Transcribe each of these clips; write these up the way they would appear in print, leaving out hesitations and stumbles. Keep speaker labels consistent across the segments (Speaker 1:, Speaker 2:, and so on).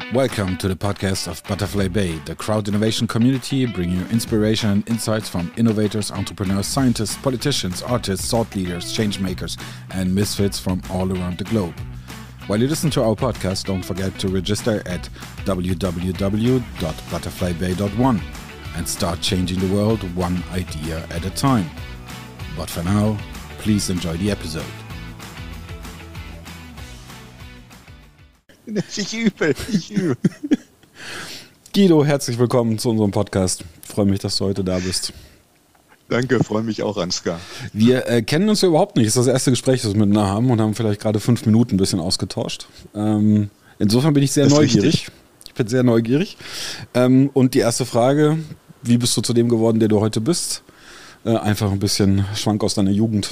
Speaker 1: Welcome to the podcast of Butterfly Bay, the crowd innovation community, bringing you inspiration and insights from innovators, entrepreneurs, scientists, politicians, artists, thought leaders, change makers, and misfits from all around the globe. While you listen to our podcast, don't forget to register at www.butterflybay.one and start changing the world one idea at a time. But for now, please enjoy the episode.
Speaker 2: Ich übe.
Speaker 1: Guido, herzlich willkommen zu unserem Podcast. Ich freue mich, dass du heute da bist.
Speaker 2: Danke, freue mich auch, Ansgar.
Speaker 1: Wir kennen uns ja überhaupt nicht. Das ist das erste Gespräch, das wir miteinander haben und haben vielleicht gerade 5 Minuten ein bisschen ausgetauscht. Insofern bin ich sehr neugierig. Richtig. Ich bin sehr neugierig. Und die erste Frage, wie bist du zu dem geworden, der du heute bist? Einfach ein bisschen Schwank aus deiner Jugend.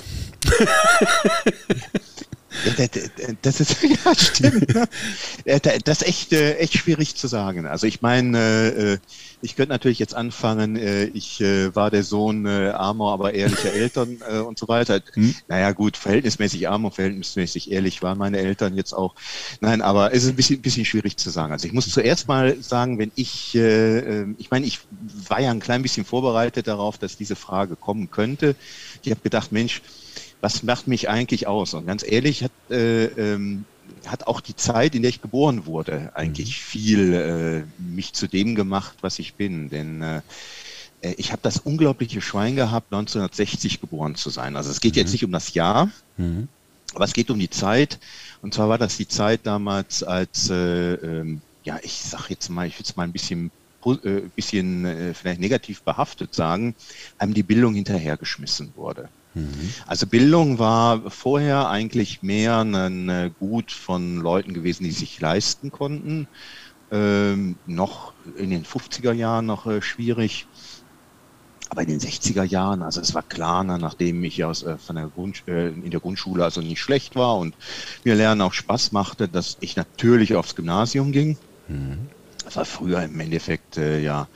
Speaker 2: Das ist, ja, stimmt. Das ist echt schwierig zu sagen. Also ich meine, ich könnte natürlich jetzt anfangen, ich war der Sohn armer, aber ehrlicher Eltern und so weiter. Naja gut, verhältnismäßig arm und verhältnismäßig ehrlich waren meine Eltern jetzt auch. Nein, aber es ist ein bisschen schwierig zu sagen. Also ich muss zuerst mal sagen, wenn ich meine, ich war ja ein klein bisschen vorbereitet darauf, dass diese Frage kommen könnte. Ich habe gedacht, Mensch, was macht mich eigentlich aus? Und ganz ehrlich hat auch die Zeit, in der ich geboren wurde, eigentlich viel mich zu dem gemacht, was ich bin. Denn ich habe das unglaubliche Schwein gehabt, 1960 geboren zu sein. Also es geht jetzt nicht um das Jahr, aber es geht um die Zeit. Und zwar war das die Zeit damals, als, ja, ich sag jetzt mal, ich will es mal ein bisschen vielleicht negativ behaftet sagen, einem die Bildung hinterhergeschmissen wurde. Also Bildung war vorher eigentlich mehr ein Gut von Leuten gewesen, die sich leisten konnten. Noch in den 50er Jahren noch schwierig. Aber in den 60er Jahren, also es war klar, nachdem ich in der Grundschule also nicht schlecht war und mir Lernen auch Spaß machte, dass ich natürlich aufs Gymnasium ging. Das war früher im Endeffekt ja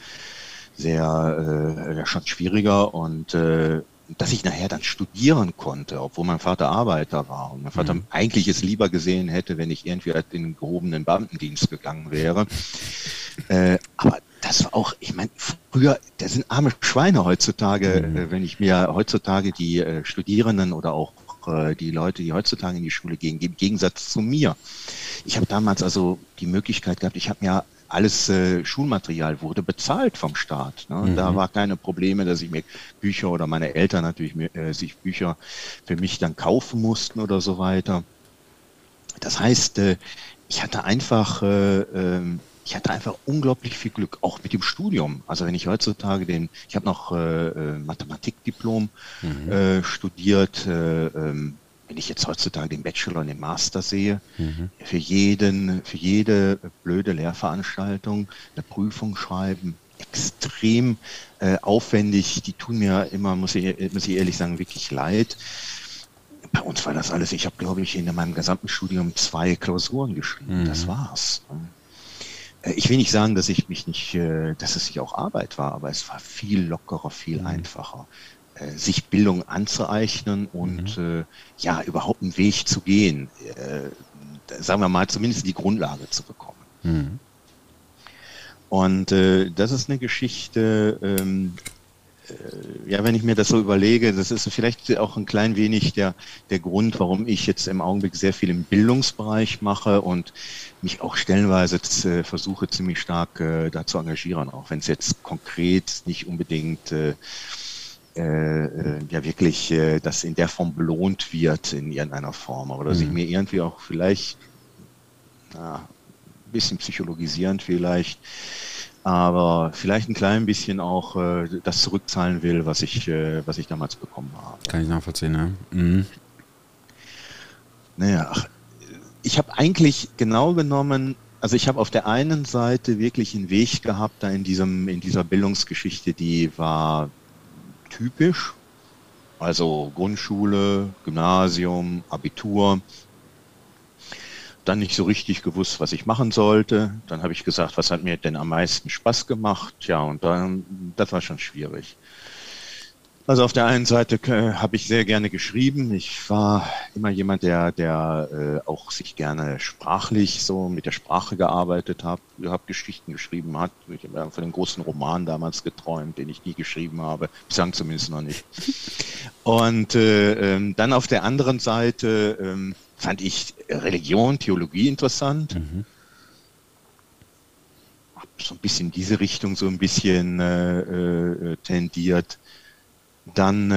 Speaker 2: sehr schon schwieriger und dass ich nachher dann studieren konnte, obwohl mein Vater Arbeiter war und mein Vater eigentlich es lieber gesehen hätte, wenn ich irgendwie in den gehobenen Beamtendienst gegangen wäre. Aber das war auch, ich meine, früher, das sind arme Schweine heutzutage, wenn ich mir heutzutage die Studierenden oder auch die Leute, die heutzutage in die Schule gehen, im Gegensatz zu mir. Ich habe damals also die Möglichkeit gehabt, ich habe mir alles Schulmaterial wurde bezahlt vom Staat. Ne? Da war keine Probleme, dass ich mir Bücher oder meine Eltern natürlich sich Bücher für mich dann kaufen mussten oder so weiter. Das heißt, ich hatte einfach unglaublich viel Glück, auch mit dem Studium. Also wenn ich heutzutage ich habe noch Mathematikdiplom studiert, wenn ich jetzt heutzutage den Bachelor und den Master sehe, für jede blöde Lehrveranstaltung eine Prüfung schreiben, extrem aufwendig, die tun mir immer, muss ich ehrlich sagen, wirklich leid. Bei uns war das alles, ich habe, glaube ich, in meinem gesamten Studium 2 Klausuren geschrieben, das war's. Ich will nicht sagen, dass es nicht auch Arbeit war, aber es war viel lockerer, viel einfacher, sich Bildung anzueignen und ja, überhaupt einen Weg zu gehen, sagen wir mal, zumindest die Grundlage zu bekommen. Und das ist eine Geschichte, ja, wenn ich mir das so überlege, das ist vielleicht auch ein klein wenig der Grund, warum ich jetzt im Augenblick sehr viel im Bildungsbereich mache und mich auch stellenweise versuche, ziemlich stark da zu engagieren, auch wenn es jetzt konkret nicht unbedingt ja wirklich das in der Form belohnt wird in irgendeiner Form, aber dass ich mir irgendwie auch vielleicht ein bisschen psychologisierend vielleicht, aber vielleicht ein klein bisschen auch das zurückzahlen will, was ich damals bekommen habe.
Speaker 1: Kann ich nachvollziehen, ja.
Speaker 2: Naja, ich habe eigentlich genau genommen, also ich habe auf der einen Seite wirklich einen Weg gehabt, da in dieser Bildungsgeschichte, die war typisch, also Grundschule, Gymnasium, Abitur, dann nicht so richtig gewusst, was ich machen sollte. Dann habe ich gesagt, was hat mir denn am meisten Spaß gemacht? Ja, und dann, das war schon schwierig. Also auf der einen Seite habe ich sehr gerne geschrieben. Ich war immer jemand, der auch sich gerne sprachlich so mit der Sprache gearbeitet hat, Geschichten geschrieben hat. Ich habe von dem großen Roman damals geträumt, den ich nie geschrieben habe, bislang zumindest noch nicht. Und dann auf der anderen Seite fand ich Religion, Theologie interessant. Hab so ein bisschen in diese Richtung so ein bisschen tendiert. Dann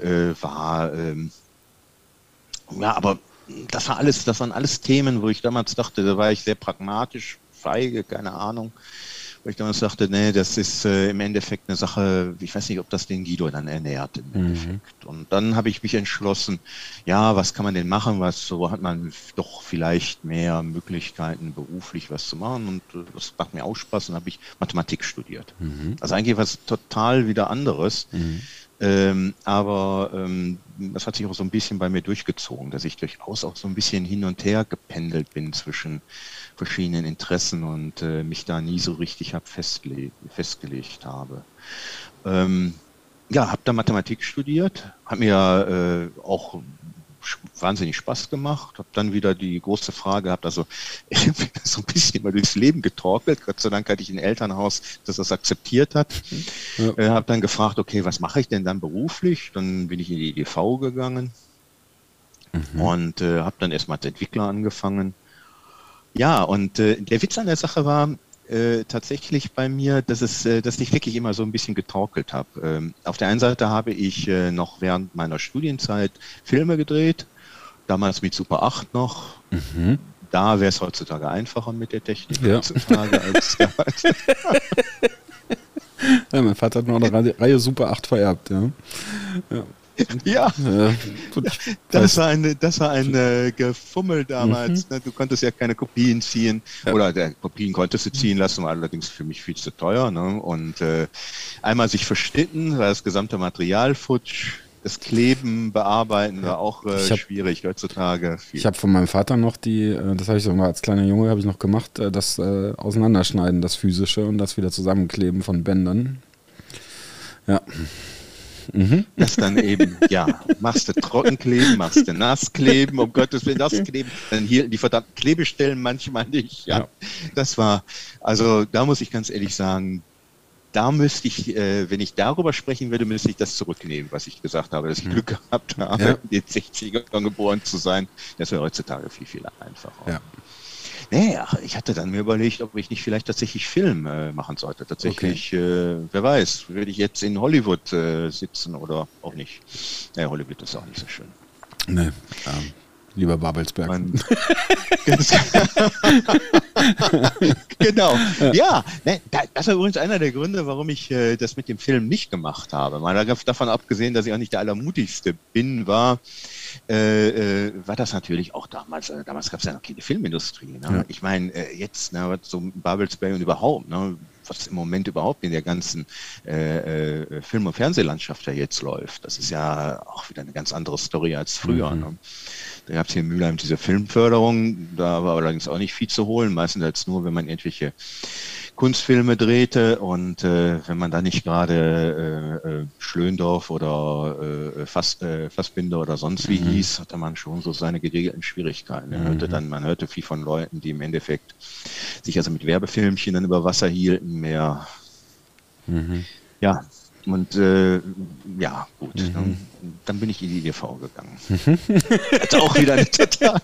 Speaker 2: aber das waren alles Themen, wo ich damals dachte, da war ich sehr pragmatisch, feige, keine Ahnung. Wo ich damals dachte, nee, das ist im Endeffekt eine Sache, ich weiß nicht, ob das den Guido dann ernährt im Endeffekt. Und dann habe ich mich entschlossen, ja, was kann man denn machen, so hat man doch vielleicht mehr Möglichkeiten, beruflich was zu machen. Und das macht mir auch Spaß und habe ich Mathematik studiert. Also eigentlich was total wieder anderes. Aber das hat sich auch so ein bisschen bei mir durchgezogen, dass ich durchaus auch so ein bisschen hin und her gependelt bin zwischen verschiedenen Interessen und mich da nie so richtig festgelegt habe. Habe da Mathematik studiert, hat mir auch wahnsinnig Spaß gemacht, habe dann wieder die große Frage gehabt, also ich bin so ein bisschen mal durchs Leben getorkelt, Gott sei Dank hatte ich ein Elternhaus, das das akzeptiert hat, habe dann gefragt, okay, was mache ich denn dann beruflich? Dann bin ich in die EDV gegangen und habe dann erstmal als Entwickler angefangen. Ja, und der Witz an der Sache war tatsächlich bei mir, dass ich wirklich immer so ein bisschen getorkelt habe. Auf der einen Seite habe ich noch während meiner Studienzeit Filme gedreht, damals mit Super 8 noch. Da wäre es heutzutage einfacher mit der Technik heutzutage als damals.
Speaker 1: Ja, mein Vater hat noch eine Reihe Super 8 vererbt, ja.
Speaker 2: Ja, das war ein Gefummel damals. Du konntest ja keine Kopien ziehen oder Kopien konntest du ziehen lassen, war allerdings für mich viel zu teuer. Ne? Und einmal sich verschnitten, war das gesamte Material futsch. Das Kleben, Bearbeiten war auch schwierig heutzutage.
Speaker 1: Ich habe von meinem Vater noch das habe ich sogar als kleiner Junge habe ich noch gemacht, das Auseinanderschneiden, das Physische und das wieder Zusammenkleben von Bändern. Ja.
Speaker 2: Das dann eben, machst du Trockenkleben, machst du Nasskleben, um Gottes Willen Nasskleben, dann hielten die verdammten Klebestellen manchmal nicht. Das war, also da muss ich ganz ehrlich sagen, da müsste ich, wenn ich darüber sprechen würde, müsste ich das zurücknehmen, was ich gesagt habe, dass ich Glück gehabt habe, in den 60ern geboren zu sein. Das wäre heutzutage viel, viel einfacher. Ja. Nee, ich hatte dann mir überlegt, ob ich nicht vielleicht tatsächlich Film machen sollte. Tatsächlich, wer weiß, würde ich jetzt in Hollywood sitzen oder auch nicht. Hollywood ist auch nicht so schön.
Speaker 1: Nee, lieber Babelsberg.
Speaker 2: Genau. Ja, das war übrigens einer der Gründe, warum ich das mit dem Film nicht gemacht habe. Mal davon abgesehen, dass ich auch nicht der Allermutigste bin, war das natürlich auch damals gab es ja noch keine Filmindustrie. Ne? Ja. Ich meine, jetzt, so Babelsberg und überhaupt, was im Moment überhaupt in der ganzen Film- und Fernsehlandschaft ja jetzt läuft, das ist ja auch wieder eine ganz andere Story als früher. Ne? Da gab es hier in Mülheim diese Filmförderung, da war allerdings auch nicht viel zu holen, meistens als nur, wenn man irgendwelche Kunstfilme drehte und wenn man da nicht gerade Schlöndorff oder Fassbinder oder sonst wie hieß, hatte man schon so seine geregelten Schwierigkeiten. Man hörte viel von Leuten, die im Endeffekt sich also mit Werbefilmchen dann über Wasser hielten, mehr ja, und gut, dann bin ich in die EDV gegangen. Also auch wieder eine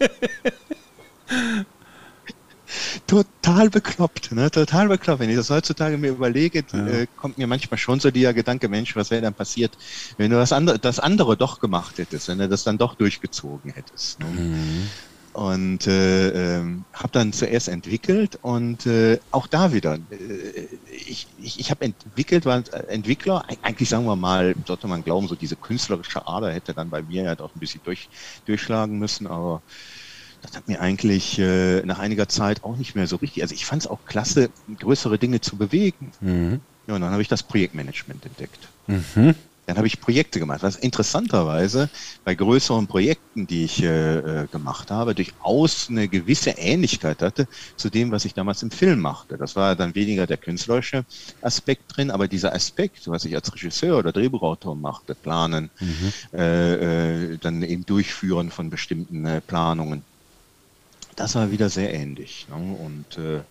Speaker 2: total bekloppt, ne? Total bekloppt. Wenn ich das heutzutage mir überlege, kommt mir manchmal schon so der Gedanke, Mensch, was wäre dann passiert, wenn du das andere doch gemacht hättest, wenn du das dann doch durchgezogen hättest. Ne? Und habe dann zuerst entwickelt und auch da wieder, ich habe entwickelt, war Entwickler, eigentlich sagen wir mal, sollte man glauben, so diese künstlerische Ader hätte dann bei mir ja doch ein bisschen durchschlagen müssen, aber das hat mir eigentlich nach einiger Zeit auch nicht mehr so richtig, also ich fand es auch klasse, größere Dinge zu bewegen. Ja, und dann habe ich das Projektmanagement entdeckt. Dann habe ich Projekte gemacht, was interessanterweise bei größeren Projekten, die ich gemacht habe, durchaus eine gewisse Ähnlichkeit hatte zu dem, was ich damals im Film machte. Das war dann weniger der künstlerische Aspekt drin, aber dieser Aspekt, was ich als Regisseur oder Drehbuchautor machte, planen, dann eben durchführen von bestimmten Planungen, das war wieder sehr ähnlich. Ne? Und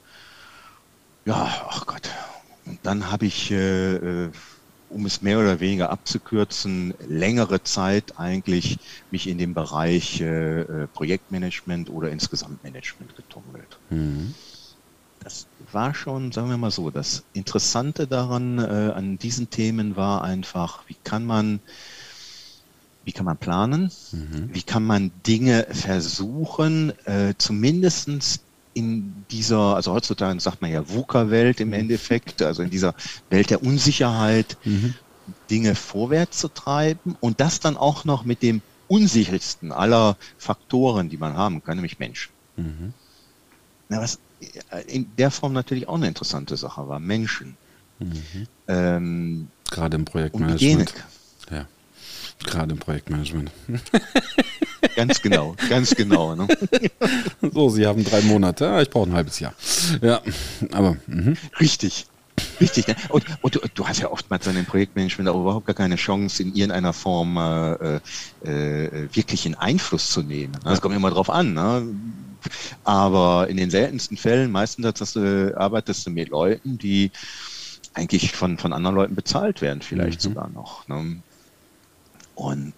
Speaker 2: ja, ach Gott. Und dann habe ich um es mehr oder weniger abzukürzen, längere Zeit eigentlich mich in dem Bereich Projektmanagement oder insgesamt Management getummelt. Das war schon, sagen wir mal so, das Interessante daran, an diesen Themen war einfach, wie kann man planen, wie kann man Dinge versuchen, zumindestens in dieser, also heutzutage sagt man ja VUCA-Welt im Endeffekt, also in dieser Welt der Unsicherheit, Dinge vorwärts zu treiben und das dann auch noch mit dem unsichersten aller Faktoren, die man haben kann, nämlich Menschen. Na, was in der Form natürlich auch eine interessante Sache war, Menschen.
Speaker 1: Gerade im Projektmanagement. Ja, gerade im Projektmanagement.
Speaker 2: Ganz genau, ganz genau. Ne?
Speaker 1: So, Sie haben 3 Monate, ich brauche ein halbes Jahr. Ja, aber...
Speaker 2: Richtig. Richtig. Ne? Und du hast ja oftmals an dem Projektmanagement auch überhaupt gar keine Chance, in irgendeiner Form wirklich einen Einfluss zu nehmen. Das kommt immer drauf an. Ne? Aber in den seltensten Fällen, meistens arbeitest du mit Leuten, die eigentlich von anderen Leuten bezahlt werden, vielleicht sogar noch. Ne? Und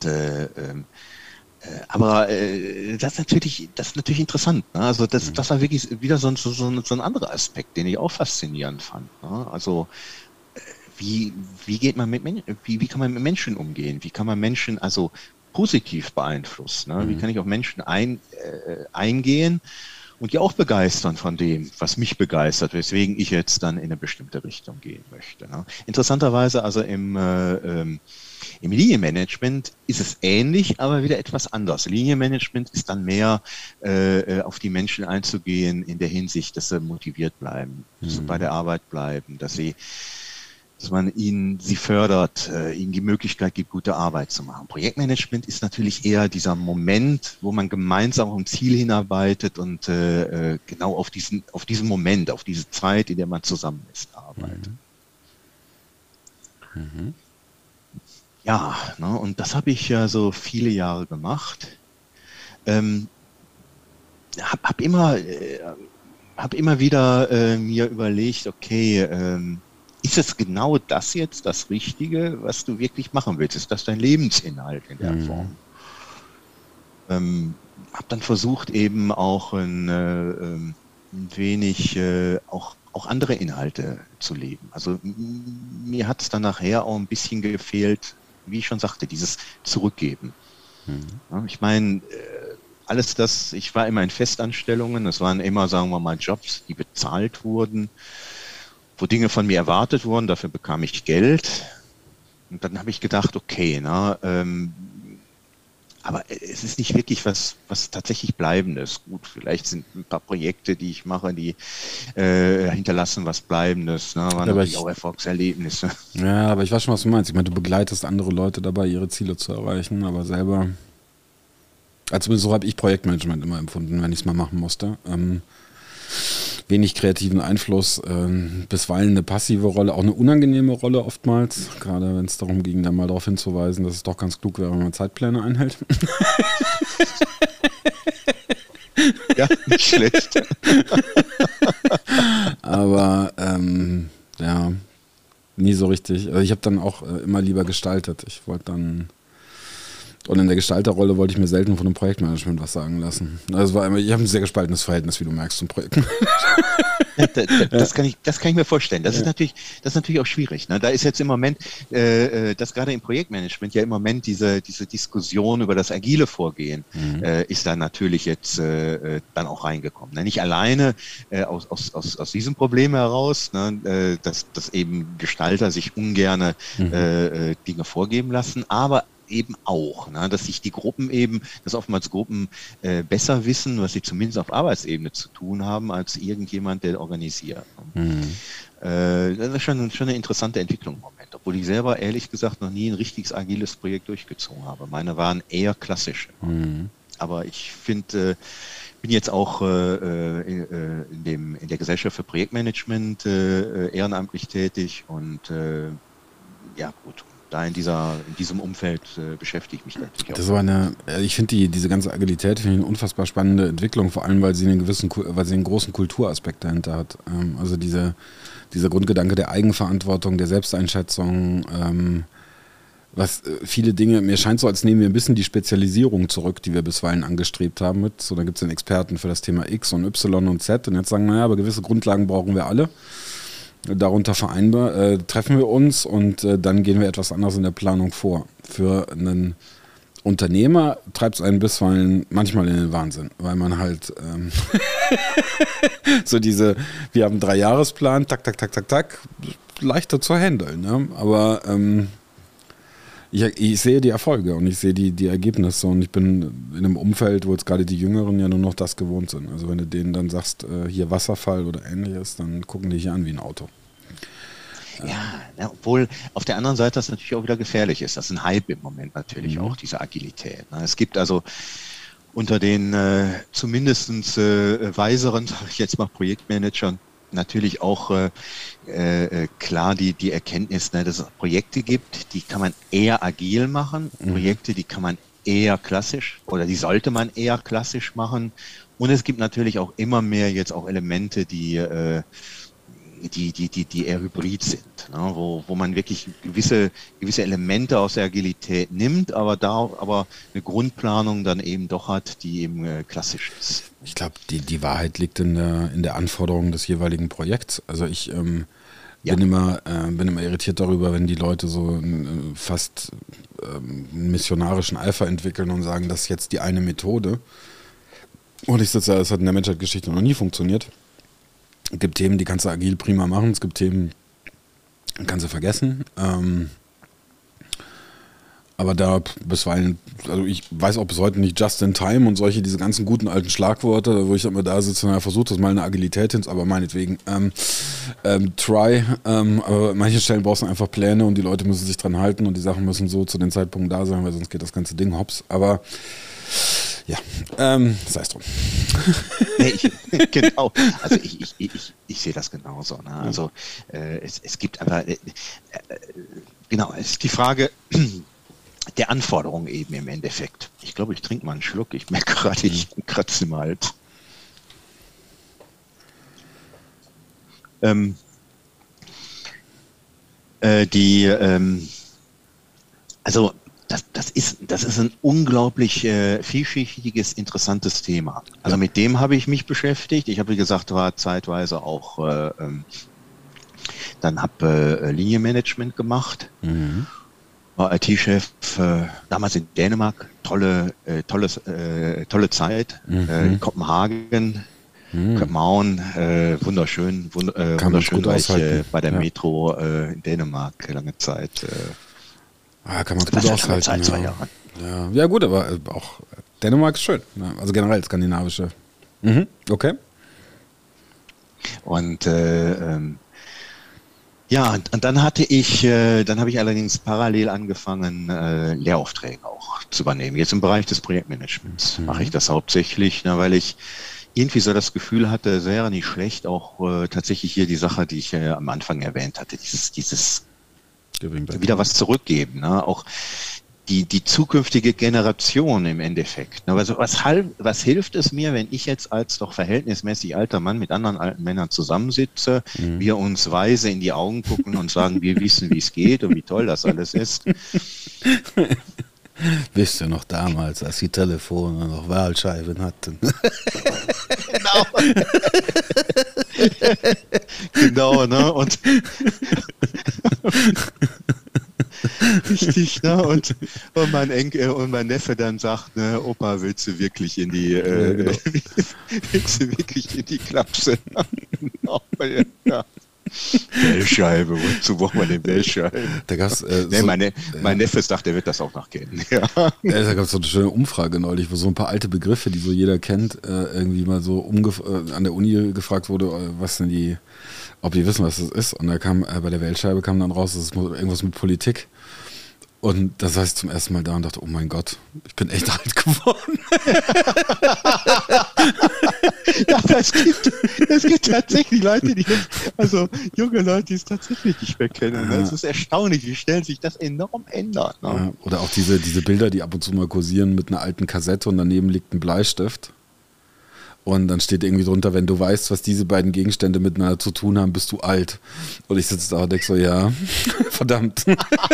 Speaker 2: aber das ist natürlich interessant. Ne? Also das war wirklich wieder so ein anderer Aspekt, den ich auch faszinierend fand. Ne? Also wie geht man wie kann man mit Menschen umgehen? Wie kann man Menschen also positiv beeinflussen? Ne? Wie kann ich auf Menschen eingehen und die auch begeistern von dem, was mich begeistert, weswegen ich jetzt dann in eine bestimmte Richtung gehen möchte. Ne? Interessanterweise also im Linienmanagement ist es ähnlich, aber wieder etwas anders. Linienmanagement ist dann mehr auf die Menschen einzugehen in der Hinsicht, dass sie motiviert bleiben, dass sie bei der Arbeit bleiben, dass man sie fördert, ihnen die Möglichkeit gibt, gute Arbeit zu machen. Projektmanagement ist natürlich eher dieser Moment, wo man gemeinsam auf ein Ziel hinarbeitet und genau auf diesen Moment, auf diese Zeit, in der man zusammen ist, arbeitet. Ja, ne, und das habe ich ja so viele Jahre gemacht. Hab immer wieder mir überlegt, okay, ist es genau das jetzt das Richtige, was du wirklich machen willst? Ist das dein Lebensinhalt in der Form? Habe dann versucht, eben auch ein wenig auch andere Inhalte zu leben. Also mir hat es dann nachher auch ein bisschen gefehlt, wie ich schon sagte, dieses Zurückgeben. Ja, ich meine, alles das, ich war immer in Festanstellungen, das waren immer, sagen wir mal, Jobs, die bezahlt wurden, wo Dinge von mir erwartet wurden, dafür bekam ich Geld. Und dann habe ich gedacht, okay, aber es ist nicht wirklich was tatsächlich Bleibendes. Gut, vielleicht sind ein paar Projekte, die ich mache, die hinterlassen was Bleibendes, waren natürlich auch Erfolgserlebnisse.
Speaker 1: Ja, aber ich weiß schon, was du meinst. Ich meine, du begleitest andere Leute dabei, ihre Ziele zu erreichen, aber selber, also so habe ich Projektmanagement immer empfunden, wenn ich es mal machen musste. Wenig kreativen Einfluss, bisweilen eine passive Rolle, auch eine unangenehme Rolle oftmals, gerade wenn es darum ging, dann mal darauf hinzuweisen, dass es doch ganz klug wäre, wenn man Zeitpläne einhält.
Speaker 2: Ja, nicht schlecht.
Speaker 1: Aber ja, nie so richtig. Also ich habe dann auch immer lieber gestaltet. Und in der Gestalterrolle wollte ich mir selten von dem Projektmanagement was sagen lassen. Also ich habe ein sehr gespaltenes Verhältnis, wie du merkst, zum Projekt.
Speaker 2: Ja, das kann ich mir vorstellen. Das ist natürlich auch schwierig. Ne? Da ist jetzt im Moment, dass gerade im Projektmanagement ja im Moment diese Diskussion über das agile Vorgehen ist da natürlich jetzt dann auch reingekommen. Ne? Nicht alleine aus diesem Problem heraus, ne? dass eben Gestalter sich ungerne Dinge vorgeben lassen, aber eben auch, ne? Dass sich die Gruppen eben, dass oftmals Gruppen besser wissen, was sie zumindest auf Arbeitsebene zu tun haben, als irgendjemand, der organisiert. Das ist schon eine interessante Entwicklung im Moment, obwohl ich selber ehrlich gesagt noch nie ein richtiges agiles Projekt durchgezogen habe. Meine waren eher klassische. Aber ich finde, bin jetzt auch in der Gesellschaft für Projektmanagement ehrenamtlich tätig und ja gut, da in diesem Umfeld beschäftige ich mich natürlich auch.
Speaker 1: Das war ich finde diese ganze Agilität finde ich eine unfassbar spannende Entwicklung, vor allem weil sie einen großen Kulturaspekt dahinter hat. Also dieser Grundgedanke der Eigenverantwortung, der Selbsteinschätzung, was viele Dinge, mir scheint so, als nehmen wir ein bisschen die Spezialisierung zurück, die wir bisweilen angestrebt haben mit. So, da gibt es den Experten für das Thema X und Y und Z und jetzt sagen, naja, aber gewisse Grundlagen brauchen wir alle. Darunter treffen wir uns und dann gehen wir etwas anders in der Planung vor. Für einen Unternehmer treibt es einen bisweilen manchmal in den Wahnsinn, weil man halt so wir haben 3-Jahresplan, tak, leichter zu handeln, ne? Aber ich sehe die Erfolge und ich sehe die Ergebnisse und ich bin in einem Umfeld, wo jetzt gerade die Jüngeren ja nur noch das gewohnt sind. Also wenn du denen dann sagst, hier Wasserfall oder ähnliches, dann gucken die dich an wie ein Auto.
Speaker 2: Ja, obwohl auf der anderen Seite das natürlich auch wieder gefährlich ist. Das ist ein Hype im Moment natürlich auch, diese Agilität. Es gibt also unter den zumindest weiseren, sage ich jetzt mal, Projektmanagern natürlich auch klar die Erkenntnis, dass es Projekte gibt, die kann man eher agil machen, Projekte, die kann man eher klassisch oder die sollte man eher klassisch machen. Und es gibt natürlich auch immer mehr jetzt auch Elemente, die eher hybrid sind, ne? Wo man wirklich gewisse Elemente aus der Agilität nimmt, aber eine Grundplanung dann eben doch hat, die eben klassisch ist.
Speaker 1: Ich glaube, die Wahrheit liegt in der Anforderung des jeweiligen Projekts. Also ich bin immer irritiert darüber, wenn die Leute so fast einen missionarischen Eifer entwickeln und sagen, das ist jetzt die eine Methode. Und ich sitze da, das hat in der Menschheitsgeschichte noch nie funktioniert. Es gibt Themen, die kannst du agil prima machen. Es gibt Themen, die kannst du vergessen. Aber da bisweilen, also ich weiß auch bis heute nicht just in time und diese ganzen guten alten Schlagworte, wo ich immer da sitze und versuche das mal eine Agilität hin, aber meinetwegen aber an manchen Stellen brauchst du einfach Pläne und die Leute müssen sich dran halten und die Sachen müssen so zu den Zeitpunkten da sein, weil sonst geht das ganze Ding hops. Aber ja, sei es drum.
Speaker 2: Genau, also ich sehe das genauso. Ne? Also es gibt einfach, genau, es ist die Frage der Anforderungen eben im Endeffekt. Ich glaube, ich trinke mal einen Schluck. Ich merke gerade, ich kratze im Hals. Also das ist ein unglaublich vielschichtiges, interessantes Thema. Also mit dem habe ich mich beschäftigt. Ich habe, wie gesagt, war zeitweise auch, dann habe Linienmanagement gemacht. War IT-Chef, damals in Dänemark, tolle Zeit, in Kopenhagen, København, wunderschön, weil ich bei der Metro in Dänemark lange Zeit.
Speaker 1: Kann man gut aushalten.
Speaker 2: 2 Jahre.
Speaker 1: Ja gut, aber auch Dänemark ist schön. Ne? Also generell skandinavische. Okay.
Speaker 2: Und und dann habe ich allerdings parallel angefangen, Lehraufträge auch zu übernehmen. Jetzt im Bereich des Projektmanagements mache ich das hauptsächlich, weil ich irgendwie so das Gefühl hatte, es wäre nicht schlecht, auch tatsächlich hier die Sache, die ich am Anfang erwähnt hatte, dieses wieder was zurückgeben, ne? Auch die zukünftige Generation im Endeffekt. Ne? Also was hilft es mir, wenn ich jetzt als doch verhältnismäßig alter Mann mit anderen alten Männern zusammensitze, wir uns weise in die Augen gucken und sagen, wir wissen, wie es geht und wie toll das alles ist.
Speaker 1: Wisst ihr noch damals, als die Telefone noch Wahlscheiben hatten?
Speaker 2: Genau, ne? Und richtig, ne? Und mein Enkel und mein Neffe dann sagt, ne, Opa, willst du wirklich in die willst du wirklich in die Klapse? Genau, ja. Wählscheibe, wozu braucht man den Wählscheibe?
Speaker 1: Da gab's,
Speaker 2: nee, mein Neffe sagt, er wird das auch noch kennen. Ja.
Speaker 1: Da gab es so eine schöne Umfrage neulich, wo so ein paar alte Begriffe, die so jeder kennt, irgendwie mal so an der Uni gefragt wurde, was denn ob die wissen, was das ist. Und da kam bei der Wählscheibe kam dann raus, das ist irgendwas mit Politik. Und da saß ich zum ersten Mal da und dachte, oh mein Gott, ich bin echt alt geworden.
Speaker 2: Ja, es gibt tatsächlich Leute, also junge Leute, die es tatsächlich nicht mehr kennen. Es ist erstaunlich, wie schnell sich das enorm ändert. Ne?
Speaker 1: Ja, oder auch diese Bilder, die ab und zu mal kursieren mit einer alten Kassette und daneben liegt ein Bleistift. Und dann steht irgendwie drunter, wenn du weißt, was diese beiden Gegenstände miteinander zu tun haben, bist du alt. Und ich sitze da und denke so, ja, verdammt.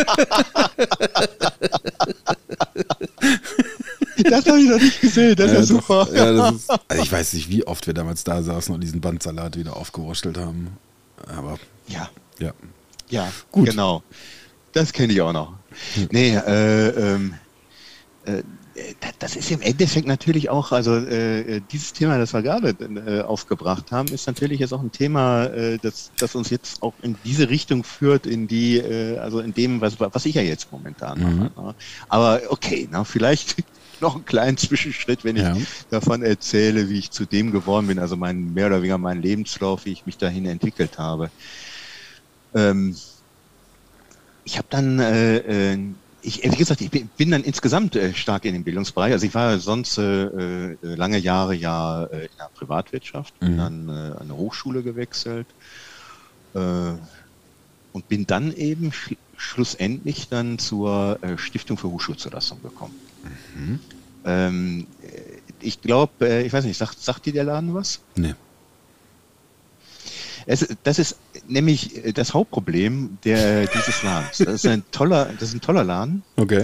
Speaker 2: Das habe ich noch nicht gesehen, das ist ja super.
Speaker 1: Doch, ja, also ich weiß nicht, wie oft wir damals da saßen und diesen Bandsalat wieder aufgewurschtelt haben. Aber
Speaker 2: ja, gut. Genau. Das kenne ich auch noch. Nee, das ist im Endeffekt natürlich auch, also dieses Thema, das wir gerade aufgebracht haben, ist natürlich jetzt auch ein Thema, das uns jetzt auch in diese Richtung führt, in dem, was ich ja jetzt momentan mache. Aber okay, vielleicht noch einen kleinen Zwischenschritt, wenn ich davon erzähle, wie ich zu dem geworden bin, also mehr oder weniger mein Lebenslauf, wie ich mich dahin entwickelt habe. Ich habe dann, wie gesagt, ich bin dann insgesamt stark in dem Bildungsbereich. Also ich war sonst lange Jahre in der Privatwirtschaft, bin dann an eine Hochschule gewechselt und bin dann eben schlussendlich dann zur Stiftung für Hochschulzulassung gekommen. Ich glaube, ich weiß nicht, sagt dir der Laden was?
Speaker 1: Nee.
Speaker 2: Das ist nämlich das Hauptproblem dieses Ladens. Das ist ein toller Laden.
Speaker 1: Okay.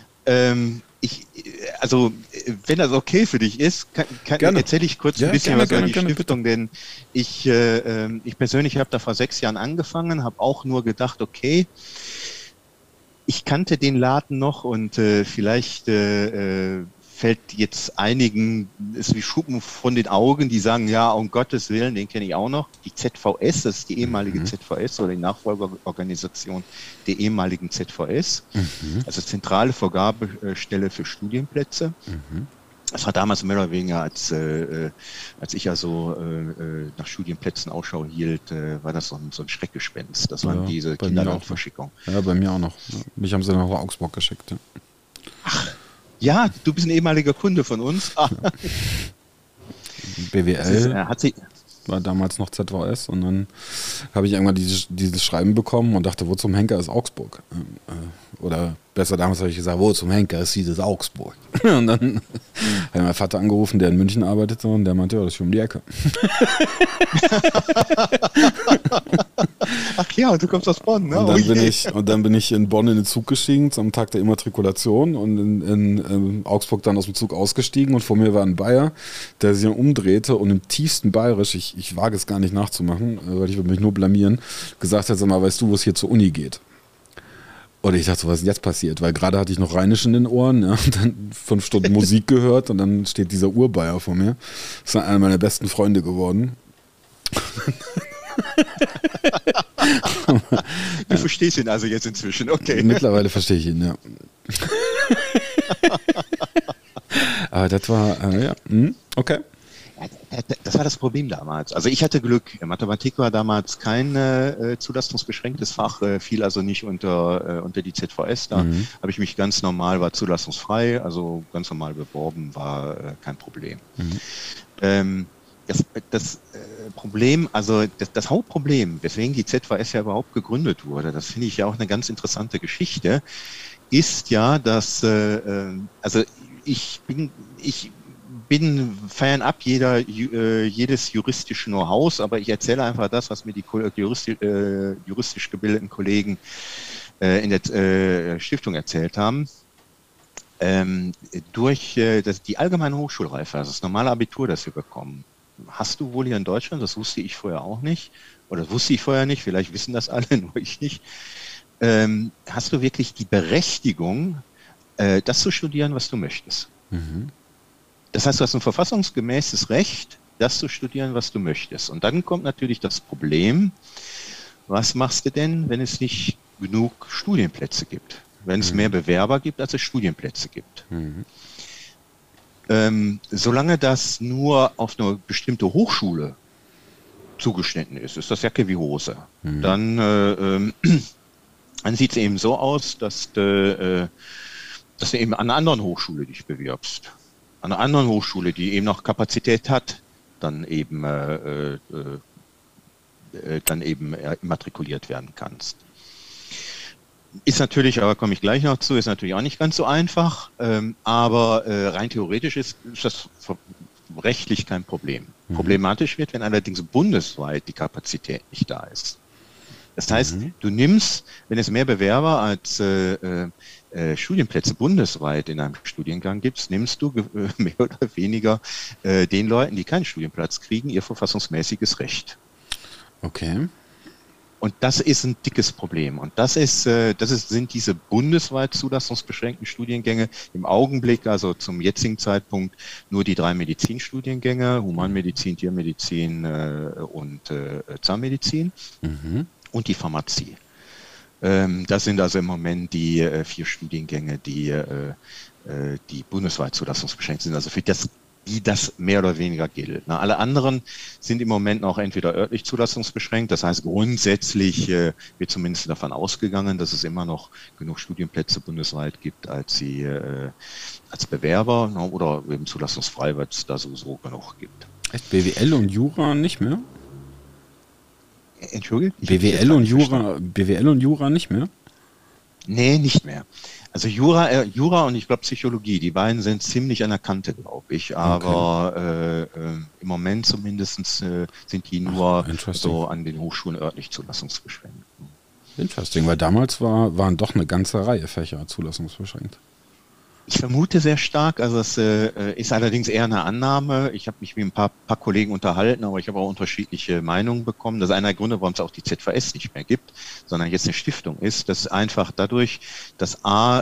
Speaker 2: Also, wenn das okay für dich ist, erzähle ich kurz ein bisschen was über die Stiftung, denn ich persönlich habe da vor 6 Jahren angefangen, habe auch nur gedacht, okay, ich kannte den Laden noch und vielleicht fällt jetzt einigen es wie Schuppen von den Augen, die sagen, ja, um Gottes Willen, den kenne ich auch noch. Die ZVS, das ist die ehemalige ZVS oder die Nachfolgeorganisation der ehemaligen ZVS, also Zentrale Vergabestelle für Studienplätze. Das war damals mehr oder weniger, als ich ja so nach Studienplätzen Ausschau hielt, war das so ein Schreckgespenst. Das waren diese Kinderlandverschickungen.
Speaker 1: Ja, bei mir auch noch. Mich haben sie nach Augsburg geschickt. Ja.
Speaker 2: Ach, ja, du bist ein ehemaliger Kunde von uns.
Speaker 1: BWL war damals noch ZVS und dann habe ich irgendwann dieses Schreiben bekommen und dachte, wo zum Henker ist Augsburg? Oder besser, damals habe ich gesagt, wo zum Henker ist dieses Augsburg? Und dann hat mein Vater angerufen, der in München arbeitete und der meinte, ja, das ist schon um die Ecke.
Speaker 2: Ach ja, und du kommst aus Bonn, ne?
Speaker 1: Und dann bin ich in Bonn in den Zug gestiegen zum Tag der Immatrikulation und in Augsburg dann aus dem Zug ausgestiegen und vor mir war ein Bayer, der sich dann umdrehte und im tiefsten Bayerisch, ich wage es gar nicht nachzumachen, weil ich würde mich nur blamieren, gesagt hat, sag mal, weißt du, wo es hier zur Uni geht? Und ich dachte, was ist denn jetzt passiert? Weil gerade hatte ich noch Rheinisch in den Ohren, ja, und dann 5 Stunden Musik gehört und dann steht dieser Urbayer vor mir. Das ist dann einer meiner besten Freunde geworden.
Speaker 2: Du verstehst ihn also jetzt inzwischen, okay.
Speaker 1: Mittlerweile verstehe ich ihn, ja. Aber das war, okay.
Speaker 2: Das war das Problem damals. Also ich hatte Glück. Mathematik war damals kein zulassungsbeschränktes Fach, fiel also nicht unter die ZVS. Da habe ich mich ganz normal, war zulassungsfrei, also ganz normal beworben, war kein Problem. Das Problem, also das Hauptproblem, weswegen die ZVS ja überhaupt gegründet wurde, das finde ich ja auch eine ganz interessante Geschichte, ist ja, dass also ich bin fernab jedes juristischen Know-hows, aber ich erzähle einfach das, was mir die juristisch gebildeten Kollegen in der Stiftung erzählt haben. Durch die allgemeine Hochschulreife, also das normale Abitur, das wir bekommen, hast du wohl hier in Deutschland, das wusste ich vorher auch nicht, oder das wusste ich vorher nicht, vielleicht wissen das alle, nur ich nicht, hast du wirklich die Berechtigung, das zu studieren, was du möchtest. Das heißt, du hast ein verfassungsgemäßes Recht, das zu studieren, was du möchtest. Und dann kommt natürlich das Problem, was machst du denn, wenn es nicht genug Studienplätze gibt? Wenn es mehr Bewerber gibt, als es Studienplätze gibt. Solange das nur auf eine bestimmte Hochschule zugeschnitten ist das Jacke wie Hose. Dann sieht es eben so aus, dass du eben an einer anderen Hochschule dich bewirbst. An einer anderen Hochschule, die eben noch Kapazität hat, dann eben immatrikuliert werden kannst. Ist natürlich, aber komme ich gleich noch zu, ist natürlich auch nicht ganz so einfach, aber rein theoretisch ist das rechtlich kein Problem. Problematisch wird, wenn allerdings bundesweit die Kapazität nicht da ist. Das heißt, du nimmst, wenn es mehr Bewerber als Studienplätze bundesweit in einem Studiengang gibt, nimmst du mehr oder weniger den Leuten, die keinen Studienplatz kriegen, ihr verfassungsmäßiges Recht.
Speaker 1: Okay.
Speaker 2: Und das ist ein dickes Problem. Und sind diese bundesweit zulassungsbeschränkten Studiengänge im Augenblick, also zum jetzigen Zeitpunkt, nur die 3 Medizinstudiengänge, Humanmedizin, Tiermedizin und Zahnmedizin und die Pharmazie. Das sind also im Moment die 4 Studiengänge, die bundesweit zulassungsbeschränkt sind. Also für die das mehr oder weniger gilt. Na, alle anderen sind im Moment noch entweder örtlich zulassungsbeschränkt, das heißt grundsätzlich wird zumindest davon ausgegangen, dass es immer noch genug Studienplätze bundesweit gibt, als sie als Bewerber oder eben zulassungsfrei, weil es da sowieso genug gibt.
Speaker 1: Echt? BWL und Jura nicht mehr?
Speaker 2: Entschuldigung?
Speaker 1: BWL und Jura nicht mehr?
Speaker 2: Nee, nicht mehr. Also Jura und ich glaube Psychologie, die beiden sind ziemlich an der Kante, glaube ich. Aber im Moment zumindest sind die nur so an den Hochschulen örtlich zulassungsbeschränkt.
Speaker 1: Interesting, weil damals waren doch eine ganze Reihe Fächer zulassungsbeschränkt.
Speaker 2: Ich vermute sehr stark, also es ist allerdings eher eine Annahme. Ich habe mich mit ein paar Kollegen unterhalten, aber ich habe auch unterschiedliche Meinungen bekommen. Das ist einer der Gründe, warum es auch die ZVS nicht mehr gibt, sondern jetzt eine Stiftung ist. Das ist einfach dadurch, dass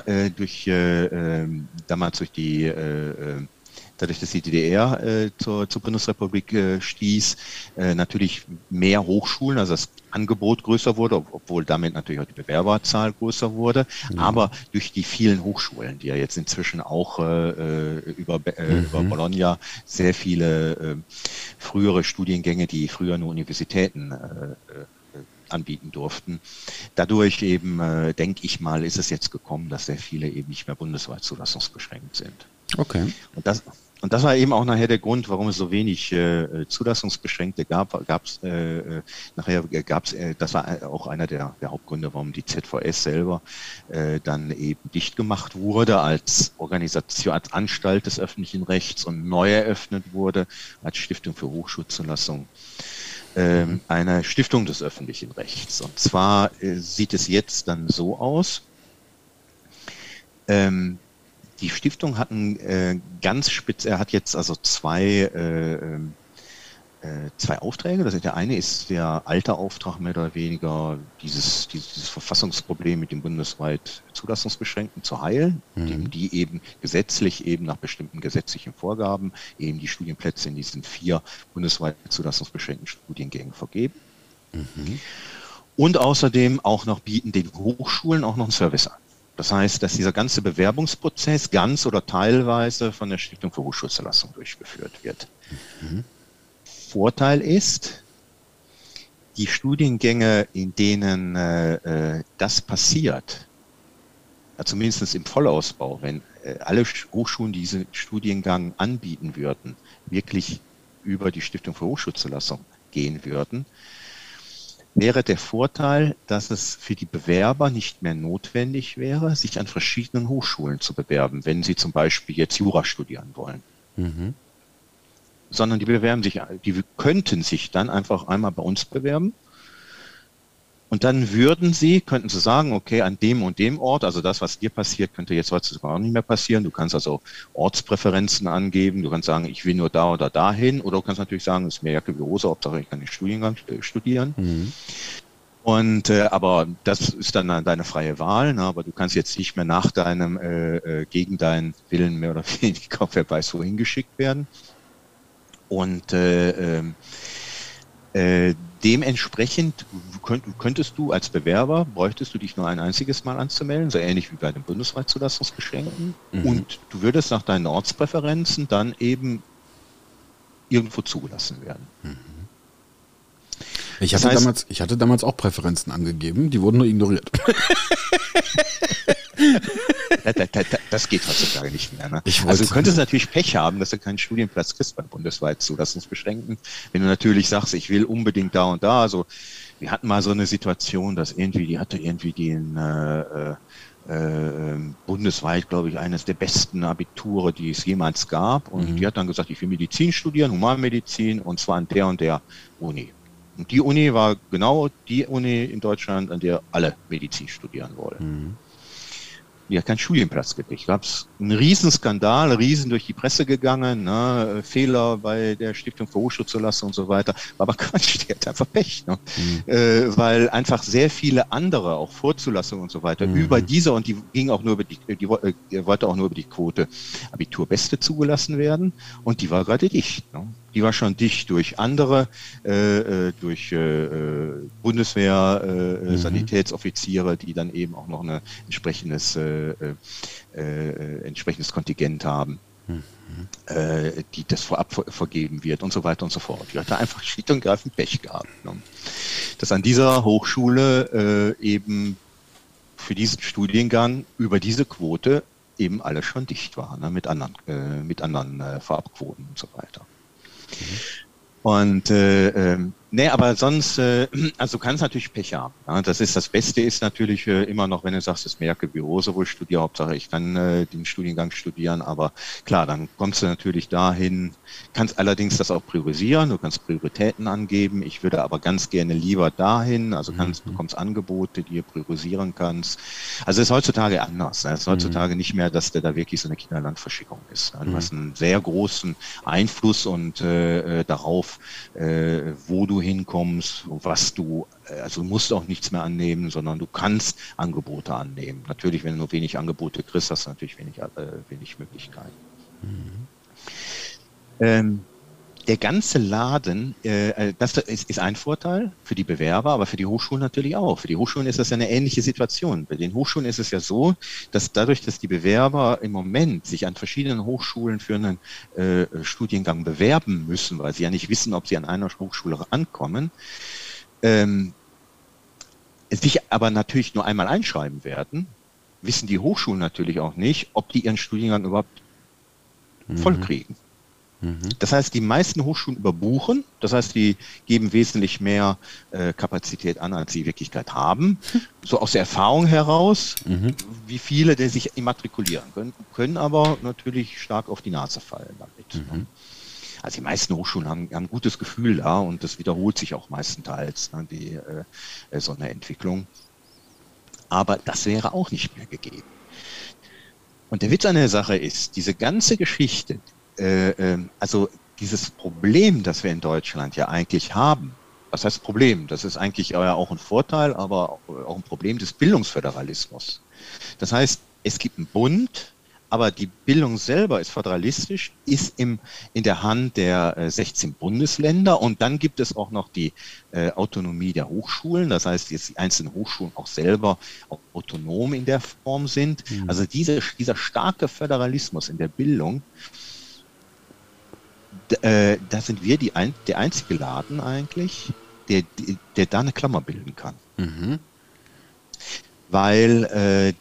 Speaker 2: dadurch, dass die DDR zur Bundesrepublik stieß, natürlich mehr Hochschulen, also das Angebot größer wurde, obwohl damit natürlich auch die Bewerberzahl größer wurde, aber durch die vielen Hochschulen, die ja jetzt inzwischen auch über Bologna sehr viele frühere Studiengänge, die früher nur Universitäten anbieten durften. Dadurch eben, denke ich mal, ist es jetzt gekommen, dass sehr viele eben nicht mehr bundesweit zulassungsbeschränkt sind.
Speaker 1: Okay.
Speaker 2: Und das war eben auch nachher der Grund, warum es so wenig Zulassungsbeschränkte gab. Das war auch einer der Hauptgründe, warum die ZVS selber dann eben dicht gemacht wurde als Organisation, als Anstalt des öffentlichen Rechts und neu eröffnet wurde als Stiftung für Hochschulzulassung. Eine Stiftung des öffentlichen Rechts. Und zwar sieht es jetzt dann so aus, die Stiftung hat hat jetzt also zwei Aufträge. Der eine ist der alte Auftrag, mehr oder weniger dieses Verfassungsproblem mit den bundesweit Zulassungsbeschränkten zu heilen, indem die eben gesetzlich eben nach bestimmten gesetzlichen Vorgaben eben die Studienplätze in diesen 4 bundesweit zulassungsbeschränkten Studiengängen vergeben. Und außerdem auch noch bieten den Hochschulen auch noch einen Service an. Das heißt, dass dieser ganze Bewerbungsprozess ganz oder teilweise von der Stiftung für Hochschulzulassung durchgeführt wird. Vorteil ist, die Studiengänge, in denen das passiert, zumindest im Vollausbau, wenn alle Hochschulen diesen Studiengang anbieten würden, wirklich über die Stiftung für Hochschulzulassung gehen würden, wäre der Vorteil, dass es für die Bewerber nicht mehr notwendig wäre, sich an verschiedenen Hochschulen zu bewerben, wenn sie zum Beispiel jetzt Jura studieren wollen. Sondern die könnten sich dann einfach einmal bei uns bewerben und dann könnten sie sagen, okay, an dem und dem Ort, also das, was dir passiert, könnte jetzt heutzutage auch nicht mehr passieren. Du kannst also Ortspräferenzen angeben, du kannst sagen, ich will nur da oder dahin, oder du kannst natürlich sagen, es ist mir Jacke wie Hose, Hauptsache ich kann den Studiengang studieren. Und aber das ist dann deine freie Wahl, aber du kannst jetzt nicht mehr nach gegen deinen Willen mehr oder weniger, wer weiß wohin geschickt werden. Und dementsprechend könntest du als Bewerber, bräuchtest du dich nur ein einziges Mal anzumelden, so ähnlich wie bei den bundesweit Zulassungsgeschenken. Und du würdest nach deinen Ortspräferenzen dann eben irgendwo zugelassen werden.
Speaker 1: Ich hatte damals auch Präferenzen angegeben, die wurden nur ignoriert.
Speaker 2: Das geht heutzutage nicht mehr. Ne? Also du könntest natürlich Pech haben, dass du keinen Studienplatz kriegst bei bundesweit Zulassungsbeschränkten. Wenn du natürlich sagst, ich will unbedingt da und da. Also wir hatten mal so eine Situation, dass die hatte bundesweit, glaube ich, eines der besten Abiture, die es jemals gab. Und die hat dann gesagt, ich will Medizin studieren, Humanmedizin, und zwar an der und der Uni. Und die Uni war genau die Uni in Deutschland, an der alle Medizin studieren wollen. Die hat keinen Studienplatz gekriegt. Gab es einen Riesenskandal, riesen durch die Presse gegangen, ne? Fehler bei der Stiftung für Hochschulzulassung und so weiter. War aber Quatsch, die hat einfach Pech. Ne? Weil einfach sehr viele andere, auch Vorzulassungen und so weiter, über diese, und die ging auch nur über die wollte auch nur über die Quote Abiturbeste zugelassen werden, und die war gerade dicht. Ne? Die war schon dicht durch andere, durch Bundeswehr, Sanitätsoffiziere, die dann eben auch noch ein entsprechendes Kontingent haben, die das vorab vergeben wird und so weiter und so fort. Die hat da einfach schlicht und greifend Pech gehabt. Ne? Dass an dieser Hochschule eben für diesen Studiengang über diese Quote eben alles schon dicht war, ne? mit anderen Vorabquoten und so weiter. Und aber sonst, also du kannst natürlich Pech haben. Ja? Das Beste ist natürlich immer noch, wenn du sagst, das Merke-Büro, wo ich studiere, Hauptsache ich kann den Studiengang studieren, aber klar, dann kommst du natürlich dahin, kannst allerdings das auch priorisieren, du kannst Prioritäten angeben, ich würde aber ganz gerne lieber dahin, also bekommst Angebote, die du priorisieren kannst. Also es ist heutzutage anders. Es ist heutzutage nicht mehr, dass da wirklich so eine Kinderlandverschickung ist. Du hast einen sehr großen Einfluss und darauf, wo du hinkommst, also du musst auch nichts mehr annehmen, sondern du kannst Angebote annehmen. Natürlich, wenn du nur wenig Angebote kriegst, hast du natürlich wenig Möglichkeiten. Der ganze Laden, das ist ein Vorteil für die Bewerber, aber für die Hochschulen natürlich auch. Für die Hochschulen ist das ja eine ähnliche Situation. Bei den Hochschulen ist es ja so, dass dadurch, dass die Bewerber im Moment sich an verschiedenen Hochschulen für einen Studiengang bewerben müssen, weil sie ja nicht wissen, ob sie an einer Hochschule ankommen, sich aber natürlich nur einmal einschreiben werden, wissen die Hochschulen natürlich auch nicht, ob die ihren Studiengang überhaupt voll kriegen. Das heißt, die meisten Hochschulen überbuchen, das heißt, die geben wesentlich mehr Kapazität an, als sie in Wirklichkeit haben. So aus der Erfahrung heraus, wie viele, die sich immatrikulieren können aber natürlich stark auf die Nase fallen damit. Also die meisten Hochschulen haben ein gutes Gefühl da, und das wiederholt sich auch meistenteils, so eine Entwicklung. Aber das wäre auch nicht mehr gegeben. Und der Witz an der Sache ist, diese ganze Geschichte, also dieses Problem, das wir in Deutschland ja eigentlich haben, was heißt Problem? Das ist eigentlich auch ein Vorteil, aber auch ein Problem des Bildungsföderalismus. Das heißt, es gibt einen Bund, aber die Bildung selber ist föderalistisch, ist in der Hand der 16 Bundesländer, und dann gibt es auch noch die Autonomie der Hochschulen, das heißt, dass die einzelnen Hochschulen auch selber autonom in der Form sind. Also dieser starke Föderalismus in der Bildung, da sind wir der einzige Laden eigentlich, der da eine Klammer bilden kann. Weil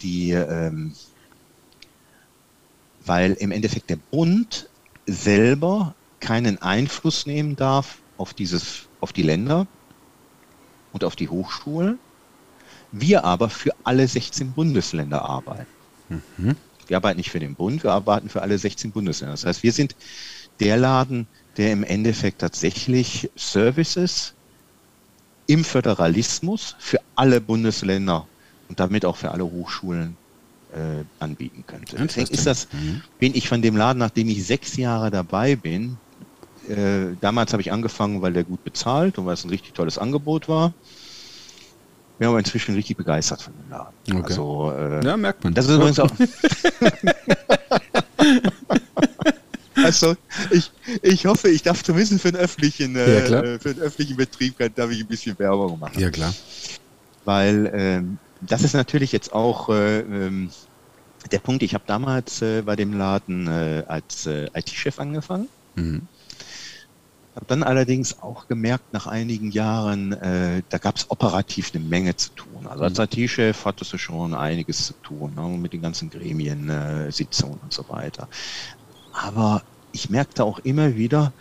Speaker 2: weil im Endeffekt der Bund selber keinen Einfluss nehmen darf auf die Länder und auf die Hochschulen. Wir aber für alle 16 Bundesländer arbeiten. Wir arbeiten nicht für den Bund, wir arbeiten für alle 16 Bundesländer. Das heißt, wir sind der Laden, der im Endeffekt tatsächlich Services im Föderalismus für alle Bundesländer und damit auch für alle Hochschulen anbieten könnte. Deswegen bin ich von dem Laden, nachdem ich 6 Jahre dabei bin, damals habe ich angefangen, weil der gut bezahlt und weil es ein richtig tolles Angebot war. Bin aber inzwischen richtig begeistert von dem Laden.
Speaker 1: Okay.
Speaker 2: Also,
Speaker 1: ja, merkt man.
Speaker 2: Das ist übrigens auch Also ich hoffe, ich darf zumindest für einen öffentlichen Betrieb darf ich ein bisschen Werbung machen.
Speaker 1: Ja, klar.
Speaker 2: Weil das ist natürlich jetzt auch der Punkt. Ich habe damals bei dem Laden als IT-Chef angefangen. Mhm. Habe dann allerdings auch gemerkt, nach einigen Jahren, da gab es operativ eine Menge zu tun. Also als IT-Chef hattest du schon einiges zu tun, ne, mit den ganzen Gremien, Sitzungen und so weiter. Aber ich merkte auch immer wieder,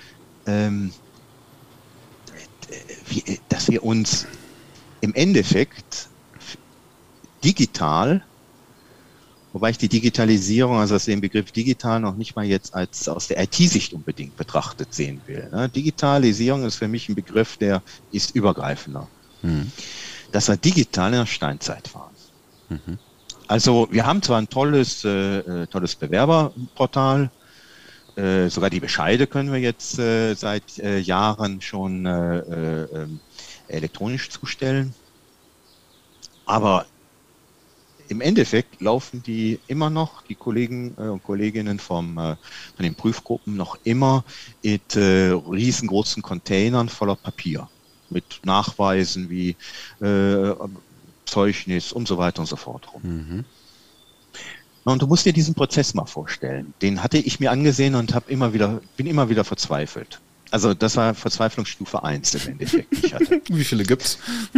Speaker 2: dass wir uns im Endeffekt digital, wobei ich die Digitalisierung, also den Begriff digital noch nicht mal jetzt als aus der IT-Sicht unbedingt betrachtet sehen will. Ne? Digitalisierung ist für mich ein Begriff, der ist übergreifender. Dass wir digital in der Steinzeit waren. Also wir haben zwar ein tolles Bewerberportal, sogar die Bescheide können wir jetzt seit Jahren schon elektronisch zustellen, aber im Endeffekt laufen die immer noch, die Kollegen und Kolleginnen von den Prüfgruppen, noch immer mit riesengroßen Containern voller Papier. Mit Nachweisen wie Zeugnis und so weiter und so fort rum. Und du musst dir diesen Prozess mal vorstellen. Den hatte ich mir angesehen und bin immer wieder verzweifelt. Also das war Verzweiflungsstufe 1 im Endeffekt, die ich hatte.
Speaker 1: Wie viele gibt's?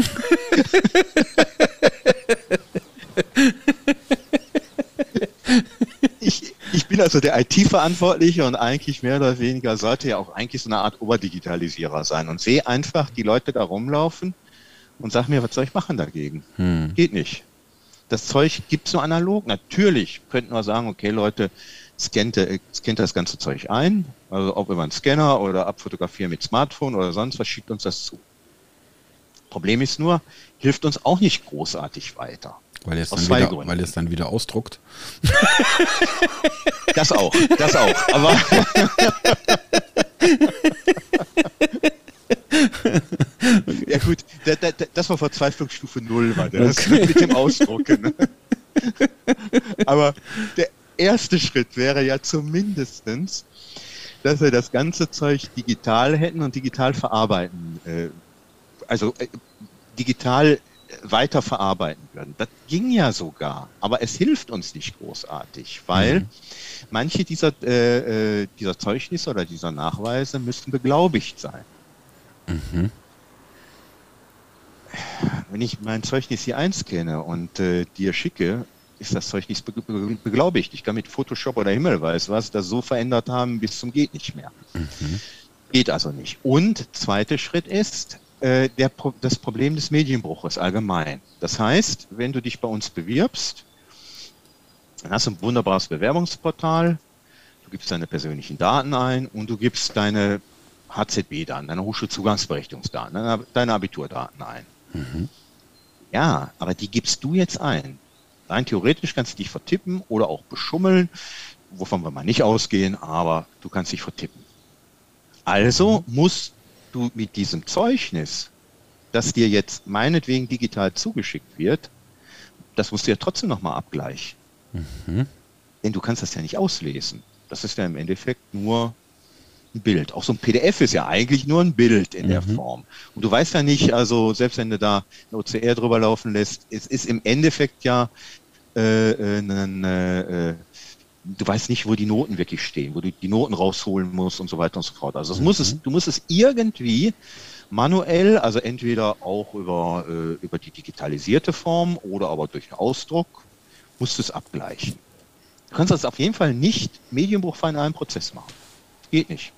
Speaker 2: Ich bin also der IT-Verantwortliche und eigentlich mehr oder weniger sollte ja auch eigentlich so eine Art Oberdigitalisierer sein und sehe einfach die Leute da rumlaufen und sage mir, was soll ich machen dagegen? Geht nicht. Das Zeug gibt's nur analog. Natürlich könnten wir sagen, okay Leute, scannt das ganze Zeug ein, also ob über einen Scanner oder abfotografieren mit Smartphone oder sonst was, schickt uns das zu. Problem ist nur, hilft uns auch nicht großartig weiter.
Speaker 1: Weil ihr es dann wieder ausdruckt.
Speaker 2: Das auch. Aber ja gut, das war Verzweiflungsstufe 0, war das okay. Mit dem Ausdrucken. Aber der erste Schritt wäre ja zumindestens, dass wir das ganze Zeug digital hätten und digital verarbeiten, digital weiterverarbeiten würden. Das ging ja sogar, aber es hilft uns nicht großartig, weil manche dieser Zeugnisse oder dieser Nachweise müssten beglaubigt sein. Wenn ich mein Zeugnis hier einscanne und dir schicke, ist das Zeugnis beglaubigt. Ich kann mit Photoshop oder Himmel weiß was das so verändert haben bis zum geht nicht mehr. Geht also nicht. Und zweiter Schritt ist, das Problem des Medienbruches allgemein. Das heißt, wenn du dich bei uns bewirbst, dann hast du ein wunderbares Bewerbungsportal, du gibst deine persönlichen Daten ein und du gibst deine HZB-Daten, deine Hochschulzugangsberechtigungsdaten, deine Abiturdaten ein. Ja, aber die gibst du jetzt ein. Rein theoretisch kannst du dich vertippen oder auch beschummeln, wovon wir mal nicht ausgehen, aber du kannst dich vertippen. Also musst du mit diesem Zeugnis, das dir jetzt meinetwegen digital zugeschickt wird, das musst du ja trotzdem nochmal abgleichen. Denn du kannst das ja nicht auslesen. Das ist ja im Endeffekt nur ein Bild. Auch so ein PDF ist ja eigentlich nur ein Bild in der Form. Und du weißt ja nicht, also selbst wenn du da eine OCR drüber laufen lässt, es ist im Endeffekt ja du weißt nicht, wo die Noten wirklich stehen, wo du die Noten rausholen musst und so weiter und so fort. Also du musst es irgendwie manuell, also entweder auch über die digitalisierte Form oder aber durch einen Ausdruck, musst du es abgleichen. Du kannst das auf jeden Fall nicht medienbruchfrei in einem Prozess machen. Geht nicht.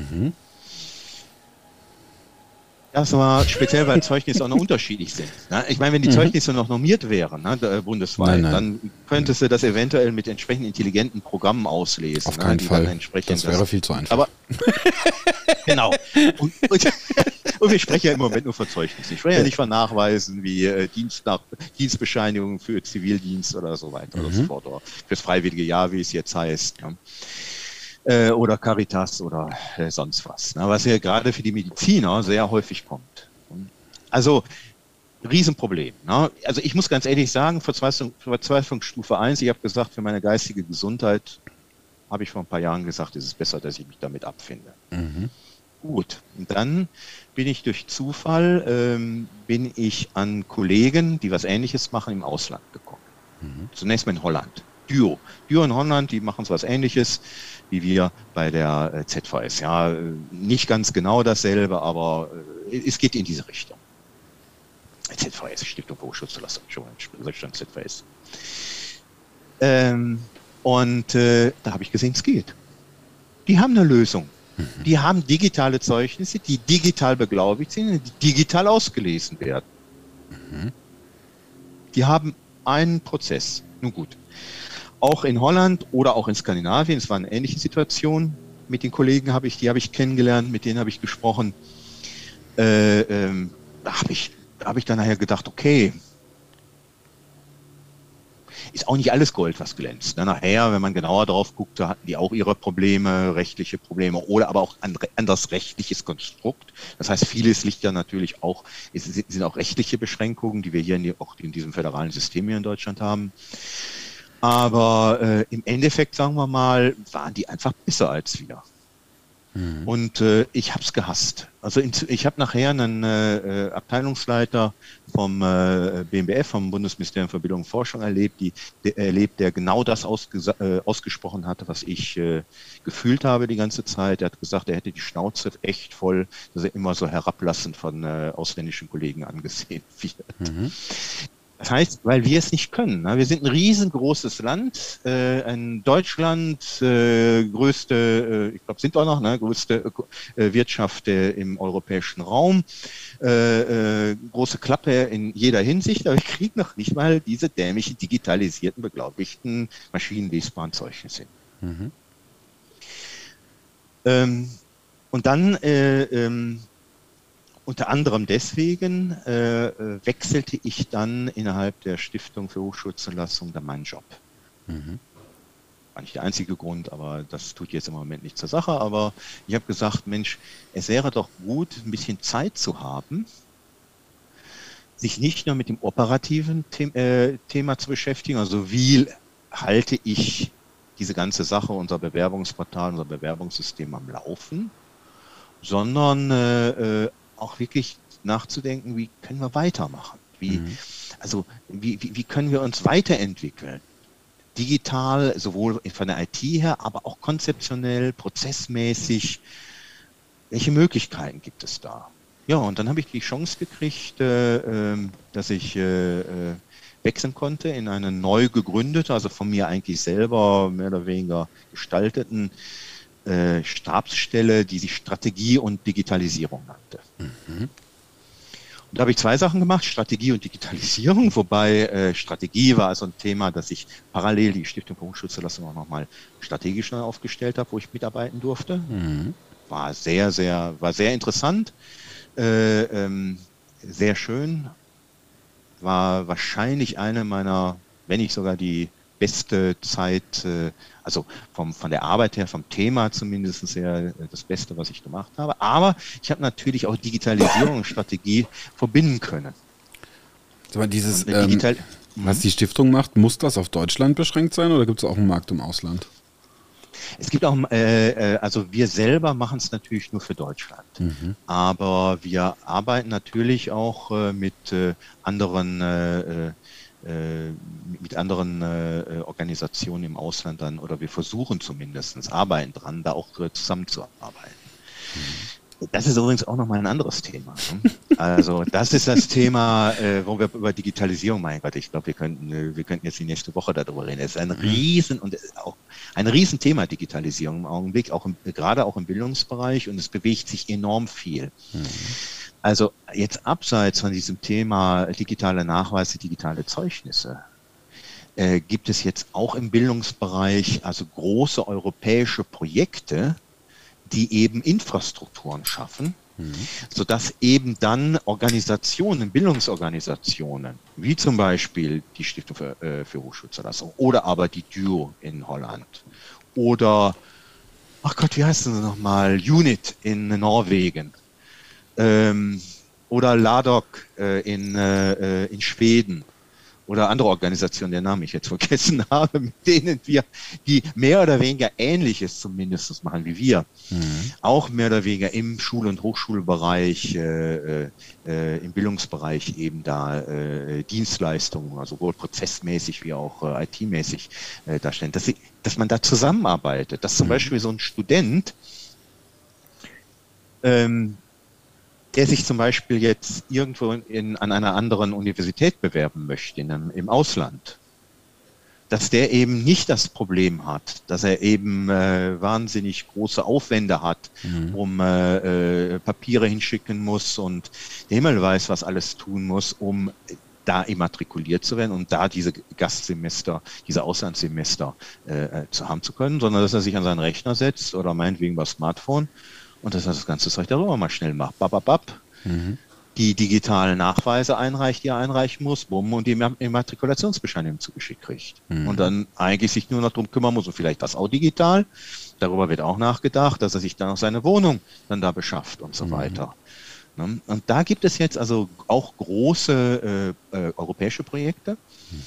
Speaker 2: Das war speziell, weil Zeugnisse auch noch unterschiedlich sind. Ne? Ich meine, wenn die Zeugnisse noch normiert wären, bundesweit, dann könntest du das eventuell mit entsprechend intelligenten Programmen auslesen.
Speaker 1: Auf keinen Fall. Das wäre viel zu einfach. Aber
Speaker 2: genau. Und wir sprechen ja im Moment nur von Zeugnissen. Ich spreche ja nicht von Nachweisen wie Dienstbescheinigungen für Zivildienst oder so weiter oder so fort. Oder fürs freiwillige Jahr, wie es jetzt heißt. Ja. Oder Caritas oder sonst was, ne, was ja gerade für die Mediziner sehr häufig kommt. Also Riesenproblem. Ne? Also ich muss ganz ehrlich sagen, Verzweiflungsstufe 1, ich habe gesagt, für meine geistige Gesundheit habe ich vor ein paar Jahren gesagt, es ist besser, dass ich mich damit abfinde.
Speaker 1: Mhm.
Speaker 2: Gut, und dann bin ich durch Zufall bin ich an Kollegen, die was Ähnliches machen, im Ausland gekommen.
Speaker 1: Mhm.
Speaker 2: Zunächst mal in Holland. Duo in Holland, die machen so was Ähnliches wie wir bei der ZVS. Ja, nicht ganz genau dasselbe, aber es geht in diese Richtung. ZVS, Stiftung für Hochschulzulassung, schon ZVS. Da habe ich gesehen, es geht. Die haben eine Lösung. Die haben digitale Zeugnisse, die digital beglaubigt sind, die digital ausgelesen werden.
Speaker 1: Mhm.
Speaker 2: Die haben einen Prozess. Nun gut. Auch in Holland oder auch in Skandinavien, es war eine ähnliche Situation. Mit den Kollegen habe ich kennengelernt, mit denen habe ich gesprochen. Da habe ich dann nachher gedacht, okay, ist auch nicht alles Gold, was glänzt. Nachher, wenn man genauer drauf guckt, da hatten die auch ihre Probleme, rechtliche Probleme oder aber auch anderes rechtliches Konstrukt. Das heißt, vieles liegt ja natürlich auch, es sind auch rechtliche Beschränkungen, die wir hier auch in diesem föderalen System hier in Deutschland haben. Aber im Endeffekt, sagen wir mal, waren die einfach besser als wir. Mhm. Und ich habe es gehasst. Also ich habe nachher einen Abteilungsleiter vom BMBF, vom Bundesministerium für Bildung und Forschung erlebt, der genau das ausgesprochen hatte, was ich gefühlt habe die ganze Zeit. Er hat gesagt, er hätte die Schnauze echt voll, dass er immer so herablassend von ausländischen Kollegen angesehen wird. Mhm. Das heißt, weil wir es nicht können. Wir sind ein riesengroßes Land, ein Deutschland, größte, ich glaube, sind wir noch, größte Wirtschaft im europäischen Raum, große Klappe in jeder Hinsicht, aber ich kriege noch nicht mal diese dämlichen, digitalisierten, beglaubigten, maschinenlesbaren Zeugnisse hin. Mhm. Und dann unter anderem deswegen wechselte ich dann innerhalb der Stiftung für Hochschulzulassung dann meinen Job. Mhm. War nicht der einzige Grund, aber das tut jetzt im Moment nicht zur Sache. Aber ich habe gesagt, Mensch, es wäre doch gut, ein bisschen Zeit zu haben, sich nicht nur mit dem operativen Thema zu beschäftigen, also wie halte ich diese ganze Sache, unser Bewerbungsportal, unser Bewerbungssystem am Laufen, sondern auch wirklich nachzudenken, wie können wir weitermachen? Wie können wir uns weiterentwickeln? Digital, sowohl von der IT her, aber auch konzeptionell, prozessmäßig. Welche Möglichkeiten gibt es da? Ja, und dann habe ich die Chance gekriegt, dass ich wechseln konnte in eine neu gegründete, also von mir eigentlich selber mehr oder weniger gestalteten Stabsstelle, die sich Strategie und Digitalisierung nannte. Mhm. Und da habe ich zwei Sachen gemacht, Strategie und Digitalisierung, wobei Strategie war also ein Thema, das ich parallel die Stiftung für Hochschulzulassung auch nochmal strategisch neu aufgestellt habe, wo ich mitarbeiten durfte. Mhm. War sehr interessant, sehr schön, war wahrscheinlich eine meiner, wenn nicht sogar die beste Zeit, also von der Arbeit her, vom Thema zumindest sehr das Beste, was ich gemacht habe. Aber ich habe natürlich auch Digitalisierung und Strategie verbinden können.
Speaker 1: Aber dieses, was die Stiftung macht, muss das auf Deutschland beschränkt sein oder gibt es auch einen Markt im Ausland?
Speaker 2: Es gibt auch, also wir selber machen es natürlich nur für Deutschland. Mhm. Aber wir arbeiten natürlich auch mit anderen Organisationen im Ausland dann, oder wir versuchen zumindest, arbeiten dran, da auch zusammenzuarbeiten. Das ist übrigens auch nochmal ein anderes Thema. Ne? Also das ist das Thema, wo wir über Digitalisierung, mein Gott, ich glaube, wir könnten jetzt die nächste Woche darüber reden. Es ist ein Riesenthema, Digitalisierung im Augenblick, gerade auch im Bildungsbereich, und es bewegt sich enorm viel. Mhm. Also jetzt abseits von diesem Thema digitale Nachweise, digitale Zeugnisse, gibt es jetzt auch im Bildungsbereich also große europäische Projekte, die eben Infrastrukturen schaffen, sodass eben dann Bildungsorganisationen, wie zum Beispiel die Stiftung für Hochschulzulassung oder aber die DUO in Holland oder, ach Gott, wie heißt das nochmal, UNIT in Norwegen, oder LADOC in Schweden oder andere Organisationen, deren Namen ich jetzt vergessen habe, mit denen wir, die mehr oder weniger Ähnliches zumindest machen wie wir, auch mehr oder weniger im Schul- und Hochschulbereich, im Bildungsbereich eben da Dienstleistungen, also sowohl prozessmäßig wie auch IT-mäßig darstellen, dass man da zusammenarbeitet, dass zum Beispiel so ein Student, der sich zum Beispiel jetzt irgendwo an einer anderen Universität bewerben möchte, im Ausland, dass der eben nicht das Problem hat, dass er eben wahnsinnig große Aufwände hat, um Papiere hinschicken muss und der Himmel weiß, was alles tun muss, um da immatrikuliert zu werden und da diese Gastsemester, diese Auslandssemester haben zu können, sondern dass er sich an seinen Rechner setzt oder meinetwegen über Smartphone und dass er das ganze Zeug darüber mal schnell macht. Die digitalen Nachweise einreicht, die er einreichen muss, und die Immatrikulationsbescheinigung zugeschickt kriegt. Und dann eigentlich sich nur noch darum kümmern muss und vielleicht das auch digital. Darüber wird auch nachgedacht, dass er sich dann auch seine Wohnung dann da beschafft und so weiter. Und da gibt es jetzt also auch große europäische Projekte.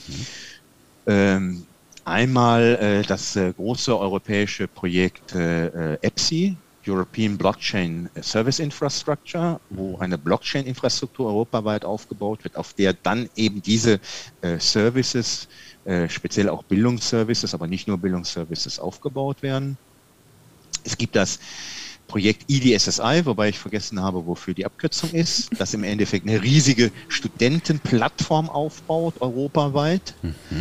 Speaker 2: Einmal das große europäische Projekt EPSI, European Blockchain Service Infrastructure, wo eine Blockchain-Infrastruktur europaweit aufgebaut wird, auf der dann eben diese Services, speziell auch Bildungsservices, aber nicht nur Bildungsservices aufgebaut werden. Es gibt das Projekt EDSSI, wobei ich vergessen habe, wofür die Abkürzung ist, das im Endeffekt eine riesige Studentenplattform aufbaut, europaweit,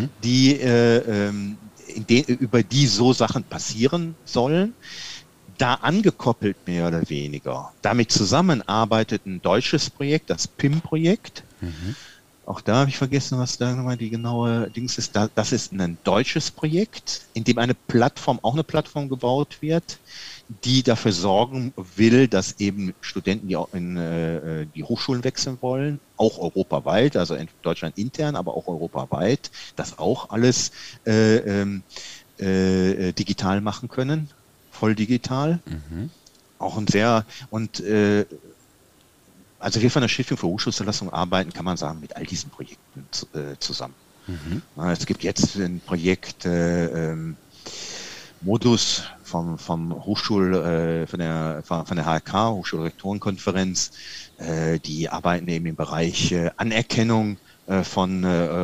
Speaker 2: über die so Sachen passieren sollen. Da angekoppelt mehr oder weniger. Damit zusammenarbeitet ein deutsches Projekt, das PIM-Projekt. Auch da habe ich vergessen, was da nochmal die genaue Dings ist. Das ist ein deutsches Projekt, in dem eine Plattform gebaut wird, die dafür sorgen will, dass eben Studenten, die auch in die Hochschulen wechseln wollen, auch europaweit, also in Deutschland intern, aber auch europaweit, das auch alles digital machen können. Voll digital. Auch ein sehr, also wir von der Stiftung für Hochschulzulassung arbeiten, kann man sagen, mit all diesen Projekten zusammen. Es gibt jetzt ein Projekt Modus von der HRK, Hochschulrektorenkonferenz, die arbeiten eben im Bereich Anerkennung von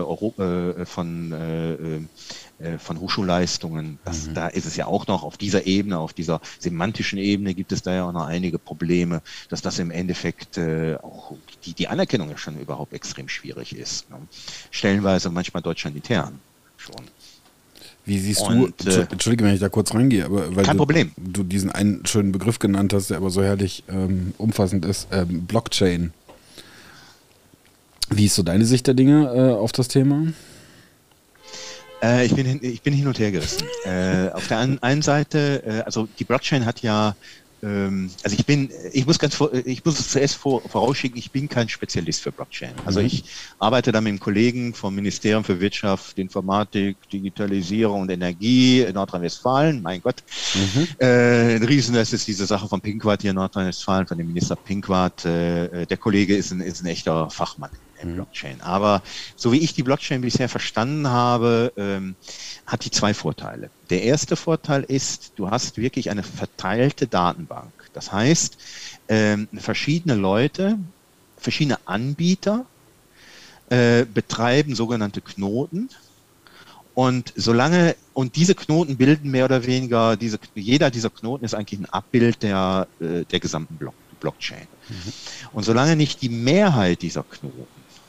Speaker 2: Hochschulleistungen. Da ist es ja auch noch auf dieser Ebene, auf dieser semantischen Ebene gibt es da ja auch noch einige Probleme, dass das im Endeffekt auch die Anerkennung ja schon überhaupt extrem schwierig ist. Ne? Stellenweise manchmal deutschlandintern schon.
Speaker 1: Wie siehst du, entschuldige, wenn ich da kurz reingehe, aber weil
Speaker 2: kein Problem.
Speaker 1: Du diesen einen schönen Begriff genannt hast, der aber so herrlich umfassend ist, Blockchain. Wie ist so deine Sicht der Dinge auf das Thema?
Speaker 2: Ich bin hin und her gerissen. Auf der einen Seite, also die Blockchain hat ja, also ich muss es zuerst vorausschicken, ich bin kein Spezialist für Blockchain. Also ich arbeite da mit einem Kollegen vom Ministerium für Wirtschaft, Informatik, Digitalisierung und Energie in Nordrhein-Westfalen. Mein Gott. Ein Riesen, das ist diese Sache von Pinkwart hier in Nordrhein-Westfalen, von dem Minister Pinkwart. Der Kollege ist ein echter Fachmann in Blockchain. Aber so wie ich die Blockchain bisher verstanden habe, hat die zwei Vorteile. Der erste Vorteil ist, du hast wirklich eine verteilte Datenbank. Das heißt, verschiedene Leute, verschiedene Anbieter betreiben sogenannte Knoten. Und diese Knoten bilden mehr oder weniger, jeder dieser Knoten ist eigentlich ein Abbild der gesamten Blockchain. Und solange nicht die Mehrheit dieser Knoten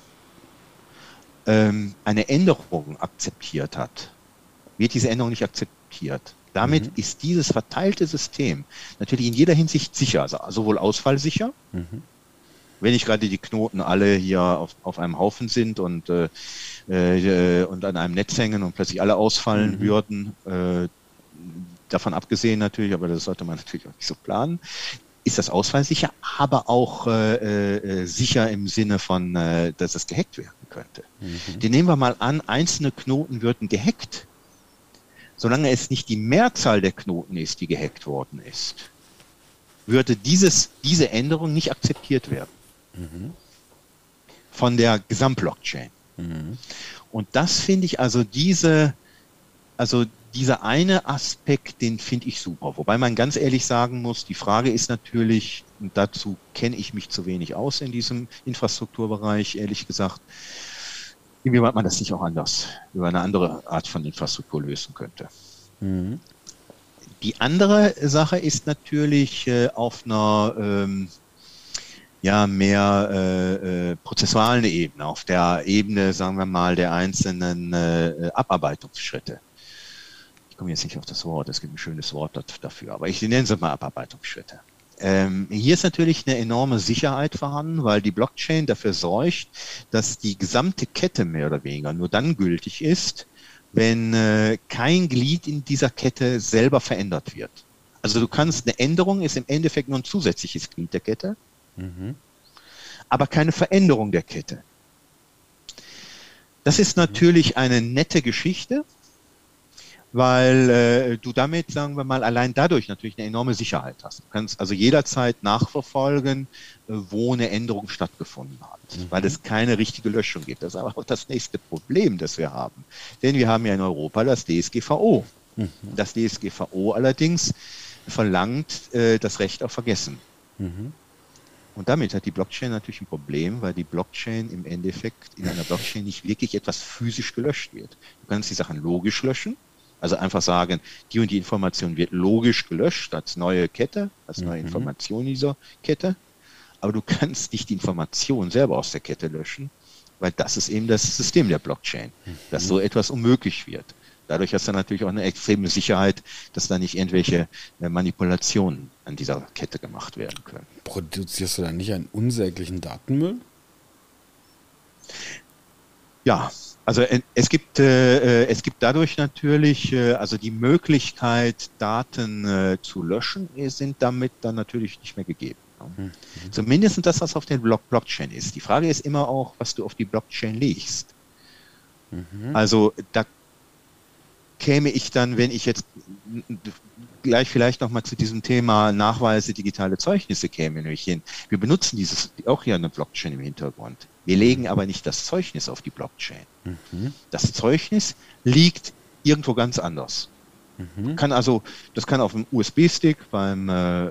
Speaker 2: eine Änderung akzeptiert hat, wird diese Änderung nicht akzeptiert. Damit ist dieses verteilte System natürlich in jeder Hinsicht sicher, also sowohl ausfallsicher, wenn nicht gerade die Knoten alle hier auf einem Haufen sind und an einem Netz hängen und plötzlich alle ausfallen würden, davon abgesehen natürlich, aber das sollte man natürlich auch nicht so planen, ist das ausfallsicher, aber auch sicher im Sinne von, dass es gehackt werden könnte. Die nehmen wir mal an, einzelne Knoten würden gehackt. Solange es nicht die Mehrzahl der Knoten ist, die gehackt worden ist, würde diese Änderung nicht akzeptiert werden von der Gesamtblockchain. Und das finde ich, also dieser eine Aspekt, den finde ich super. Wobei man ganz ehrlich sagen muss, die Frage ist natürlich, und dazu kenne ich mich zu wenig aus in diesem Infrastrukturbereich, ehrlich gesagt, inwieweit man das nicht auch anders, über eine andere Art von Infrastruktur lösen könnte. Mhm. Die andere Sache ist natürlich auf einer mehr prozessualen Ebene, auf der Ebene, sagen wir mal, der einzelnen Abarbeitungsschritte. Ich komme jetzt nicht auf das Wort, es gibt ein schönes Wort dafür, aber ich nenne es mal Abarbeitungsschritte. Hier ist natürlich eine enorme Sicherheit vorhanden, weil die Blockchain dafür sorgt, dass die gesamte Kette mehr oder weniger nur dann gültig ist, wenn kein Glied in dieser Kette selber verändert wird. Also du kannst, eine Änderung ist im Endeffekt nur ein zusätzliches Glied der Kette, aber keine Veränderung der Kette. Das ist natürlich eine nette Geschichte, weil du damit, sagen wir mal, allein dadurch natürlich eine enorme Sicherheit hast. Du kannst also jederzeit nachverfolgen, wo eine Änderung stattgefunden hat, weil es keine richtige Löschung gibt. Das ist aber auch das nächste Problem, das wir haben. Denn wir haben ja in Europa das DSGVO. Das DSGVO allerdings verlangt das Recht auf Vergessen. Und damit hat die Blockchain natürlich ein Problem, weil die Blockchain im Endeffekt in einer Blockchain nicht wirklich etwas physisch gelöscht wird. Du kannst die Sachen logisch löschen. Also einfach sagen, die und die Information wird logisch gelöscht als neue Kette, als neue Information dieser Kette. Aber du kannst nicht die Information selber aus der Kette löschen, weil das ist eben das System der Blockchain, dass so etwas unmöglich wird. Dadurch hast du natürlich auch eine extreme Sicherheit, dass da nicht irgendwelche Manipulationen an dieser Kette gemacht werden können.
Speaker 1: Produzierst du da nicht einen unsäglichen Datenmüll?
Speaker 2: Ja, also es gibt dadurch natürlich, also die Möglichkeit, Daten zu löschen, sind damit dann natürlich nicht mehr gegeben. Zumindest das, was auf der Blockchain ist. Die Frage ist immer auch, was du auf die Blockchain legst. Also da käme ich dann, wenn ich jetzt gleich vielleicht nochmal zu diesem Thema Nachweise, digitale Zeugnisse käme, nämlich hin. Wir benutzen auch hier eine Blockchain im Hintergrund. Wir legen aber nicht das Zeugnis auf die Blockchain. Das Zeugnis liegt irgendwo ganz anders. Das kann auf einem USB-Stick beim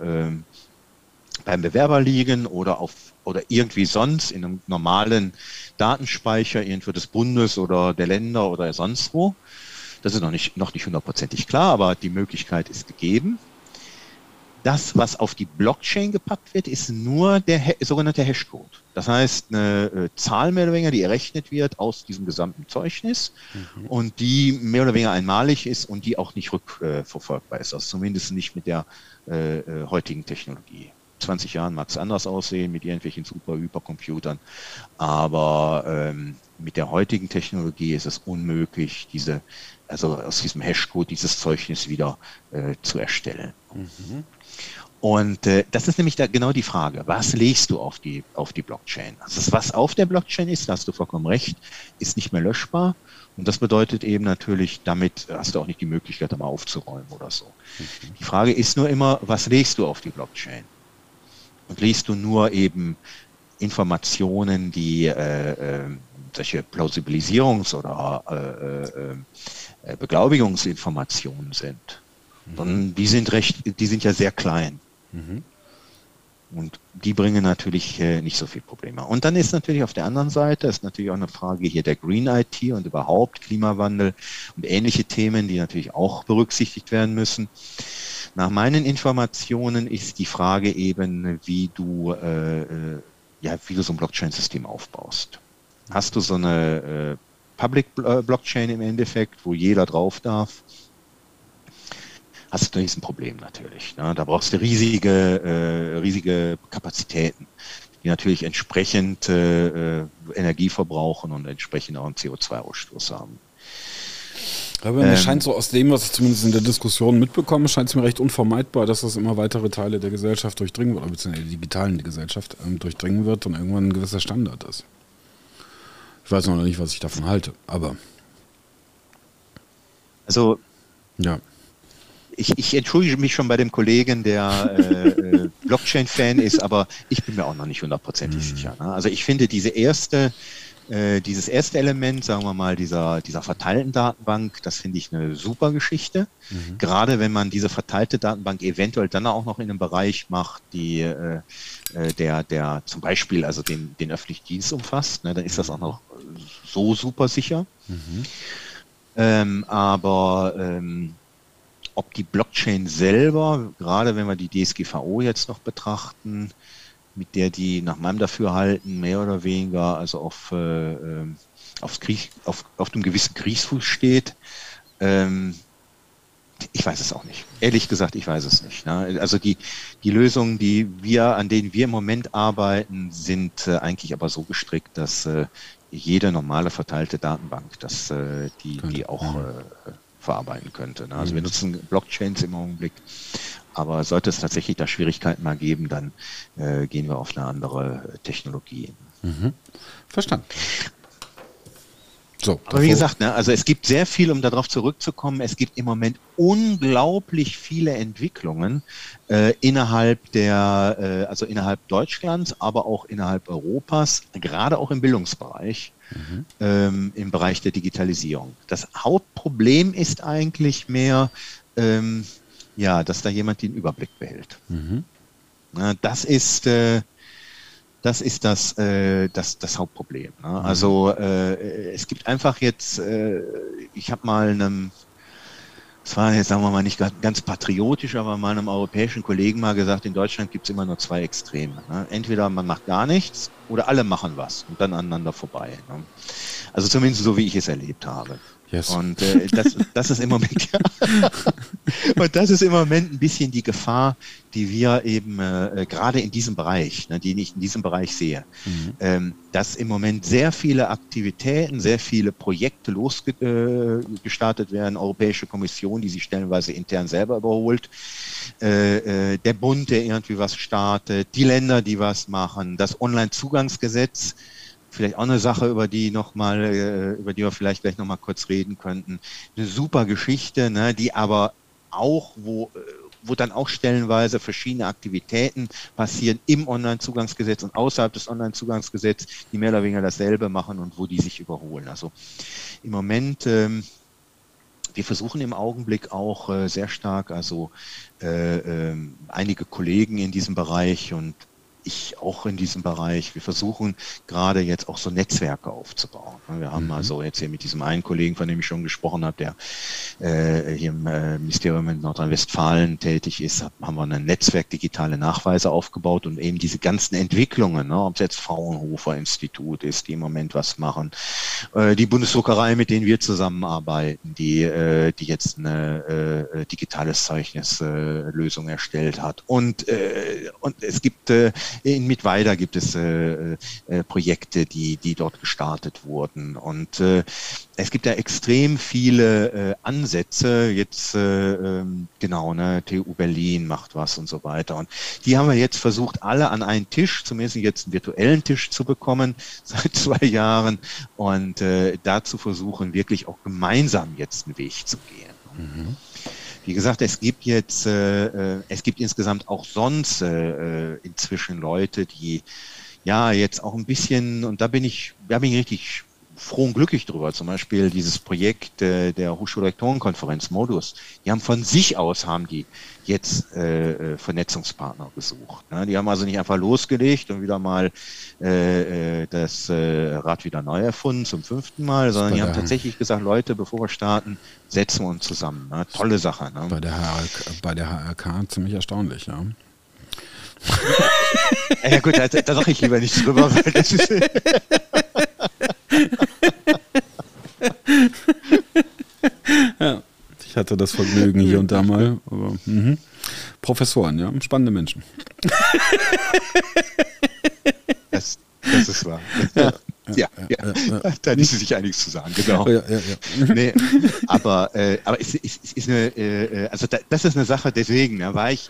Speaker 2: Bewerber liegen oder irgendwie sonst in einem normalen Datenspeicher irgendwo des Bundes oder der Länder oder sonst wo. Das ist noch nicht hundertprozentig klar, aber die Möglichkeit ist gegeben. Das, was auf die Blockchain gepackt wird, ist nur der sogenannte Hashcode. Das heißt, eine Zahl mehr oder weniger, die errechnet wird aus diesem gesamten Zeugnis und die mehr oder weniger einmalig ist und die auch nicht rückverfolgbar ist. Also zumindest nicht mit der heutigen Technologie. 20 Jahren mag es anders aussehen mit irgendwelchen Hypercomputern, aber mit der heutigen Technologie ist es unmöglich, also aus diesem Hashcode dieses Zeugnis wieder zu erstellen. Und das ist nämlich genau die Frage, was legst du auf die Blockchain? Also das, was auf der Blockchain ist, da hast du vollkommen recht, ist nicht mehr löschbar. Und das bedeutet eben natürlich, damit hast du auch nicht die Möglichkeit, da mal aufzuräumen oder so. Die Frage ist nur immer, was legst du auf die Blockchain? Und legst du nur eben Informationen, die solche Plausibilisierungs- oder Beglaubigungsinformationen sind. Dann, die sind ja sehr klein. Und die bringen natürlich nicht so viel Probleme. Und dann ist natürlich auf der anderen Seite, ist natürlich auch eine Frage hier der Green IT und überhaupt Klimawandel und ähnliche Themen, die natürlich auch berücksichtigt werden müssen. Nach meinen Informationen ist die Frage eben, wie du so ein Blockchain-System aufbaust. Hast du so eine Public Blockchain im Endeffekt, wo jeder drauf darf, hast du ein Problem natürlich. Ne? Da brauchst du riesige Kapazitäten, die natürlich entsprechend Energie verbrauchen und entsprechend auch einen CO2-Ausstoß haben.
Speaker 1: Aber mir scheint so aus dem, was ich zumindest in der Diskussion mitbekomme, scheint es mir recht unvermeidbar, dass das immer weitere Teile der Gesellschaft durchdringen wird, oder beziehungsweise die digitalen Gesellschaft durchdringen wird und irgendwann ein gewisser Standard ist. Ich weiß noch nicht, was ich davon halte, aber...
Speaker 2: Also...
Speaker 1: Ja.
Speaker 2: Ich entschuldige mich schon bei dem Kollegen, der Blockchain-Fan ist, aber ich bin mir auch noch nicht hundertprozentig sicher. Ne? Also ich finde diese erste Dieses erste Element, sagen wir mal, dieser verteilten Datenbank, das finde ich eine super Geschichte. Gerade wenn man diese verteilte Datenbank eventuell dann auch noch in einem Bereich macht, der zum Beispiel also den öffentlichen Dienst umfasst, ne, dann ist das auch noch so super sicher. Aber ob die Blockchain selber, gerade wenn wir die DSGVO jetzt noch betrachten, mit der die nach meinem Dafürhalten mehr oder weniger also auf einem gewissen Kriegsfuß steht, ich weiß es auch nicht. Ehrlich gesagt, ich weiß es nicht. Ne? Also die Lösungen, an denen wir im Moment arbeiten, sind eigentlich aber so gestrickt, dass jede normale verteilte Datenbank, die auch verarbeiten könnte. Ne? Also wir nutzen Blockchains im Augenblick, aber sollte es tatsächlich da Schwierigkeiten mal geben, dann gehen wir auf eine andere Technologie.
Speaker 1: Verstanden. So,
Speaker 2: aber wie gesagt, ne, also es gibt sehr viel, um darauf zurückzukommen. Es gibt im Moment unglaublich viele Entwicklungen innerhalb Deutschlands, aber auch innerhalb Europas, gerade auch im Bildungsbereich, im Bereich der Digitalisierung. Das Hauptproblem ist eigentlich mehr, dass da jemand den Überblick behält. Na, das ist das Hauptproblem. Ne? Also es gibt einfach jetzt, ich habe mal das war jetzt, sagen wir mal, nicht ganz patriotisch, aber mal einem europäischen Kollegen mal gesagt, in Deutschland gibt es immer nur zwei Extreme. Ne? Entweder man macht gar nichts oder alle machen was und dann aneinander vorbei. Ne? Also zumindest so, wie ich es erlebt habe.
Speaker 1: Yes.
Speaker 2: Und das ist im Moment und das ist im Moment ein bisschen die Gefahr, die wir eben gerade in diesem Bereich, ne, die ich in diesem Bereich sehe, dass im Moment sehr viele Aktivitäten, sehr viele Projekte gestartet werden, Europäische Kommission, die sich stellenweise intern selber überholt, der Bund, der irgendwie was startet, die Länder, die was machen, das Onlinezugangsgesetz. Vielleicht auch eine Sache, über die wir vielleicht gleich nochmal kurz reden könnten. Eine super Geschichte, ne, die aber auch, wo dann auch stellenweise verschiedene Aktivitäten passieren im Onlinezugangsgesetz und außerhalb des Onlinezugangsgesetzes, die mehr oder weniger dasselbe machen und wo die sich überholen. Also im Moment, wir versuchen im Augenblick auch sehr stark, also einige Kollegen in diesem Bereich und ich auch in diesem Bereich. Wir versuchen gerade jetzt auch so Netzwerke aufzubauen. Wir haben also jetzt hier mit diesem einen Kollegen, von dem ich schon gesprochen habe, der hier im Ministerium in Nordrhein-Westfalen tätig ist, haben wir ein Netzwerk digitale Nachweise aufgebaut und eben diese ganzen Entwicklungen, ne, ob es jetzt Fraunhofer Institut ist, die im Moment was machen, die Bundesdruckerei, mit denen wir zusammenarbeiten, die jetzt eine digitales Zeugnislösung erstellt hat. Und es gibt in Mittweida gibt es Projekte, die dort gestartet wurden. Und es gibt da extrem viele Ansätze. Jetzt TU Berlin macht was und so weiter. Und die haben wir jetzt versucht, alle an einen Tisch, zumindest jetzt einen virtuellen Tisch zu bekommen, seit 2 Jahren. Und dazu versuchen, wirklich auch gemeinsam jetzt einen Weg zu gehen. Wie gesagt, es gibt insgesamt auch sonst inzwischen Leute, die jetzt auch ein bisschen, und da bin ich richtig froh und glücklich drüber, zum Beispiel dieses Projekt der Hochschulrektorenkonferenz Modus. Die haben von sich aus, jetzt Vernetzungspartner gesucht. Ne? Die haben also nicht einfach losgelegt und wieder mal das Rad wieder neu erfunden zum 5. Mal, sondern die haben tatsächlich gesagt, Leute, bevor wir starten, setzen wir uns zusammen. Ne? Tolle Sache. Ne?
Speaker 1: Bei der HRK ziemlich erstaunlich, ja.
Speaker 2: Ja gut, da sage ich lieber nichts drüber, weil das ist
Speaker 1: ja, ich hatte das Vergnügen hier und da mal, aber Professoren, ja, spannende Menschen.
Speaker 2: Das ist wahr. Ja. Da ist sich einiges zu sagen, genau. Ja. Nee, aber es ist eine, also das ist eine Sache, deswegen war ich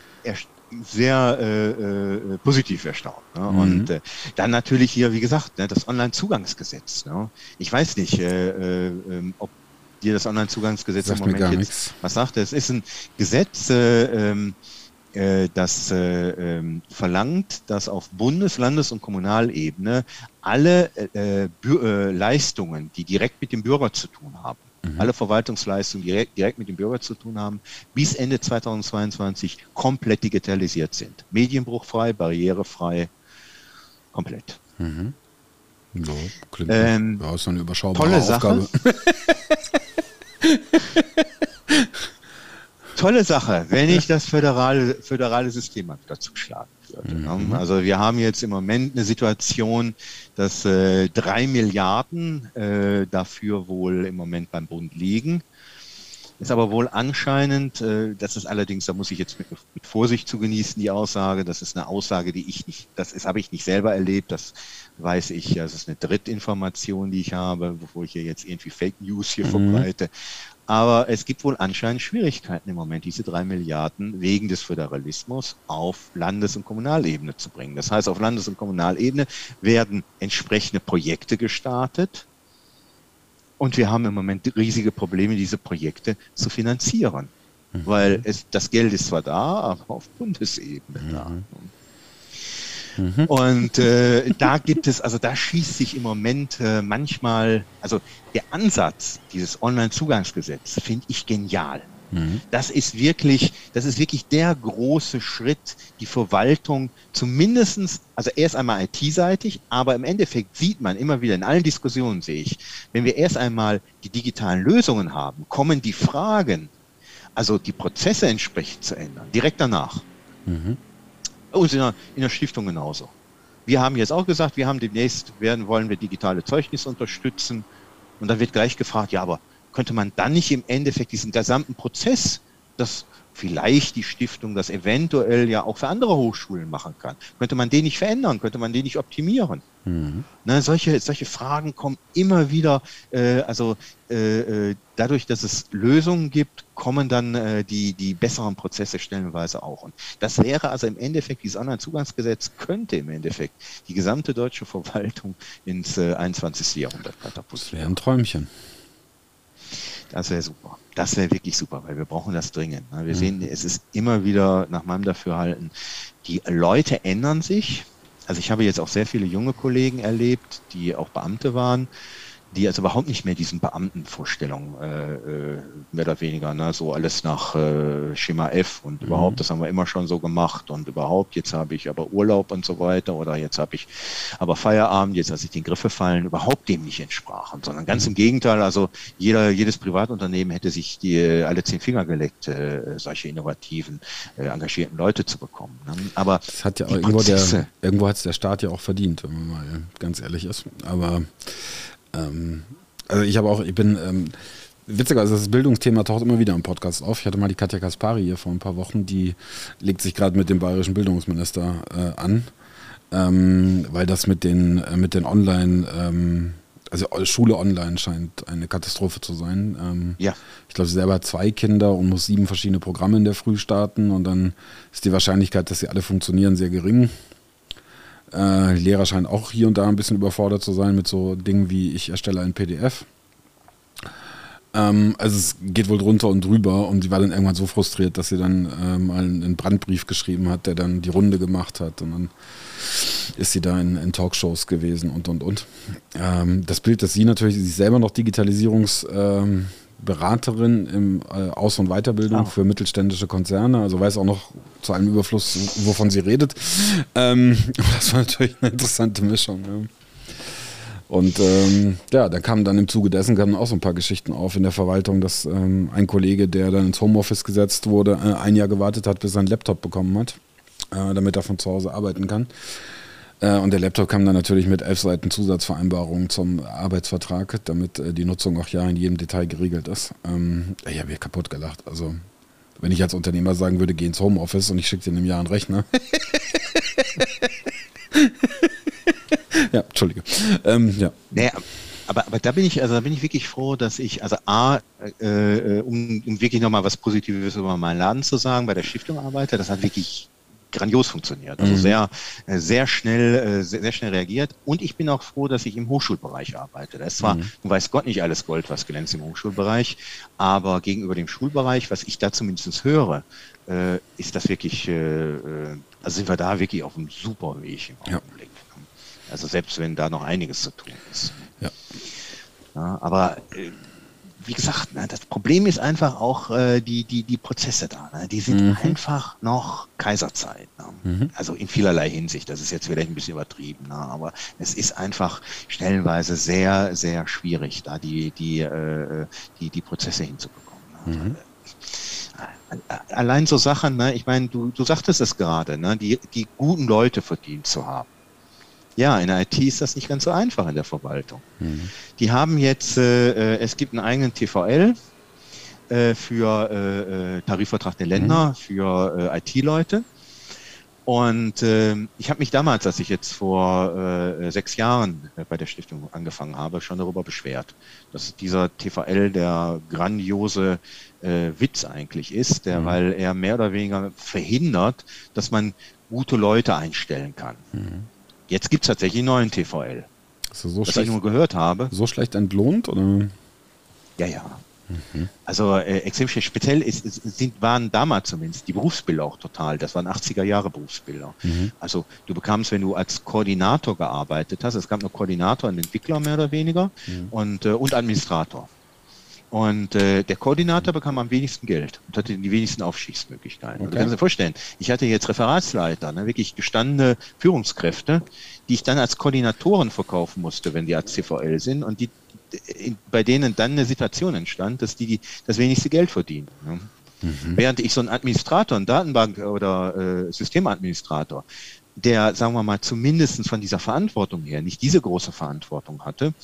Speaker 2: sehr positiv erstaunt. Ne? Und dann natürlich hier, wie gesagt, ne, das Onlinezugangsgesetz. Ne? Ich weiß nicht, ob dir das Onlinezugangsgesetz im Moment jetzt was sagt. Es ist ein Gesetz, das verlangt, dass auf Landes- und Kommunalebene alle Leistungen, die direkt mit dem Bürger zu tun haben, alle Verwaltungsleistungen, die direkt mit dem Bürger zu tun haben, bis Ende 2022 komplett digitalisiert sind. Medienbruchfrei, barrierefrei, komplett.
Speaker 1: So, klingt ist eine überschaubare
Speaker 2: tolle
Speaker 1: Aufgabe.
Speaker 2: Tolle Sache, wenn ich das föderale System dazu schlagen würde. Also wir haben jetzt im Moment eine Situation, dass 3 Milliarden dafür wohl im Moment beim Bund liegen. Ist aber wohl anscheinend, das ist allerdings, da muss ich jetzt mit Vorsicht zu genießen, die Aussage, das ist eine Aussage, habe ich nicht selber erlebt, das weiß ich, das ist eine Drittinformation, die ich habe, bevor ich hier jetzt irgendwie Fake News hier verbreite. Aber es gibt wohl anscheinend Schwierigkeiten im Moment, diese 3 Milliarden wegen des Föderalismus auf Landes- und Kommunalebene zu bringen. Das heißt, auf Landes- und Kommunalebene werden entsprechende Projekte gestartet und wir haben im Moment riesige Probleme, diese Projekte zu finanzieren. Weil das Geld ist zwar da, aber auf Bundesebene da. Und da schießt sich im Moment manchmal, also der Ansatz dieses Online-Zugangsgesetzes finde ich genial. Das ist wirklich der große Schritt, die Verwaltung zumindestens, also erst einmal IT-seitig, aber im Endeffekt sieht man immer wieder, in allen Diskussionen sehe ich, wenn wir erst einmal die digitalen Lösungen haben, kommen die Fragen, also die Prozesse entsprechend zu ändern, direkt danach. Und in der Stiftung genauso. Wir haben jetzt auch gesagt, wir haben wollen wir digitale Zeugnisse unterstützen. Und da wird gleich gefragt, ja, aber könnte man dann nicht im Endeffekt diesen gesamten Prozess, dass vielleicht die Stiftung das eventuell ja auch für andere Hochschulen machen kann, könnte man den nicht verändern, könnte man den nicht optimieren? Solche Fragen kommen immer wieder, dadurch, dass es Lösungen gibt, kommen dann die besseren Prozesse stellenweise auch. Und das wäre also im Endeffekt, dieses Online-Zugangsgesetz könnte im Endeffekt die gesamte deutsche Verwaltung ins 21. Jahrhundert katapultieren.
Speaker 1: Das wäre ein Träumchen.
Speaker 2: Das wäre super. Das wäre wirklich super, weil wir brauchen das dringend. Wir sehen, es ist immer wieder nach meinem Dafürhalten, die Leute ändern sich. Also ich habe jetzt auch sehr viele junge Kollegen erlebt, die auch Beamte waren, die also überhaupt nicht mehr diesen Beamtenvorstellungen mehr oder weniger, so alles nach Schema F und überhaupt, das haben wir immer schon so gemacht und überhaupt, jetzt habe ich aber Urlaub und so weiter oder jetzt habe ich aber Feierabend, jetzt lasse ich den Griffe fallen, überhaupt dem nicht entsprachen, sondern ganz im Gegenteil, also jedes Privatunternehmen hätte sich alle 10 Finger geleckt, solche innovativen, engagierten Leute zu bekommen. Aber
Speaker 1: das hat ja auch irgendwo hat es der Staat ja auch verdient, wenn man mal ganz ehrlich ist, aber witzigerweise, das Bildungsthema taucht immer wieder im Podcast auf. Ich hatte mal die Katja Kaspari hier vor ein paar Wochen, die legt sich gerade mit dem bayerischen Bildungsminister an, weil das mit den Online, also Schule online scheint eine Katastrophe zu sein. Ich glaube, sie selber hat 2 Kinder und muss 7 verschiedene Programme in der Früh starten und dann ist die Wahrscheinlichkeit, dass sie alle funktionieren, sehr gering. Die Lehrer scheinen auch hier und da ein bisschen überfordert zu sein mit so Dingen wie ich erstelle ein PDF. Also es geht wohl drunter und drüber und sie war dann irgendwann so frustriert, dass sie dann mal einen Brandbrief geschrieben hat, der dann die Runde gemacht hat und dann ist sie da in Talkshows gewesen und. Das Bild, dass sie ist selber noch Digitalisierungsberaterin im Aus- und Weiterbildung für mittelständische Konzerne, also weiß auch noch zu einem Überfluss, wovon sie redet. Das war natürlich eine interessante Mischung. Ja. Und dann kamen dann im Zuge dessen auch so ein paar Geschichten auf in der Verwaltung, dass ein Kollege, der dann ins Homeoffice gesetzt wurde, 1 Jahr gewartet hat, bis er einen Laptop bekommen hat, damit er von zu Hause arbeiten kann. Und der Laptop kam dann natürlich mit 11 Seiten Zusatzvereinbarungen zum Arbeitsvertrag, damit die Nutzung auch in jedem Detail geregelt ist. Ich habe hier kaputt gelacht. Also wenn ich als Unternehmer sagen würde, geh ins Homeoffice und ich schicke dir in einem Jahr einen Rechner. Ja, Entschuldige.
Speaker 2: Naja, aber da bin ich wirklich froh, dass ich, um wirklich nochmal was Positives über meinen Laden zu sagen, bei der Stiftung arbeite, das hat wirklich grandios funktioniert. Also sehr schnell reagiert. Und ich bin auch froh, dass ich im Hochschulbereich arbeite. Da ist zwar, weiß Gott, nicht alles Gold, was glänzt im Hochschulbereich, aber gegenüber dem Schulbereich, was ich da zumindest höre, ist das wirklich, also sind wir da wirklich auf einem super Weg im Augenblick. Also selbst wenn da noch einiges zu tun ist.
Speaker 1: Ja.
Speaker 2: Ja, aber wie gesagt, ne, das Problem ist einfach auch die Prozesse da. Ne? Die sind einfach noch Kaiserzeit. Ne? Also in vielerlei Hinsicht. Das ist jetzt vielleicht ein bisschen übertrieben, ne? Aber es ist einfach stellenweise sehr, sehr schwierig, da die Prozesse hinzubekommen. Ne? Allein so Sachen, ne? Ich meine, du sagtest es gerade, ne? Die guten Leute verdient zu haben. Ja, in der IT ist das nicht ganz so einfach in der Verwaltung. Die haben jetzt, es gibt einen eigenen TVL für Tarifvertrag der Länder, für IT-Leute. Und ich habe mich damals, als ich jetzt vor 6 Jahren bei der Stiftung angefangen habe, schon darüber beschwert, dass dieser TVL der grandiose Witz eigentlich ist, weil er mehr oder weniger verhindert, dass man gute Leute einstellen kann. Jetzt gibt es tatsächlich einen neuen TVL.
Speaker 1: Ist so
Speaker 2: was
Speaker 1: schlecht,
Speaker 2: ich nur gehört habe.
Speaker 1: So schlecht entlohnt? Oder?
Speaker 2: Ja. Also extrem schlecht. Speziell waren damals zumindest die Berufsbilder auch total. Das waren 80er Jahre Berufsbilder. Also du bekamst, wenn du als Koordinator gearbeitet hast, es gab noch Koordinator und Entwickler mehr oder weniger und Administrator. Und der Koordinator bekam am wenigsten Geld und hatte die wenigsten Aufstiegsmöglichkeiten. Okay. Du kannst dir vorstellen, ich hatte jetzt Referatsleiter, ne, wirklich gestandene Führungskräfte, die ich dann als Koordinatoren verkaufen musste, wenn die als CVL sind und bei denen dann eine Situation entstand, dass die das wenigste Geld verdienen. Ne? Während ich so einen Administrator, einen Datenbank- oder Systemadministrator, der, sagen wir mal, zumindest von dieser Verantwortung her nicht diese große Verantwortung hatte,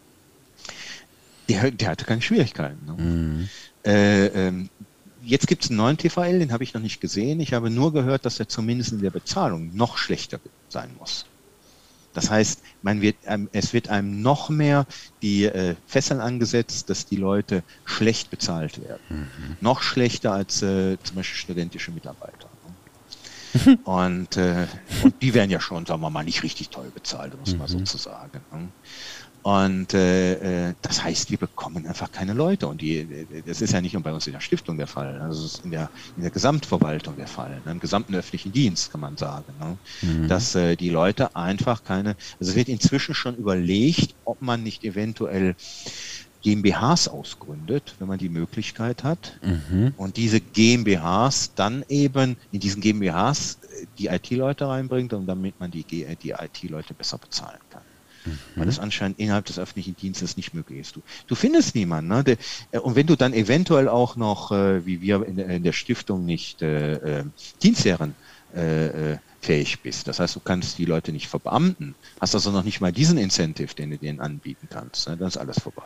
Speaker 2: der hatte keine Schwierigkeiten. Ne? Jetzt gibt es einen neuen TVL, den habe ich noch nicht gesehen. Ich habe nur gehört, dass er zumindest in der Bezahlung noch schlechter sein muss. Das heißt, es wird einem noch mehr die Fesseln angesetzt, dass die Leute schlecht bezahlt werden. Noch schlechter als zum Beispiel studentische Mitarbeiter. Ne? Und die werden ja schon, sagen wir mal, nicht richtig toll bezahlt, muss man sozusagen. Ne? Und das heißt, wir bekommen einfach keine Leute. Und das ist ja nicht nur bei uns in der Stiftung der Fall, das ist in der Gesamtverwaltung der Fall, ne? Im gesamten öffentlichen Dienst kann man sagen, ne? Dass die Leute einfach also es wird inzwischen schon überlegt, ob man nicht eventuell GmbHs ausgründet, wenn man die Möglichkeit hat. Und diese GmbHs dann eben in diesen GmbHs die IT-Leute reinbringt, und damit man die IT-Leute besser bezahlen kann. Weil das anscheinend innerhalb des öffentlichen Dienstes nicht möglich ist. Du findest niemanden. Ne? Und wenn du dann eventuell auch noch, wie wir in der Stiftung, nicht Dienstherren fähig bist, das heißt, du kannst die Leute nicht verbeamten, hast also noch nicht mal diesen Incentive, den du denen anbieten kannst, ne? Dann ist alles vorbei.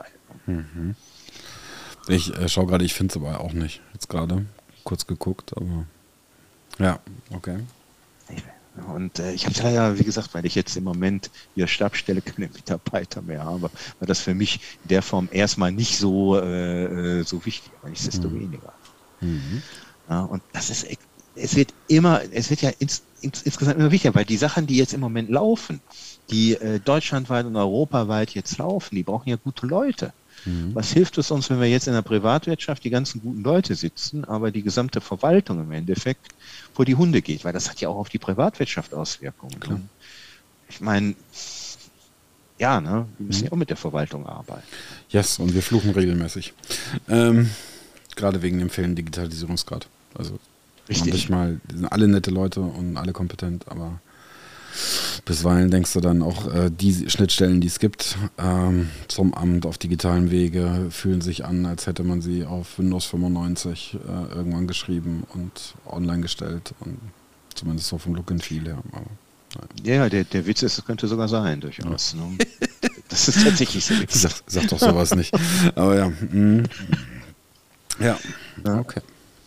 Speaker 1: Ich schaue gerade, ich finde es aber auch nicht. Jetzt gerade kurz geguckt, aber ja, okay.
Speaker 2: Und ich habe es leider, wie gesagt, weil ich jetzt im Moment hier Stabsstelle keine Mitarbeiter mehr habe, war das für mich in der Form erstmal nicht so wichtig, aber nichtsdestoweniger. Ja, und das ist, es wird ja insgesamt immer wichtiger, weil die Sachen, die jetzt im Moment laufen, die deutschlandweit und europaweit jetzt laufen, die brauchen ja gute Leute. Was hilft es uns, wenn wir jetzt in der Privatwirtschaft die ganzen guten Leute sitzen, aber die gesamte Verwaltung im Endeffekt vor die Hunde geht? Weil das hat ja auch auf die Privatwirtschaft Auswirkungen. Ne? Ich meine, ja, ne? Wir müssen ja auch mit der Verwaltung arbeiten.
Speaker 1: Yes, und wir fluchen regelmäßig. Gerade wegen dem fehlenden Digitalisierungsgrad. Also
Speaker 2: richtig.
Speaker 1: Die sind alle nette Leute und alle kompetent, aber bisweilen denkst du dann auch, die Schnittstellen, die es gibt zum Amt auf digitalen Wege, fühlen sich an, als hätte man sie auf Windows 95 irgendwann geschrieben und online gestellt. Und zumindest so vom Look and Feel her. Aber,
Speaker 2: ja, der Witz ist, das könnte sogar sein, durchaus. Ja. Ne? Das ist tatsächlich so.
Speaker 1: Sag doch sowas nicht. Aber ja. Ja, okay.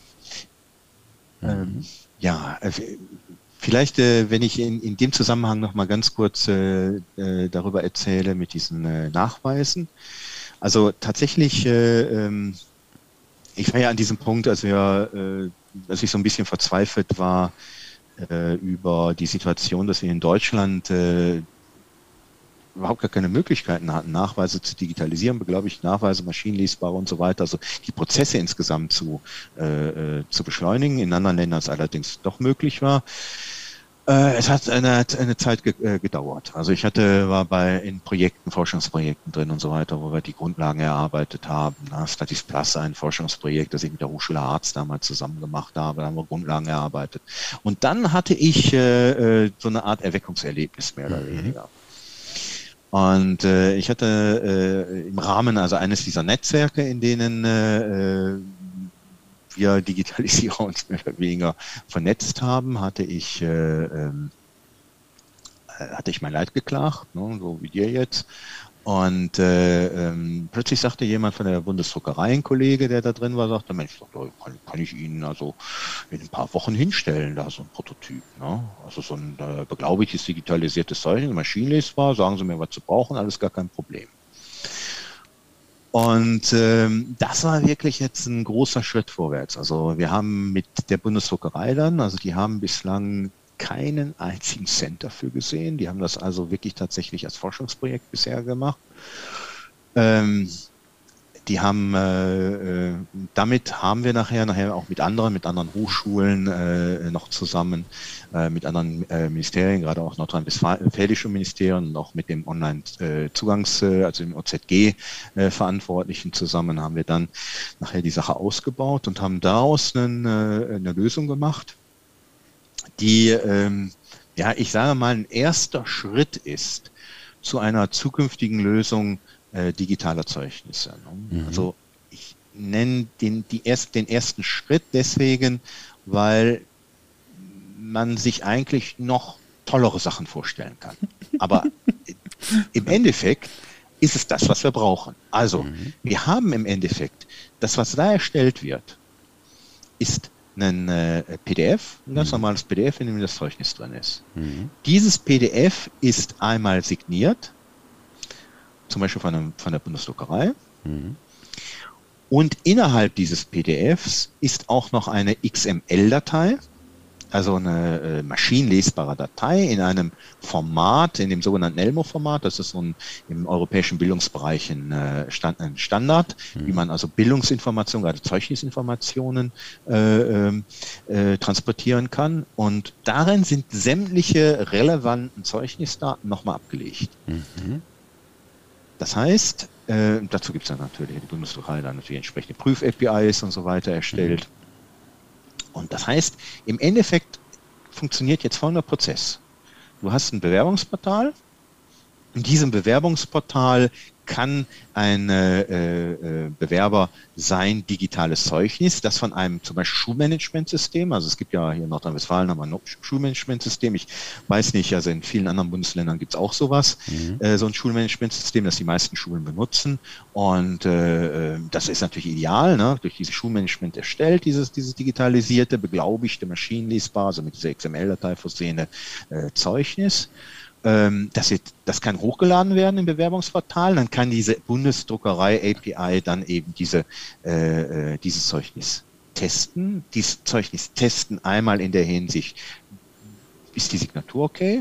Speaker 2: Vielleicht, wenn ich in dem Zusammenhang noch mal ganz kurz darüber erzähle mit diesen Nachweisen. Also tatsächlich, ich war ja an diesem Punkt, als ich so ein bisschen verzweifelt war, über die Situation, dass wir in Deutschland überhaupt gar keine Möglichkeiten hatten, Nachweise zu digitalisieren, beglaubigte Nachweise, maschinenlesbare und so weiter, also die Prozesse insgesamt zu beschleunigen. In anderen Ländern es allerdings doch möglich war. Es hat eine Zeit gedauert. Also ich war in Projekten, Forschungsprojekten drin und so weiter, wo wir die Grundlagen erarbeitet haben. Statis Plus, ein Forschungsprojekt, das ich mit der Hochschule Harz damals zusammen gemacht habe, da haben wir Grundlagen erarbeitet. Und dann hatte ich so eine Art Erweckungserlebnis, mehr oder weniger. Und ich hatte im Rahmen also eines dieser Netzwerke, in denen wir Digitalisierer uns mehr oder weniger vernetzt haben, hatte ich mein Leid geklagt, ne, so wie dir jetzt. Und plötzlich sagte jemand von der Bundesdruckerei, ein Kollege, der da drin war, sagte, Mensch, kann ich Ihnen also in ein paar Wochen hinstellen, da so ein Prototyp. Ne? Also so ein beglaubigtes, digitalisiertes Zeugnis, maschinenlesbar, sagen Sie mir, was Sie brauchen, alles gar kein Problem. Und das war wirklich jetzt ein großer Schritt vorwärts. Also wir haben mit der Bundesdruckerei dann, also die haben bislang keinen einzigen Cent dafür gesehen. Die haben das also wirklich tatsächlich als Forschungsprojekt bisher gemacht. Damit haben wir nachher auch mit anderen Hochschulen noch zusammen, mit anderen Ministerien, gerade auch nordrhein-westfälische Ministerien und auch mit dem Online-Zugangs-, also dem OZG-Verantwortlichen zusammen, haben wir dann nachher die Sache ausgebaut und haben daraus eine Lösung gemacht, die, ich sage mal, ein erster Schritt ist zu einer zukünftigen Lösung digitaler Zeugnisse. Ne? Also ich nenne den ersten Schritt deswegen, weil man sich eigentlich noch tollere Sachen vorstellen kann. Aber im Endeffekt ist es das, was wir brauchen. Also wir haben im Endeffekt, das, was da erstellt wird, ist ein PDF, ein ganz normales PDF, in dem das Zeugnis drin ist. Dieses PDF ist einmal signiert, zum Beispiel von der Bundesdruckerei. Und innerhalb dieses PDFs ist auch noch eine XML-Datei, also eine maschinenlesbare Datei in einem Format, in dem sogenannten ELMO-Format. Das ist so im europäischen Bildungsbereich ein Standard, wie man also Bildungsinformationen, gerade Zeugnisinformationen transportieren kann. Und darin sind sämtliche relevanten Zeugnisdaten nochmal abgelegt. Das heißt, dazu gibt es dann natürlich die Bundesdruckerei dann natürlich entsprechende Prüf-APIs und so weiter erstellt. Und das heißt, im Endeffekt funktioniert jetzt folgender Prozess. Du hast ein Bewerbungsportal. In diesem Bewerbungsportal kann ein Bewerber sein digitales Zeugnis, das von einem zum Beispiel Schulmanagementsystem, also es gibt ja hier in Nordrhein-Westfalen haben wir ein Schulmanagementsystem, ich weiß nicht, also in vielen anderen Bundesländern gibt es auch sowas, so ein Schulmanagementsystem, das die meisten Schulen benutzen, und das ist natürlich ideal, ne? Durch dieses Schulmanagement erstellt, dieses digitalisierte, beglaubigte, maschinenlesbar, also mit dieser XML-Datei versehene Zeugnis. Das kann hochgeladen werden im Bewerbungsportal, dann kann diese Bundesdruckerei API dann eben dieses Zeugnis testen. Dieses Zeugnis testen einmal in der Hinsicht, ist die Signatur okay?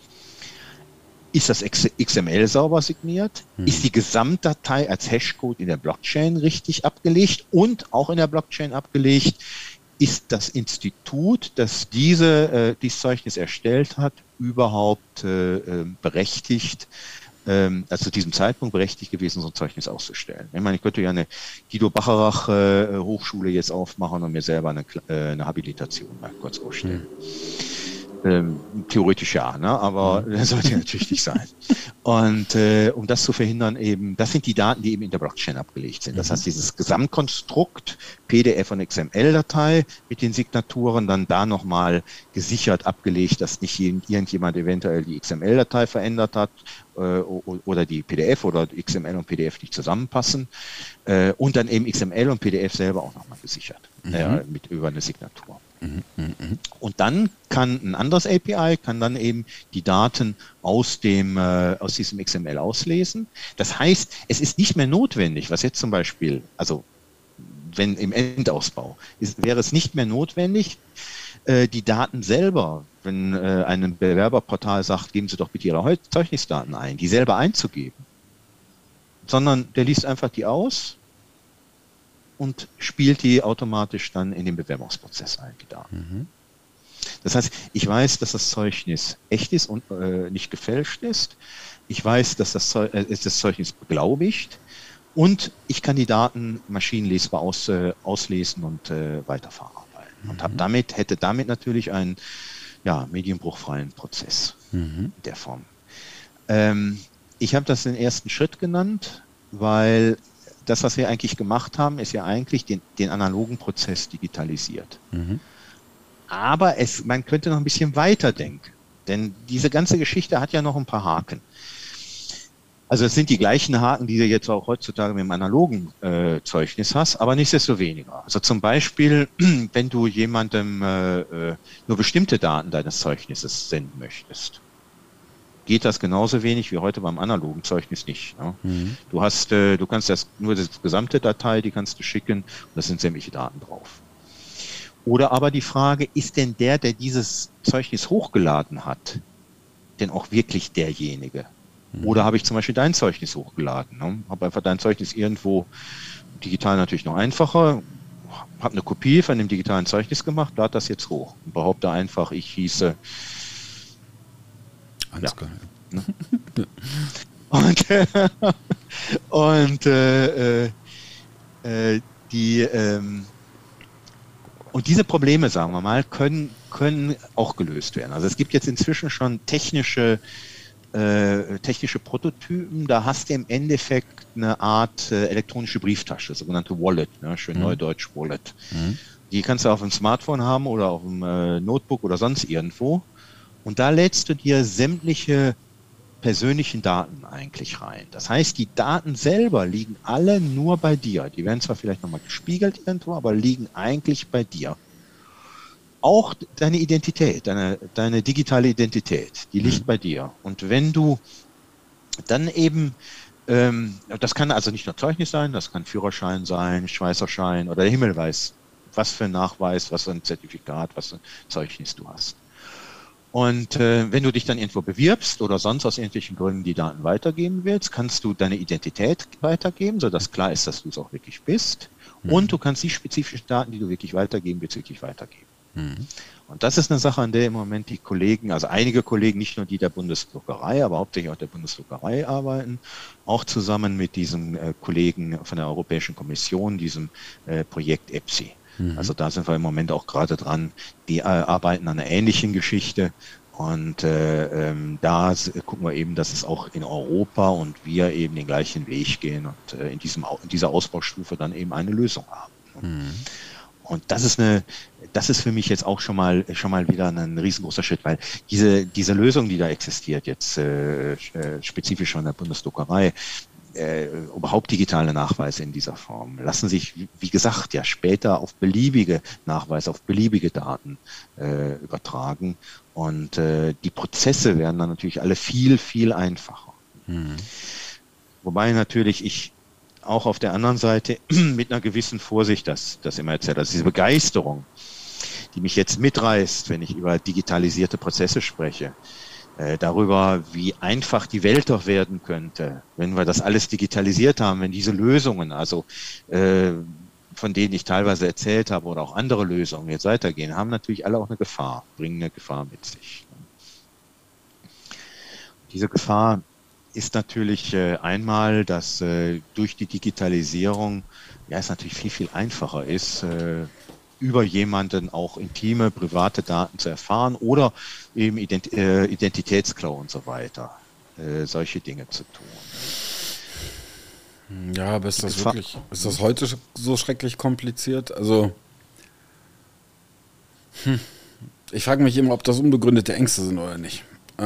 Speaker 2: Ist das XML sauber signiert? Ist die Gesamtdatei als Hashcode in der Blockchain richtig abgelegt und auch in der Blockchain abgelegt? Ist das Institut, das dieses Zeugnis erstellt hat, überhaupt berechtigt, also zu diesem Zeitpunkt berechtigt gewesen, so ein Zeugnis auszustellen? Ich meine, ich könnte ja eine Guido Bacharach Hochschule jetzt aufmachen und mir selber eine Habilitation mal kurz vorstellen. Theoretisch ja, ne? Aber das sollte natürlich nicht sein. Und um das zu verhindern, eben, das sind die Daten, die eben in der Blockchain abgelegt sind. Das heißt, dieses Gesamtkonstrukt PDF und XML-Datei mit den Signaturen, dann da nochmal gesichert abgelegt, dass nicht irgendjemand eventuell die XML-Datei verändert hat oder die PDF oder XML und PDF nicht zusammenpassen, und dann eben XML und PDF selber auch nochmal gesichert über eine Signatur. Und dann kann ein anderes API dann eben die Daten aus diesem XML auslesen. Das heißt, es ist nicht mehr notwendig, was jetzt zum Beispiel, also wenn im Endausbau wäre es nicht mehr notwendig, die Daten selber, wenn ein Bewerberportal sagt, geben Sie doch bitte Ihre Zeugnisdaten ein, die selber einzugeben, sondern der liest einfach die aus und spielt die automatisch dann in den Bewerbungsprozess ein, die Daten. Mhm. Das heißt, ich weiß, dass das Zeugnis echt ist und nicht gefälscht ist. Ich weiß, dass das Zeugnis beglaubigt. Und ich kann die Daten maschinenlesbar auslesen und weiterverarbeiten. Und hätte damit natürlich einen medienbruchfreien Prozess in der Form. Ich habe das den ersten Schritt genannt, weil das, was wir eigentlich gemacht haben, ist ja eigentlich den analogen Prozess digitalisiert. Aber man könnte noch ein bisschen weiter denken, denn diese ganze Geschichte hat ja noch ein paar Haken. Also es sind die gleichen Haken, die du jetzt auch heutzutage mit dem analogen Zeugnis hast, aber nichtsdestoweniger. Also zum Beispiel, wenn du jemandem nur bestimmte Daten deines Zeugnisses senden möchtest, geht das genauso wenig wie heute beim analogen Zeugnis nicht. Ne? Mhm. Du kannst nur die gesamte Datei, die kannst du schicken und da sind sämtliche Daten drauf. Oder aber die Frage, ist denn der dieses Zeugnis hochgeladen hat, denn auch wirklich derjenige? Oder habe ich zum Beispiel dein Zeugnis hochgeladen? Ne? Habe einfach dein Zeugnis irgendwo, digital natürlich noch einfacher, habe eine Kopie von dem digitalen Zeugnis gemacht, lade das jetzt hoch und behaupte einfach, ich hieße
Speaker 1: Ansgar.
Speaker 2: Ja. Und diese Probleme, sagen wir mal, können auch gelöst werden. Also es gibt jetzt inzwischen schon technische Prototypen, da hast du im Endeffekt eine Art elektronische Brieftasche, sogenannte Wallet, ne? Schön neudeutsch Wallet. Die kannst du auf dem Smartphone haben oder auf dem Notebook oder sonst irgendwo. Und da lädst du dir sämtliche persönlichen Daten eigentlich rein. Das heißt, die Daten selber liegen alle nur bei dir. Die werden zwar vielleicht nochmal gespiegelt irgendwo, aber liegen eigentlich bei dir. Auch deine Identität, deine digitale Identität, die liegt bei dir. Und wenn du dann eben, das kann also nicht nur Zeugnis sein, das kann Führerschein sein, Schweißerschein oder der Himmel weiß, was für ein Nachweis, was für ein Zertifikat, was für ein Zeugnis du hast. Und wenn du dich dann irgendwo bewirbst oder sonst aus irgendwelchen Gründen die Daten weitergeben willst, kannst du deine Identität weitergeben, sodass klar ist, dass du es auch wirklich bist. Und du kannst die spezifischen Daten, die du wirklich weitergeben willst, wirklich weitergeben. Und das ist eine Sache, an der im Moment die Kollegen, also einige Kollegen, nicht nur die der Bundesdruckerei, aber hauptsächlich auch der Bundesdruckerei arbeiten, auch zusammen mit diesem Kollegen von der Europäischen Kommission, diesem Projekt EPSI. Also da sind wir im Moment auch gerade dran. Die arbeiten an einer ähnlichen Geschichte und da gucken wir eben, dass es auch in Europa und wir eben den gleichen Weg gehen und in dieser Ausbaustufe dann eben eine Lösung haben. Und das ist für mich jetzt auch schon mal wieder ein riesengroßer Schritt, weil diese Lösung, die da existiert, jetzt spezifisch von der Bundesdruckerei, überhaupt digitale Nachweise in dieser Form lassen sich, wie gesagt, ja später auf beliebige Nachweise, auf beliebige Daten übertragen und die Prozesse werden dann natürlich alle viel, viel einfacher. Wobei natürlich ich auch auf der anderen Seite mit einer gewissen Vorsicht das immer erzähle. Also diese Begeisterung, die mich jetzt mitreißt, wenn ich über digitalisierte Prozesse spreche, darüber, wie einfach die Welt doch werden könnte, wenn wir das alles digitalisiert haben, wenn diese Lösungen, also von denen ich teilweise erzählt habe oder auch andere Lösungen jetzt weitergehen, haben natürlich alle auch eine Gefahr, bringen eine Gefahr mit sich. Diese Gefahr ist natürlich einmal, dass durch die Digitalisierung es natürlich viel, viel einfacher ist, über jemanden auch intime, private Daten zu erfahren oder eben Identitätsklau und so weiter, solche Dinge zu tun.
Speaker 1: Ja, aber ist das heute so schrecklich kompliziert? Also, ich frage mich immer, ob das unbegründete Ängste sind oder nicht.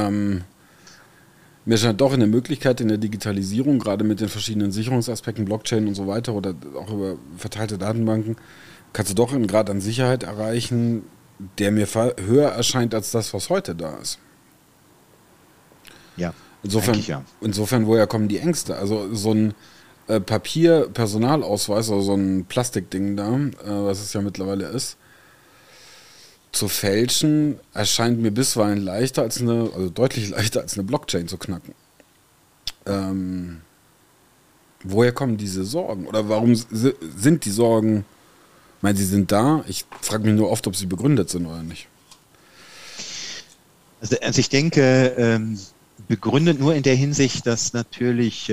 Speaker 1: Mir scheint doch in der Möglichkeit in der Digitalisierung, gerade mit den verschiedenen Sicherungsaspekten, Blockchain und so weiter oder auch über verteilte Datenbanken, kannst du doch einen Grad an Sicherheit erreichen, der mir höher erscheint als das, was heute da ist.
Speaker 2: Ja,
Speaker 1: insofern, woher kommen die Ängste? Also so ein Papier-Personalausweis, also so ein Plastikding da, was es ja mittlerweile ist, zu fälschen erscheint mir bisweilen leichter als also deutlich leichter als eine Blockchain zu knacken. Woher kommen diese Sorgen? Oder warum sind die Sorgen, ich meine, sie sind da, ich frage mich nur oft, ob sie begründet sind oder nicht.
Speaker 2: Also ich denke, begründet nur in der Hinsicht, dass natürlich,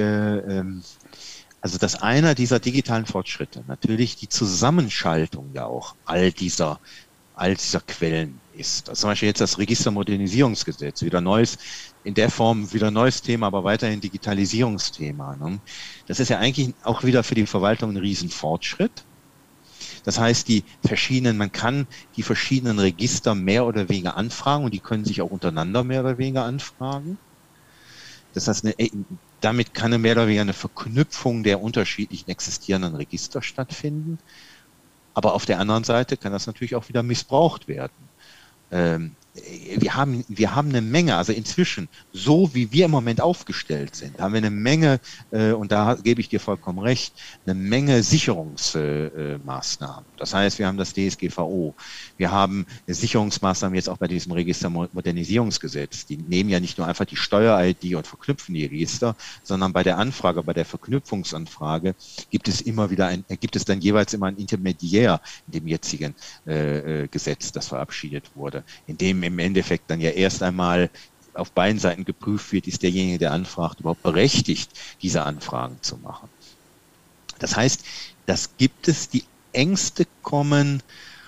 Speaker 2: also dass einer dieser digitalen Fortschritte natürlich die Zusammenschaltung ja auch all dieser Quellen ist. Also zum Beispiel jetzt das Registermodernisierungsgesetz, wieder neues, in der Form wieder neues Thema, aber weiterhin Digitalisierungsthema. Ne? Das ist ja eigentlich auch wieder für die Verwaltung ein Riesenfortschritt. Das heißt, man kann die verschiedenen Register mehr oder weniger anfragen und die können sich auch untereinander mehr oder weniger anfragen. Das heißt, damit kann mehr oder weniger eine Verknüpfung der unterschiedlichen existierenden Register stattfinden. Aber auf der anderen Seite kann das natürlich auch wieder missbraucht werden. Wir haben eine Menge, also inzwischen, so wie wir im Moment aufgestellt sind, haben wir eine Menge, und da gebe ich dir vollkommen recht, eine Menge Sicherungsmaßnahmen. Das heißt, wir haben das DSGVO, wir haben Sicherungsmaßnahmen jetzt auch bei diesem Registermodernisierungsgesetz. Die nehmen ja nicht nur einfach die Steuer-ID und verknüpfen die Register, sondern bei der Anfrage, bei der Verknüpfungsanfrage gibt es dann jeweils immer ein Intermediär in dem jetzigen Gesetz, das verabschiedet wurde, in dem im Endeffekt dann ja erst einmal auf beiden Seiten geprüft wird, ist derjenige, der anfragt, überhaupt berechtigt, diese Anfragen zu machen. Das heißt, das gibt es, die Ängste kommen,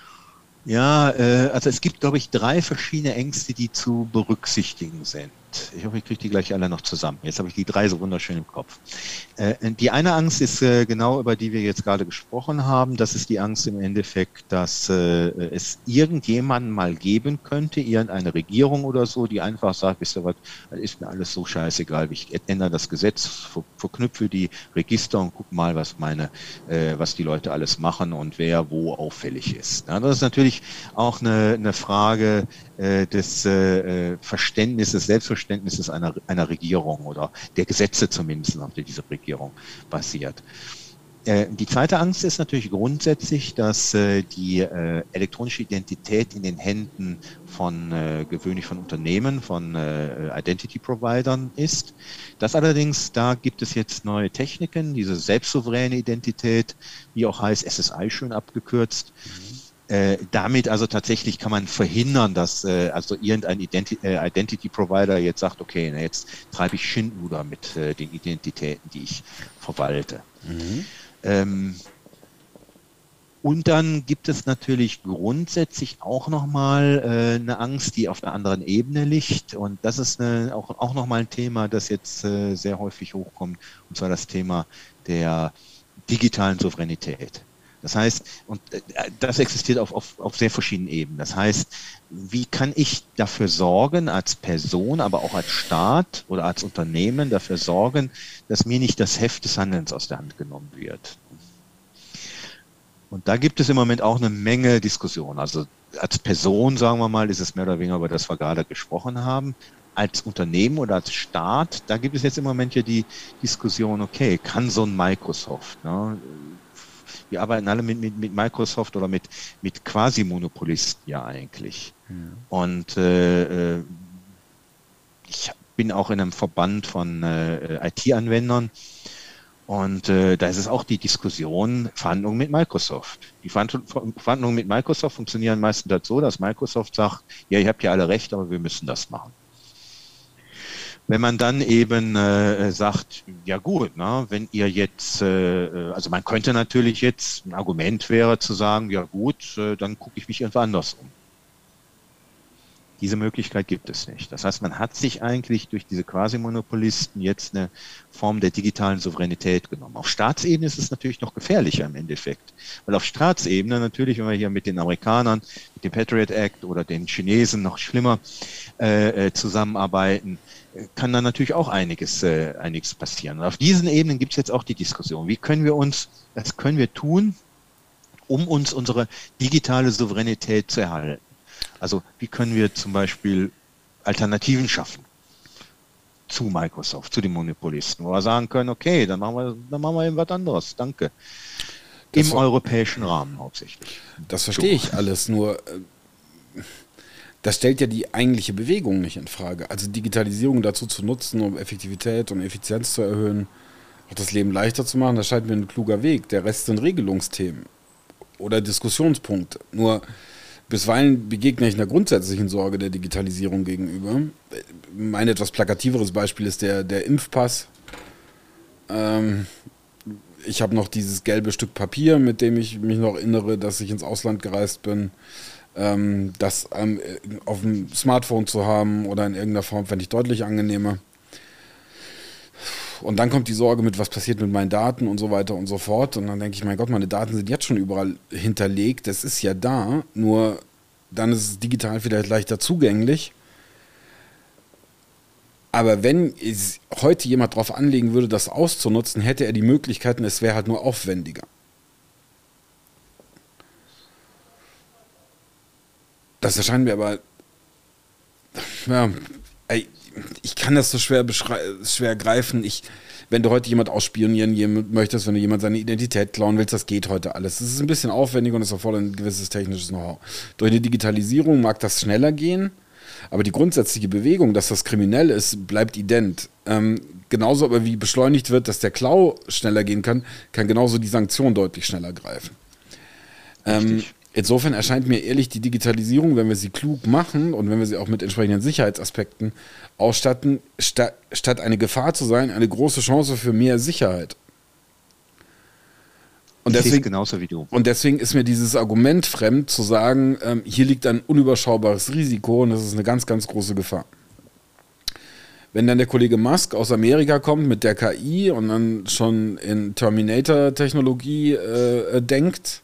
Speaker 2: also es gibt, glaube ich, 3 verschiedene Ängste, die zu berücksichtigen sind. Ich hoffe, ich kriege die gleich alle noch zusammen. Jetzt habe ich die 3 so wunderschön im Kopf. Die eine Angst ist genau, über die wir jetzt gerade gesprochen haben. Das ist die Angst im Endeffekt, dass es irgendjemanden mal geben könnte, irgendeine Regierung oder so, die einfach sagt, wisst ihr was, das ist mir alles so scheißegal, ich ändere das Gesetz, verknüpfe die Register und guck mal, was die Leute alles machen und wer wo auffällig ist. Ja, das ist natürlich auch eine Frage des Selbstverständnisses einer Regierung oder der Gesetze zumindest, auf der diese Regierung basiert. Die zweite Angst ist natürlich grundsätzlich, dass die elektronische Identität in den Händen gewöhnlich von Unternehmen, von Identity-Providern ist. Da gibt es jetzt neue Techniken, diese selbstsouveräne Identität, wie auch heißt SSI schön abgekürzt. Damit also tatsächlich kann man verhindern, dass also irgendein Identity-Provider jetzt sagt, okay, jetzt treibe ich Schindluder mit den Identitäten, die ich verwalte. Und dann gibt es natürlich grundsätzlich auch nochmal eine Angst, die auf einer anderen Ebene liegt. Und das ist auch nochmal ein Thema, das jetzt sehr häufig hochkommt, und zwar das Thema der digitalen Souveränität. Das heißt, und das existiert auf sehr verschiedenen Ebenen. Das heißt, wie kann ich dafür sorgen, als Person, aber auch als Staat oder als Unternehmen dafür sorgen, dass mir nicht das Heft des Handelns aus der Hand genommen wird? Und da gibt es im Moment auch eine Menge Diskussionen. Also als Person, sagen wir mal, ist es mehr oder weniger, über das wir gerade gesprochen haben. Als Unternehmen oder als Staat, da gibt es jetzt im Moment ja die Diskussion, okay, kann so ein Microsoft, ne? Wir arbeiten alle mit Microsoft oder mit Quasi-Monopolisten ja eigentlich. Ja. Und ich bin auch in einem Verband von IT-Anwendern und da ist es auch die Diskussion, Verhandlungen mit Microsoft. Die Verhandlungen mit Microsoft funktionieren meistens so, dass Microsoft sagt, ja, ihr habt ja alle recht, aber wir müssen das machen. Wenn man dann eben sagt, ja gut, wenn ihr jetzt, also man könnte natürlich jetzt, ein Argument wäre zu sagen, ja gut, dann gucke ich mich irgendwo anders um. Diese Möglichkeit gibt es nicht. Das heißt, man hat sich eigentlich durch diese Quasi-Monopolisten jetzt eine Form der digitalen Souveränität genommen. Auf Staatsebene ist es natürlich noch gefährlicher im Endeffekt. Weil auf Staatsebene natürlich, wenn wir hier mit den Amerikanern, mit dem Patriot Act oder den Chinesen noch schlimmer zusammenarbeiten, kann dann natürlich auch einiges passieren. Und auf diesen Ebenen gibt es jetzt auch die Diskussion. Was können wir tun, um uns unsere digitale Souveränität zu erhalten? Also wie können wir zum Beispiel Alternativen schaffen zu Microsoft, zu den Monopolisten, wo wir sagen können, okay, dann machen wir eben was anderes, danke. Im europäischen Rahmen hauptsächlich.
Speaker 1: Das verstehe ich alles, nur das stellt ja die eigentliche Bewegung nicht in Frage. Also Digitalisierung dazu zu nutzen, um Effektivität und Effizienz zu erhöhen, auch das Leben leichter zu machen, das scheint mir ein kluger Weg. Der Rest sind Regelungsthemen oder Diskussionspunkte. Nur bisweilen begegne ich einer grundsätzlichen Sorge der Digitalisierung gegenüber. Mein etwas plakativeres Beispiel ist der Impfpass. Ich habe noch dieses gelbe Stück Papier, mit dem ich mich noch erinnere, dass ich ins Ausland gereist bin. Das auf dem Smartphone zu haben oder in irgendeiner Form fände ich deutlich angenehmer. Und dann kommt die Sorge mit, was passiert mit meinen Daten und so weiter und so fort. Und dann denke ich, mein Gott, meine Daten sind jetzt schon überall hinterlegt. Das ist ja da, nur dann ist es digital vielleicht leichter zugänglich. Aber wenn heute jemand darauf anlegen würde, das auszunutzen, hätte er die Möglichkeiten, es wäre halt nur aufwendiger. Das erscheint mir aber, ja, ich kann das so schwer greifen. Wenn du heute jemand ausspionieren möchtest, wenn du jemand seine Identität klauen willst, das geht heute alles. Das ist ein bisschen aufwendig und es erfordert ein gewisses technisches Know-how. Durch die Digitalisierung mag das schneller gehen, aber die grundsätzliche Bewegung, dass das kriminell ist, bleibt ident. Genauso aber wie beschleunigt wird, dass der Klau schneller gehen kann genauso die Sanktion deutlich schneller greifen. Insofern erscheint mir ehrlich die Digitalisierung, wenn wir sie klug machen und wenn wir sie auch mit entsprechenden Sicherheitsaspekten ausstatten, statt eine Gefahr zu sein, eine große Chance für mehr Sicherheit. Und deswegen,
Speaker 2: genauso wie du.
Speaker 1: Und deswegen ist mir dieses Argument fremd, zu sagen, hier liegt ein unüberschaubares Risiko und das ist eine ganz, ganz große Gefahr. Wenn dann der Kollege Musk aus Amerika kommt mit der KI und dann schon in Terminator-Technologie denkt,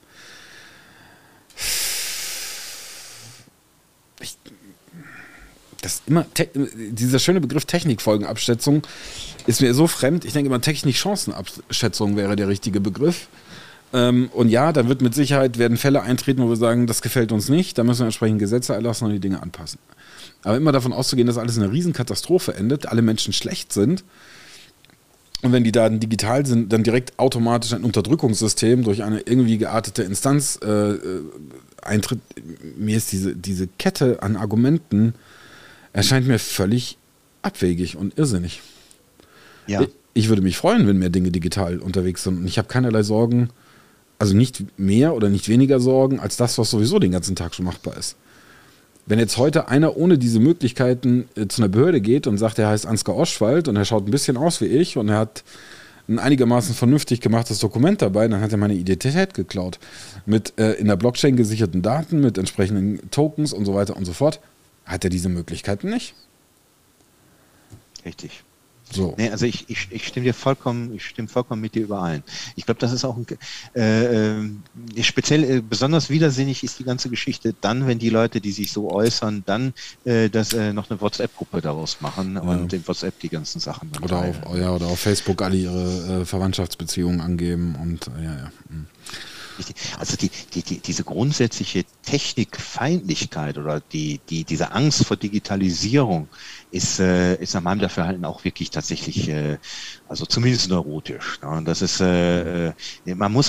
Speaker 1: dieser schöne Begriff Technikfolgenabschätzung ist mir so fremd. Ich denke immer, Technik-Chancenabschätzung wäre der richtige Begriff. Und ja, dann werden Fälle eintreten, wo wir sagen, das gefällt uns nicht, da müssen wir entsprechend Gesetze erlassen und die Dinge anpassen. Aber immer davon auszugehen, dass alles in einer Riesenkatastrophe endet, alle Menschen schlecht sind und wenn die Daten digital sind, dann direkt automatisch ein Unterdrückungssystem durch eine irgendwie geartete Instanz eintritt. Mir ist diese Kette an Argumenten erscheint mir völlig abwegig und irrsinnig.
Speaker 2: Ja.
Speaker 1: Ich würde mich freuen, wenn mehr Dinge digital unterwegs sind. Und ich habe keinerlei Sorgen, also nicht mehr oder nicht weniger Sorgen, als das, was sowieso den ganzen Tag schon machbar ist. Wenn jetzt heute einer ohne diese Möglichkeiten zu einer Behörde geht und sagt, er heißt Ansgar Oschwald und er schaut ein bisschen aus wie ich und er hat ein einigermaßen vernünftig gemachtes Dokument dabei, dann hat er meine Identität geklaut. Mit in der Blockchain gesicherten Daten, mit entsprechenden Tokens und so weiter und so fort. Hat er diese Möglichkeiten nicht?
Speaker 2: Richtig.
Speaker 1: So.
Speaker 2: Nee, also ich stimme vollkommen mit dir überein. Ich glaube, das ist auch speziell besonders widersinnig ist die ganze Geschichte dann, wenn die Leute, die sich so äußern, dann noch eine WhatsApp-Gruppe daraus machen und in WhatsApp die ganzen Sachen dann
Speaker 1: oder auf Facebook alle ihre Verwandtschaftsbeziehungen angeben und
Speaker 2: Also diese grundsätzliche Technikfeindlichkeit oder diese Angst vor Digitalisierung ist nach meinem Dafürhalten auch wirklich tatsächlich, also zumindest neurotisch. Ne? Und das ist, man muss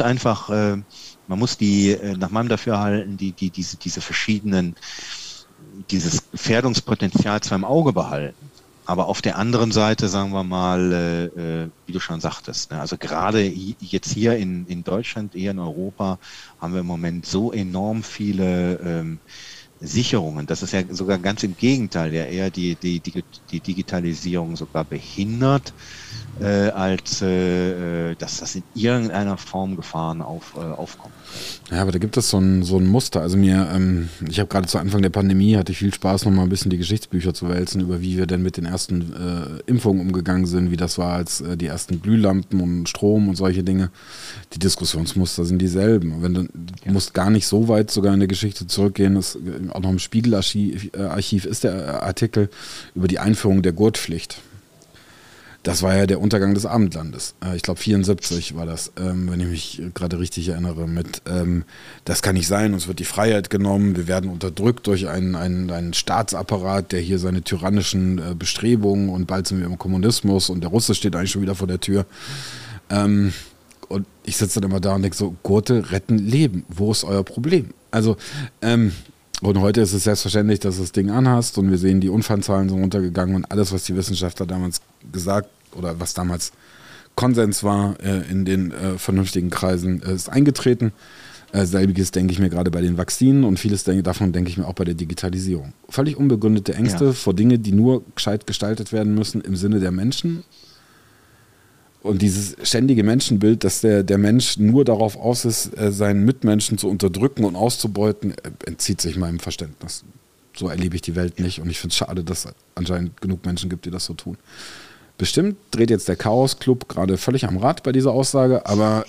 Speaker 2: nach meinem Dafürhalten diese verschiedenen, dieses Gefährdungspotenzial zwar im Auge behalten. Aber auf der anderen Seite, sagen wir mal, wie du schon sagtest, ne, also gerade jetzt hier in Deutschland, hier in Europa, haben wir im Moment so enorm viele Sicherungen. Das ist ja sogar ganz im Gegenteil, ja eher die Digitalisierung sogar behindert, als dass das in irgendeiner Form Gefahren aufkommen.
Speaker 1: Ja, aber da gibt es so ein Muster. Also ich habe gerade zu Anfang der Pandemie, hatte ich viel Spaß, noch mal ein bisschen die Geschichtsbücher zu wälzen, über wie wir denn mit den ersten Impfungen umgegangen sind, wie das war, als die ersten Glühlampen und Strom und solche Dinge. Die Diskussionsmuster sind dieselben. Du musst gar nicht so weit sogar in der Geschichte zurückgehen, das, auch noch im Spiegelarchiv ist der Artikel über die Einführung der Gurtpflicht. Das war ja der Untergang des Abendlandes. Ich glaube 74 war das, wenn ich mich gerade richtig erinnere. Das kann nicht sein, uns wird die Freiheit genommen, wir werden unterdrückt durch einen Staatsapparat, der hier seine tyrannischen Bestrebungen und bald sind wir im Kommunismus und der Russe steht eigentlich schon wieder vor der Tür. Und ich sitze dann immer da und denke so, Gurte retten Leben, wo ist euer Problem? Also Und heute ist es selbstverständlich, dass du das Ding anhast und wir sehen, die Unfallzahlen sind runtergegangen und alles, was die Wissenschaftler damals gesagt oder was damals Konsens war in den vernünftigen Kreisen, ist eingetreten. Selbiges denke ich mir gerade bei den Vakzinen und vieles davon denke ich mir auch bei der Digitalisierung. Völlig unbegründete Ängste vor Dingen, die nur gescheit gestaltet werden müssen im Sinne der Menschen. Und dieses ständige Menschenbild, dass der Mensch nur darauf aus ist, seinen Mitmenschen zu unterdrücken und auszubeuten, entzieht sich meinem Verständnis. So erlebe ich die Welt nicht und ich finde es schade, dass es anscheinend genug Menschen gibt, die das so tun. Bestimmt dreht jetzt der Chaos-Club gerade völlig am Rad bei dieser Aussage, aber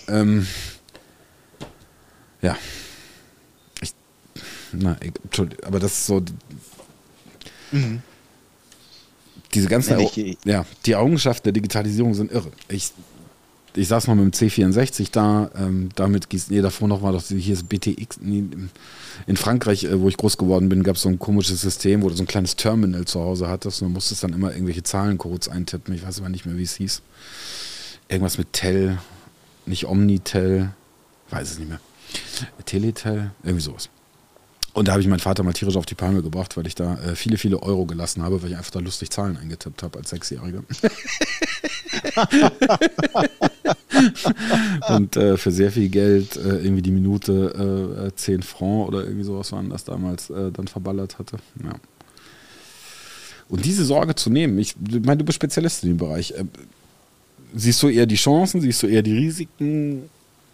Speaker 1: ja. Entschuldigung, aber das ist so. Diese ganzen. Die Errungenschaften der Digitalisierung sind irre. Ich saß noch mit dem C64 da, damit davor noch war doch hier ist BTX. In Frankreich, wo ich groß geworden bin, gab es so ein komisches System, wo du so ein kleines Terminal zu Hause hattest und du musstest dann immer irgendwelche Zahlencodes eintippen. Ich weiß aber nicht mehr, wie es hieß. Irgendwas mit Tel, nicht Omnitel, weiß es nicht mehr. Teletel, irgendwie sowas. Und da habe ich meinen Vater mal tierisch auf die Palme gebracht, weil ich da viele, viele Euro gelassen habe, weil ich einfach da lustig Zahlen eingetippt habe als Sechsjähriger. Und für sehr viel Geld irgendwie die Minute 10 Franc oder irgendwie sowas waren das damals dann verballert hatte. Ja. Und diese Sorge zu nehmen, ich meine, du bist Spezialist in dem Bereich. Siehst du eher die Chancen, siehst du eher die Risiken?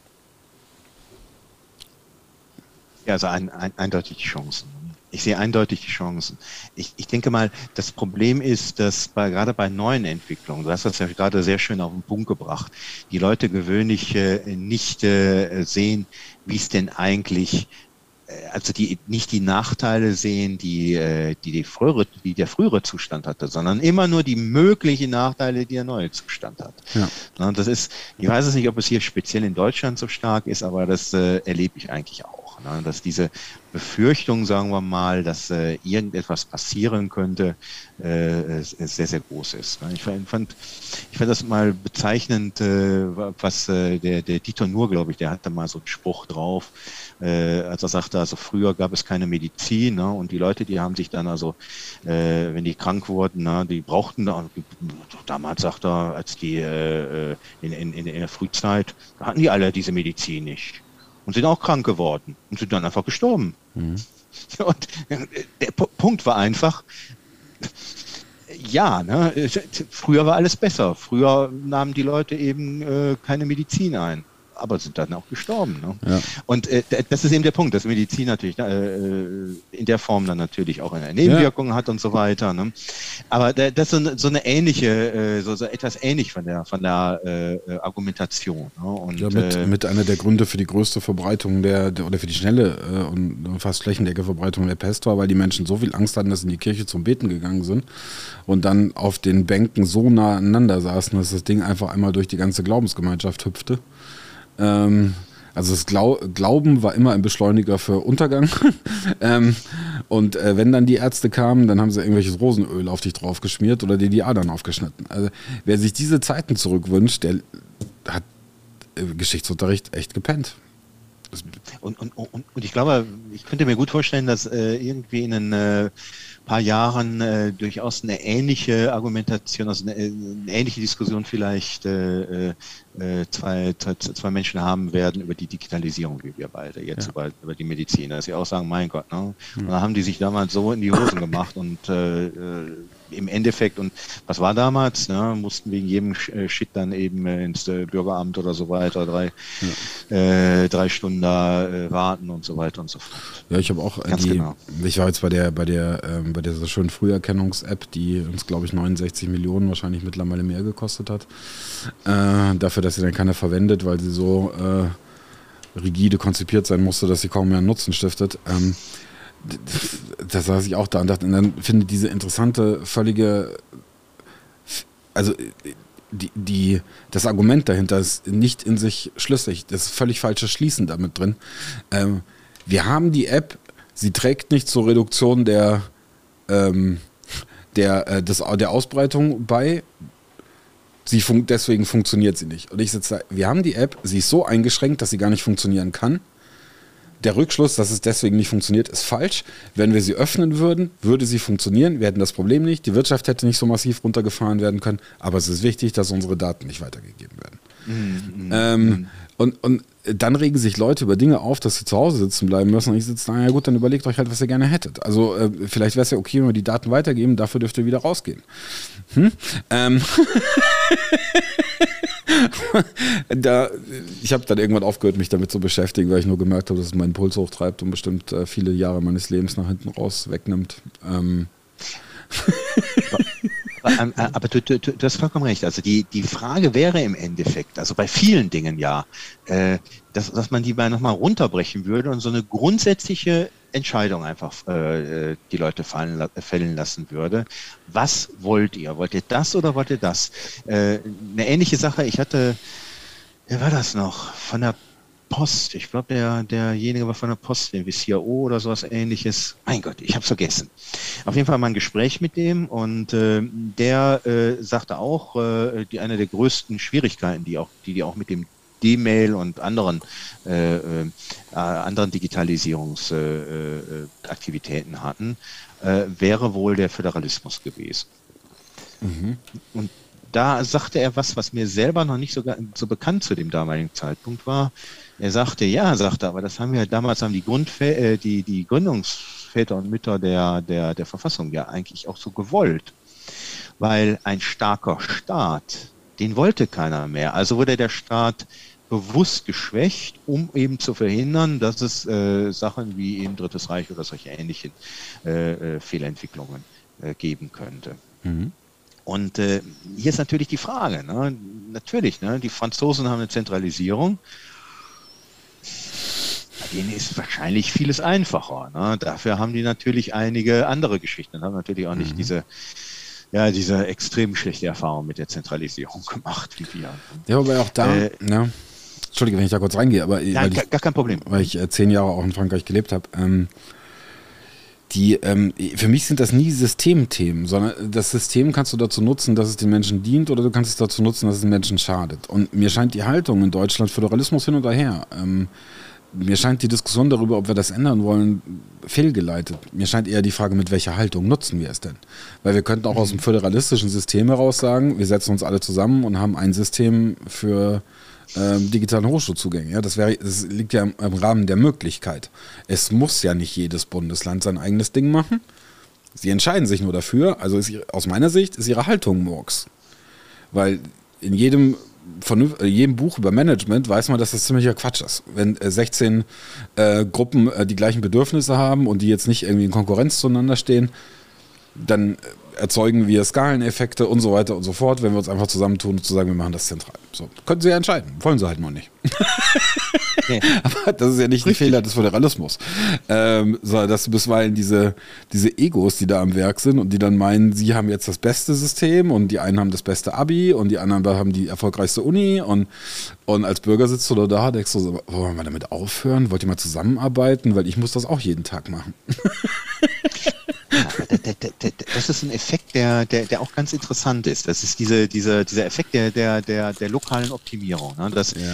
Speaker 2: Ja, also eindeutig die Chancen. Ich sehe eindeutig die Chancen. Ich denke mal, das Problem ist, dass gerade bei neuen Entwicklungen, du hast das ja gerade sehr schön auf den Punkt gebracht, die Leute gewöhnlich nicht sehen, wie es denn eigentlich, also die nicht die Nachteile sehen, die der frühere Zustand hatte, sondern immer nur die möglichen Nachteile, die der neue Zustand hat. Ja. Und das ist, ich weiß es nicht, ob es hier speziell in Deutschland so stark ist, aber das erlebe ich eigentlich auch. Dass diese Befürchtung, sagen wir mal, dass irgendetwas passieren könnte, sehr, sehr groß ist. Ich fand das mal bezeichnend, was der Dieter Nuhr, glaube ich, der hatte mal so einen Spruch drauf, als er sagte, also früher gab es keine Medizin, ne, und die Leute, die haben sich dann also, wenn die krank wurden, ne, die brauchten, damals sagt er, als die in der Frühzeit, da hatten die alle diese Medizin nicht. Und sind auch krank geworden und sind dann einfach gestorben. Mhm. Und der Punkt war einfach, ja, ne, früher war alles besser. Früher nahmen die Leute eben keine Medizin ein, aber sind dann auch gestorben. Ne? Ja. Und das ist eben der Punkt, dass Medizin natürlich in der Form dann natürlich auch eine Nebenwirkung hat und so weiter. Ne? Aber das ist so eine ähnliche, so etwas ähnlich von der Argumentation. Ne? Und,
Speaker 1: mit einer der Gründe für die größte Verbreitung oder für die schnelle und fast flächendeckende Verbreitung der Pest war, weil die Menschen so viel Angst hatten, dass sie in die Kirche zum Beten gegangen sind und dann auf den Bänken so nah aneinander saßen, dass das Ding einfach einmal durch die ganze Glaubensgemeinschaft hüpfte. Also das Glauben war immer ein Beschleuniger für Untergang. Und wenn dann die Ärzte kamen, dann haben sie irgendwelches Rosenöl auf dich drauf geschmiert oder dir die Adern aufgeschnitten. Also wer sich diese Zeiten zurückwünscht, der hat Geschichtsunterricht echt gepennt.
Speaker 2: Und ich glaube, ich könnte mir gut vorstellen, dass irgendwie in ein paar Jahren durchaus eine ähnliche Argumentation, also eine ähnliche Diskussion vielleicht zwei Menschen haben werden über die Digitalisierung, wie wir beide jetzt über die Medizin, dass sie auch sagen, mein Gott, ne? Und da haben die sich damals so in die Hosen gemacht und im Endeffekt, und was war damals, ne? Mussten wegen jedem Shit dann eben ins Bürgeramt oder so weiter, 3 Stunden da warten und so weiter und so fort.
Speaker 1: Ja, ich habe auch ich war jetzt bei dieser schönen Früherkennungs-App, die uns, glaube ich, 69 Millionen wahrscheinlich mittlerweile mehr gekostet hat. Dafür, dass sie dann keiner verwendet, weil sie so rigide konzipiert sein musste, dass sie kaum mehr einen Nutzen stiftet. Da saß ich auch da und dachte, und dann findet diese interessante, völlige, also das Argument dahinter ist nicht in sich schlüssig. Das ist völlig falsches Schließen damit drin. Wir haben die App, sie trägt nicht zur Reduktion der Ausbreitung bei. Deswegen funktioniert sie nicht. Und ich sitze da, wir haben die App, sie ist so eingeschränkt, dass sie gar nicht funktionieren kann. der Rückschluss, dass es deswegen nicht funktioniert, ist falsch. Wenn wir sie öffnen würden, würde sie funktionieren. Wir hätten das Problem nicht. Die Wirtschaft hätte nicht so massiv runtergefahren werden können. Aber es ist wichtig, dass unsere Daten nicht weitergegeben werden. Und dann regen sich Leute über Dinge auf, dass sie zu Hause sitzen bleiben müssen. Und ich sitze, naja gut, dann überlegt euch halt, was ihr gerne hättet. Also vielleicht wäre es ja okay, wenn wir die Daten weitergeben, dafür dürft ihr wieder rausgehen. Ich habe dann irgendwann aufgehört, mich damit zu beschäftigen, weil ich nur gemerkt habe, dass es meinen Puls hochtreibt und bestimmt viele Jahre meines Lebens nach hinten raus wegnimmt.
Speaker 2: Aber du hast vollkommen recht. Also die Frage wäre im Endeffekt, also bei vielen Dingen ja, dass man die mal nochmal runterbrechen würde und so eine grundsätzliche Entscheidung einfach die Leute fällen lassen würde. Was wollt ihr? Wollt ihr das oder wollt ihr das? Eine ähnliche Sache, ich hatte, wer war das noch? Von der Post, ich glaube, derjenige war von der Post, irgendwie CIO oder sowas Ähnliches. Mein Gott, ich habe es vergessen. Auf jeden Fall mal ein Gespräch mit dem und der sagte auch, eine der größten Schwierigkeiten, die auch mit dem D-Mail und anderen Digitalisierungsaktivitäten hatten, wäre wohl der Föderalismus gewesen. Und da sagte er was mir selber noch nicht so bekannt zu dem damaligen Zeitpunkt war. Er sagte, aber das haben die Gründungsväter und Mütter der Verfassung ja eigentlich auch so gewollt. Weil ein starker Staat, den wollte keiner mehr. Also wurde der Staat bewusst geschwächt, um eben zu verhindern, dass es Sachen wie eben Drittes Reich oder solche ähnlichen Fehlentwicklungen geben könnte. Und hier ist natürlich die Frage, die Franzosen haben eine Zentralisierung, bei denen ist wahrscheinlich vieles einfacher. Dafür haben die natürlich einige andere Geschichten und haben natürlich auch nicht diese extrem schlechte Erfahrung mit der Zentralisierung gemacht, wie wir.
Speaker 1: Ja, aber auch da, Entschuldige, wenn ich da kurz reingehe, aber
Speaker 2: gar kein Problem.
Speaker 1: Weil ich 10 Jahre auch in Frankreich gelebt habe, für mich sind das nie Systemthemen, sondern das System kannst du dazu nutzen, dass es den Menschen dient, oder du kannst es dazu nutzen, dass es den Menschen schadet. Und mir scheint die Haltung in Deutschland, Föderalismus hin und her, mir scheint die Diskussion darüber, ob wir das ändern wollen, fehlgeleitet. Mir scheint eher die Frage, mit welcher Haltung nutzen wir es denn? Weil wir könnten auch aus dem föderalistischen System heraus sagen, wir setzen uns alle zusammen und haben ein System für digitalen Hochschulzugänge. Ja, das liegt ja im Rahmen der Möglichkeit. Es muss ja nicht jedes Bundesland sein eigenes Ding machen. Sie entscheiden sich nur dafür. Also aus meiner Sicht ist ihre Haltung Murks. Weil in jedem Buch über Management weiß man, dass das ziemlicher Quatsch ist. Wenn 16 Gruppen die gleichen Bedürfnisse haben und die jetzt nicht irgendwie in Konkurrenz zueinander stehen, dann erzeugen wir Skaleneffekte und so weiter und so fort, wenn wir uns einfach zusammentun und zu sagen, wir machen das zentral. So, können sie ja entscheiden, wollen sie halt noch nicht. Nee. Aber das ist ja nicht ein Fehler des Föderalismus. Sondern dass bisweilen diese Egos, die da am Werk sind und die dann meinen, sie haben jetzt das beste System und die einen haben das beste Abi und die anderen haben die erfolgreichste Uni und als Bürger sitzt du da, denkst du so, wollen wir damit aufhören? Wollt ihr mal zusammenarbeiten? Weil ich muss das auch jeden Tag machen.
Speaker 2: Das ist ein Effekt, der auch ganz interessant ist. Das ist dieser Effekt der lokalen Optimierung. Ne?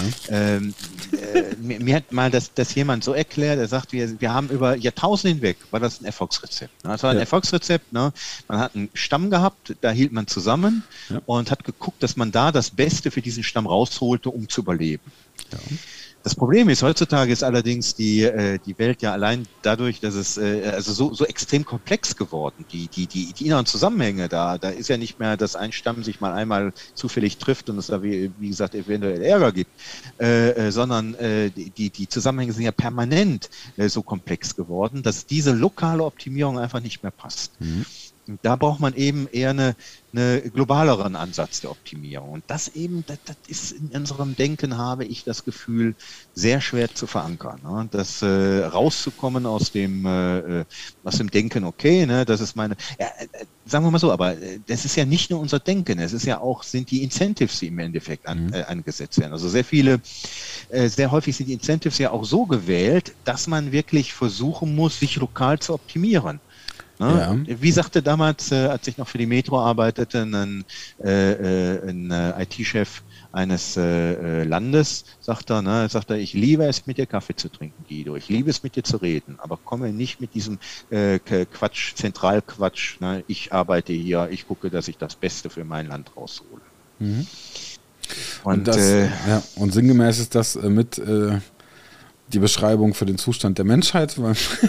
Speaker 2: Mir hat mal das jemand so erklärt, er sagt, wir haben über Jahrtausende hinweg, war das ein Erfolgsrezept. Ne? Das war ein Erfolgsrezept. Ne? Man hat einen Stamm gehabt, da hielt man zusammen und hat geguckt, dass man da das Beste für diesen Stamm rausholte, um zu überleben. Ja. Das Problem ist, heutzutage ist allerdings die Welt ja allein dadurch, dass es so extrem komplex geworden. Die inneren Zusammenhänge, da ist ja nicht mehr, dass ein Stamm sich mal einmal zufällig trifft und es da, wie gesagt, eventuell Ärger gibt, sondern die Zusammenhänge sind ja permanent so komplex geworden, dass diese lokale Optimierung einfach nicht mehr passt. Und da braucht man eben eher eine globaleren Ansatz der Optimierung. Und das ist in unserem Denken, habe ich das Gefühl, sehr schwer zu verankern. Ne? Das rauszukommen aus dem Denken, okay, ne, das ist meine, sagen wir mal so, aber das ist ja nicht nur unser Denken, es ist ja auch, sind die Incentives, die im Endeffekt angesetzt werden. Also sehr häufig sind die Incentives ja auch so gewählt, dass man wirklich versuchen muss, sich lokal zu optimieren. Ne? Ja. Wie sagte damals, als ich noch für die Metro arbeitete, ein IT-Chef eines Landes, sagt er, ich liebe es, mit dir Kaffee zu trinken, Guido. Ich liebe es, mit dir zu reden, aber komme nicht mit diesem Quatsch, Zentralquatsch. Ne? Ich arbeite hier, ich gucke, dass ich das Beste für mein Land raushole.
Speaker 1: Mhm. Und sinngemäß ist das mit die Beschreibung für den Zustand der Menschheit.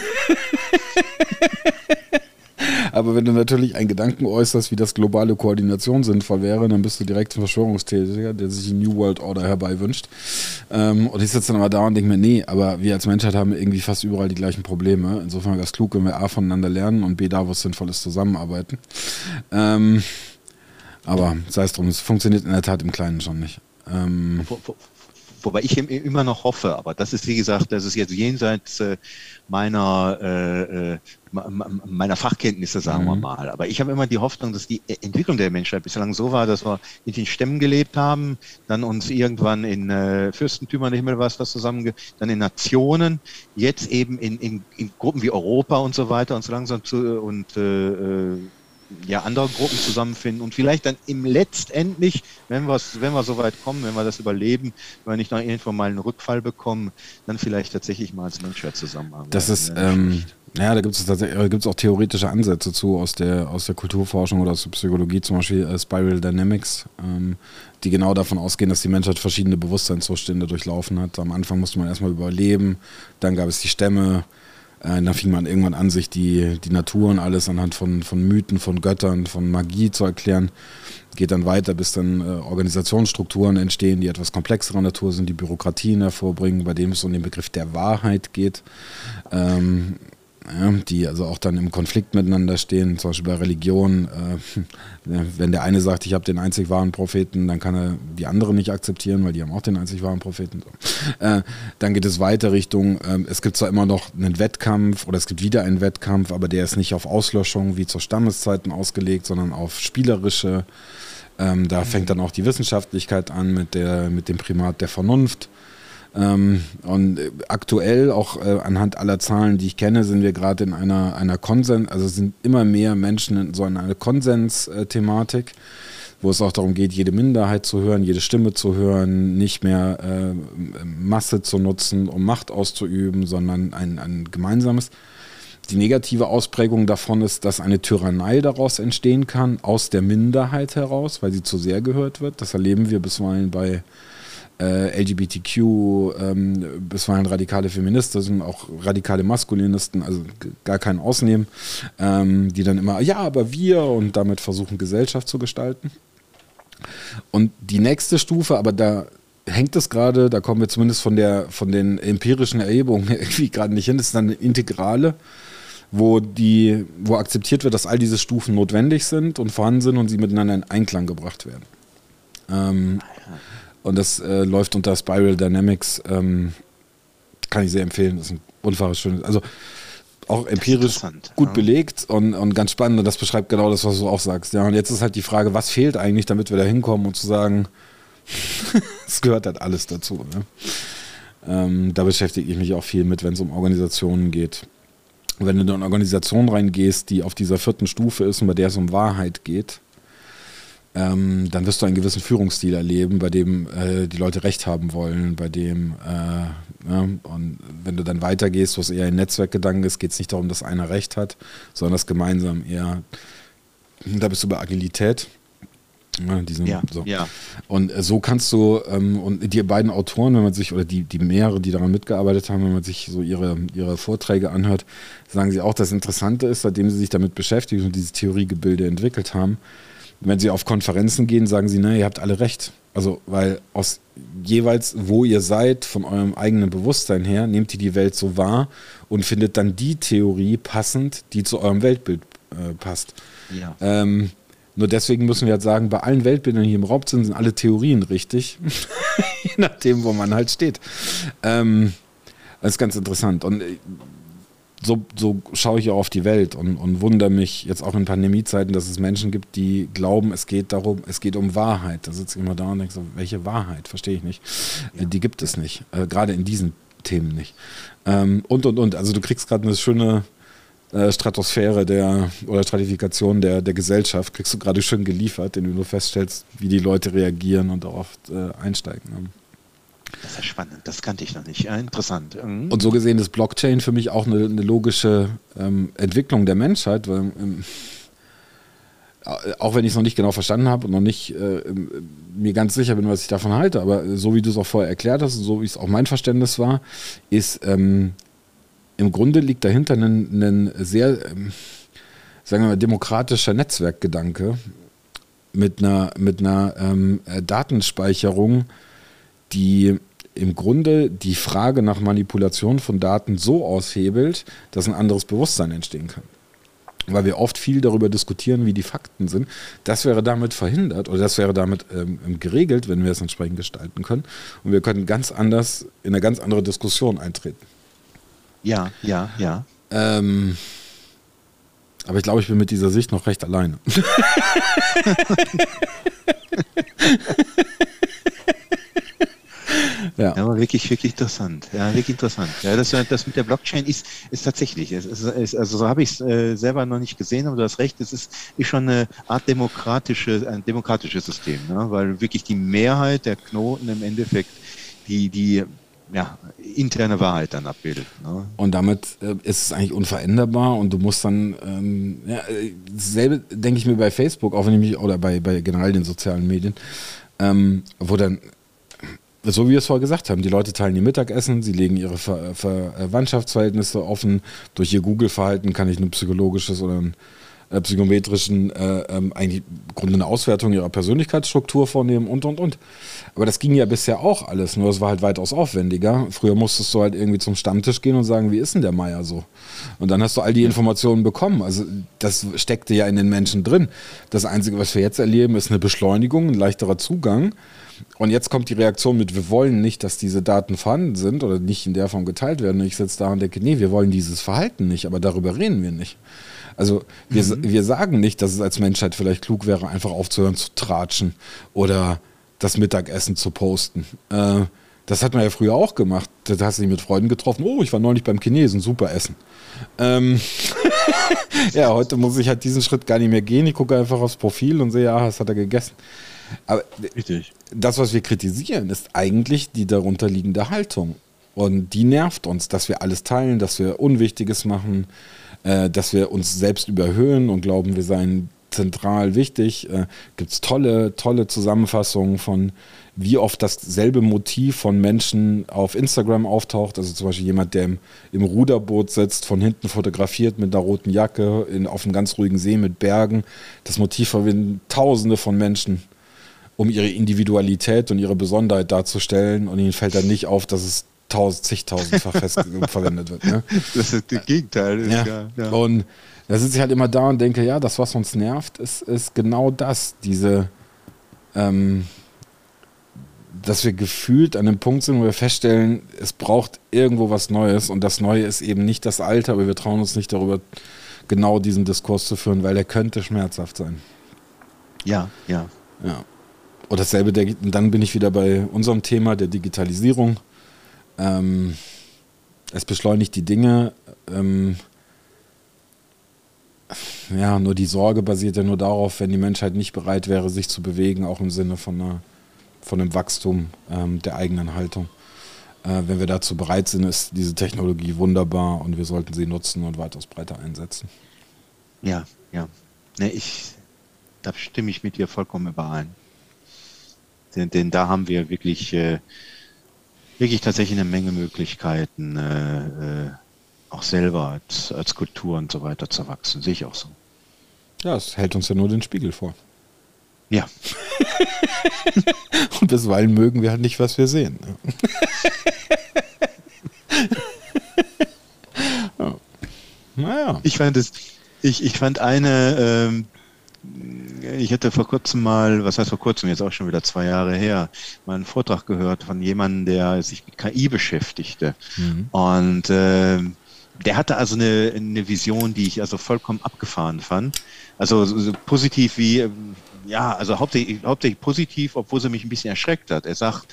Speaker 1: Aber wenn du natürlich einen Gedanken äußerst, wie das globale Koordination sinnvoll wäre, dann bist du direkt ein Verschwörungstheoretiker, der sich die New World Order herbeiwünscht. Und ich sitze dann aber da und denke mir, nee, aber wir als Menschheit haben irgendwie fast überall die gleichen Probleme. Insofern wäre es klug, wenn wir A, voneinander lernen und B, da, wo es sinnvoll ist, zusammenarbeiten. Aber sei es drum, es funktioniert in der Tat im Kleinen schon nicht.
Speaker 2: Wobei ich immer noch hoffe, aber das ist, wie gesagt, das ist jetzt jenseits meiner Fachkenntnisse, sagen wir mal. Aber ich habe immer die Hoffnung, dass die Entwicklung der Menschheit bislang so war, dass wir in den Stämmen gelebt haben, dann uns irgendwann in Fürstentümern, der Himmel weiß was zusammen, dann in Nationen, jetzt eben in Gruppen wie Europa und so weiter und so langsam andere Gruppen zusammenfinden und vielleicht dann letztendlich, wenn wir so weit kommen, wenn wir das überleben, wenn wir nicht noch irgendwann mal einen Rückfall bekommen, dann vielleicht tatsächlich mal als Menschheit zusammenarbeiten.
Speaker 1: Das ist, da gibt es auch theoretische Ansätze zu aus der Kulturforschung oder aus der Psychologie, zum Beispiel Spiral Dynamics, die genau davon ausgehen, dass die Menschheit verschiedene Bewusstseinszustände durchlaufen hat. Am Anfang musste man erstmal überleben, dann gab es die Stämme. Dann fing man irgendwann an, sich die Natur und alles anhand von Mythen, von Göttern, von Magie zu erklären. Geht dann weiter, bis dann Organisationsstrukturen entstehen, die etwas komplexerer Natur sind, die Bürokratien hervorbringen, bei dem es um den Begriff der Wahrheit geht, die also auch dann im Konflikt miteinander stehen, zum Beispiel bei Religion. Wenn der eine sagt, ich habe den einzig wahren Propheten, dann kann er die anderen nicht akzeptieren, weil die haben auch den einzig wahren Propheten. Dann geht es weiter Richtung, es gibt zwar immer noch einen Wettkampf oder es gibt wieder einen Wettkampf, aber der ist nicht auf Auslöschung wie zur Stammeszeiten ausgelegt, sondern auf spielerische. Da fängt dann auch die Wissenschaftlichkeit an mit dem Primat der Vernunft. Und aktuell, auch anhand aller Zahlen, die ich kenne, sind wir gerade in einer Konsens, also sind immer mehr Menschen in so einer Konsens-Thematik, wo es auch darum geht, jede Minderheit zu hören, jede Stimme zu hören, nicht mehr Masse zu nutzen, um Macht auszuüben, sondern ein gemeinsames. Die negative Ausprägung davon ist, dass eine Tyrannei daraus entstehen kann, aus der Minderheit heraus, weil sie zu sehr gehört wird. Das erleben wir bisweilen bei LGBTQ, bisweilen radikale Feministen, auch radikale Maskulinisten, also gar kein Ausnehmen, die dann immer, ja, aber wir, und damit versuchen, Gesellschaft zu gestalten. Und die nächste Stufe, aber da hängt es gerade, da kommen wir zumindest von den empirischen Erhebungen irgendwie gerade nicht hin, das ist dann eine Integrale, wo akzeptiert wird, dass all diese Stufen notwendig sind und vorhanden sind und sie miteinander in Einklang gebracht werden. Und das läuft unter Spiral Dynamics, kann ich sehr empfehlen, das ist ein unfassbar schönes, also auch empirisch gut belegt und ganz spannend, und das beschreibt genau das, was du auch sagst. Ja, und jetzt ist halt die Frage, was fehlt eigentlich, damit wir da hinkommen und zu sagen, es gehört halt alles dazu. Ne? Da beschäftige ich mich auch viel mit, wenn es um Organisationen geht. Wenn du in eine Organisation reingehst, die auf dieser 4. Stufe ist und bei der es um Wahrheit geht, dann wirst du einen gewissen Führungsstil erleben, bei dem die Leute Recht haben wollen, bei dem, und wenn du dann weitergehst, was eher ein Netzwerkgedanken ist, geht es nicht darum, dass einer Recht hat, sondern das gemeinsam eher, da bist du bei Agilität. Ja. Und so kannst du, und die beiden Autoren, wenn man sich, oder die mehrere, die daran mitgearbeitet haben, wenn man sich so ihre Vorträge anhört, sagen sie auch, das Interessante ist, seitdem sie sich damit beschäftigen und diese Theoriegebilde entwickelt haben, wenn sie auf Konferenzen gehen, sagen sie, ihr habt alle recht. Also, weil aus jeweils, wo ihr seid, von eurem eigenen Bewusstsein her, nehmt ihr die Welt so wahr und findet dann die Theorie passend, die zu eurem Weltbild passt. Ja. Nur deswegen müssen wir halt sagen, bei allen Weltbildern, die hier im Raum sind alle Theorien richtig. Je nachdem, wo man halt steht. Das ist ganz interessant. Und so schaue ich auch auf die Welt und wundere mich jetzt auch in Pandemiezeiten, dass es Menschen gibt, die glauben, es geht um Wahrheit. Da sitze ich immer da und denke so, welche Wahrheit? Verstehe ich nicht. Ja. Die gibt es nicht. Gerade in diesen Themen nicht. Und. Also du kriegst gerade eine schöne Stratosphäre oder Stratifikation der Gesellschaft kriegst du gerade schön geliefert, indem du feststellst, wie die Leute reagieren und darauf einsteigen.
Speaker 2: Das ist ja spannend, das kannte ich noch nicht. Ja, interessant. Mhm.
Speaker 1: Und so gesehen ist Blockchain für mich auch eine logische Entwicklung der Menschheit, weil auch wenn ich es noch nicht genau verstanden habe und noch nicht mir ganz sicher bin, was ich davon halte, aber so wie du es auch vorher erklärt hast und so wie es auch mein Verständnis war, ist im Grunde liegt dahinter ein sehr, sagen wir mal, demokratischer Netzwerkgedanke mit einer Datenspeicherung, die im Grunde die Frage nach Manipulation von Daten so aushebelt, dass ein anderes Bewusstsein entstehen kann. Weil wir oft viel darüber diskutieren, wie die Fakten sind. Das wäre damit verhindert oder das wäre damit geregelt, wenn wir es entsprechend gestalten können. Und wir können ganz anders in eine ganz andere Diskussion eintreten.
Speaker 2: Ja.
Speaker 1: Aber ich glaube, ich bin mit dieser Sicht noch recht alleine.
Speaker 2: Ja, aber wirklich interessant. Ja, wirklich interessant. Ja, das mit der Blockchain ist tatsächlich. Also so habe ich es selber noch nicht gesehen, aber du hast recht, es ist schon eine Art ein demokratisches System, ne? Weil wirklich die Mehrheit der Knoten im Endeffekt die interne Wahrheit dann abbildet. Ne?
Speaker 1: Und damit ist es eigentlich unveränderbar und du musst dann, dasselbe denke ich mir bei Facebook, auch wenn ich mich, oder bei generell den sozialen Medien, wo dann, so wie wir es vorher gesagt haben, die Leute teilen ihr Mittagessen, sie legen ihre Verwandtschaftsverhältnisse offen, durch ihr Google-Verhalten kann ich ein psychologisches oder ein psychometrischen, eigentlich im Grunde eine Auswertung ihrer Persönlichkeitsstruktur vornehmen und. Aber das ging ja bisher auch alles, nur es war halt weitaus aufwendiger. Früher musstest du halt irgendwie zum Stammtisch gehen und sagen, wie ist denn der Meier so? Und dann hast du all die Informationen bekommen. Also das steckte ja in den Menschen drin. Das Einzige, was wir jetzt erleben, ist eine Beschleunigung, ein leichterer Zugang. Und jetzt kommt die Reaktion mit, wir wollen nicht, dass diese Daten vorhanden sind oder nicht in der Form geteilt werden. Und ich sitze da und denke, nee, wir wollen dieses Verhalten nicht, aber darüber reden wir nicht. Also wir sagen nicht, dass es als Menschheit vielleicht klug wäre, einfach aufzuhören zu tratschen oder das Mittagessen zu posten. Das hat man ja früher auch gemacht. Da hast du dich mit Freunden getroffen. Oh, ich war neulich beim Chinesen, super Essen. Ja, heute muss ich halt diesen Schritt gar nicht mehr gehen. Ich gucke einfach aufs Profil und sehe, das hat er gegessen. Aber
Speaker 2: richtig.
Speaker 1: Das, was wir kritisieren, ist eigentlich die darunter liegende Haltung. Und die nervt uns, dass wir alles teilen, dass wir Unwichtiges machen, dass wir uns selbst überhöhen und glauben, wir seien zentral wichtig. Gibt es tolle Zusammenfassungen von, wie oft dasselbe Motiv von Menschen auf Instagram auftaucht. Also zum Beispiel jemand, der im Ruderboot sitzt, von hinten fotografiert mit einer roten Jacke auf einem ganz ruhigen See mit Bergen. Das Motiv verwenden Tausende von Menschen, um ihre Individualität und ihre Besonderheit darzustellen. Und ihnen fällt dann nicht auf, dass es zigtausendfach verwendet wird. Ne?
Speaker 2: Das ist das Gegenteil.
Speaker 1: Ja. Und da sitze ich halt immer da und denke, ja, das, was uns nervt, ist genau das. Dass wir gefühlt an einem Punkt sind, wo wir feststellen, es braucht irgendwo was Neues und das Neue ist eben nicht das Alte, aber wir trauen uns nicht darüber, genau diesen Diskurs zu führen, weil er könnte schmerzhaft sein.
Speaker 2: Ja.
Speaker 1: Und dasselbe, dann bin ich wieder bei unserem Thema der Digitalisierung. Es beschleunigt die Dinge. Nur die Sorge basiert ja nur darauf, wenn die Menschheit nicht bereit wäre, sich zu bewegen, auch im Sinne von einem Wachstum der eigenen Haltung. Wenn wir dazu bereit sind, ist diese Technologie wunderbar und wir sollten sie nutzen und weitaus breiter einsetzen.
Speaker 2: Ja. Da stimme ich mit dir vollkommen überein. Denn da haben wir wirklich tatsächlich eine Menge Möglichkeiten, auch selber als Kultur und so weiter zu wachsen. Sehe ich auch so.
Speaker 1: Ja, es hält uns ja nur den Spiegel vor.
Speaker 2: Ja.
Speaker 1: Und bisweilen mögen wir halt nicht, was wir sehen. Ja. Naja.
Speaker 2: Ich fand eine, ich hatte vor kurzem mal, was heißt vor kurzem, jetzt auch schon wieder 2 Jahre her, mal einen Vortrag gehört von jemandem, der sich mit KI beschäftigte. Und der hatte also eine Vision, die ich also vollkommen abgefahren fand. Also so positiv wie, also hauptsächlich positiv, obwohl sie mich ein bisschen erschreckt hat. Er sagt,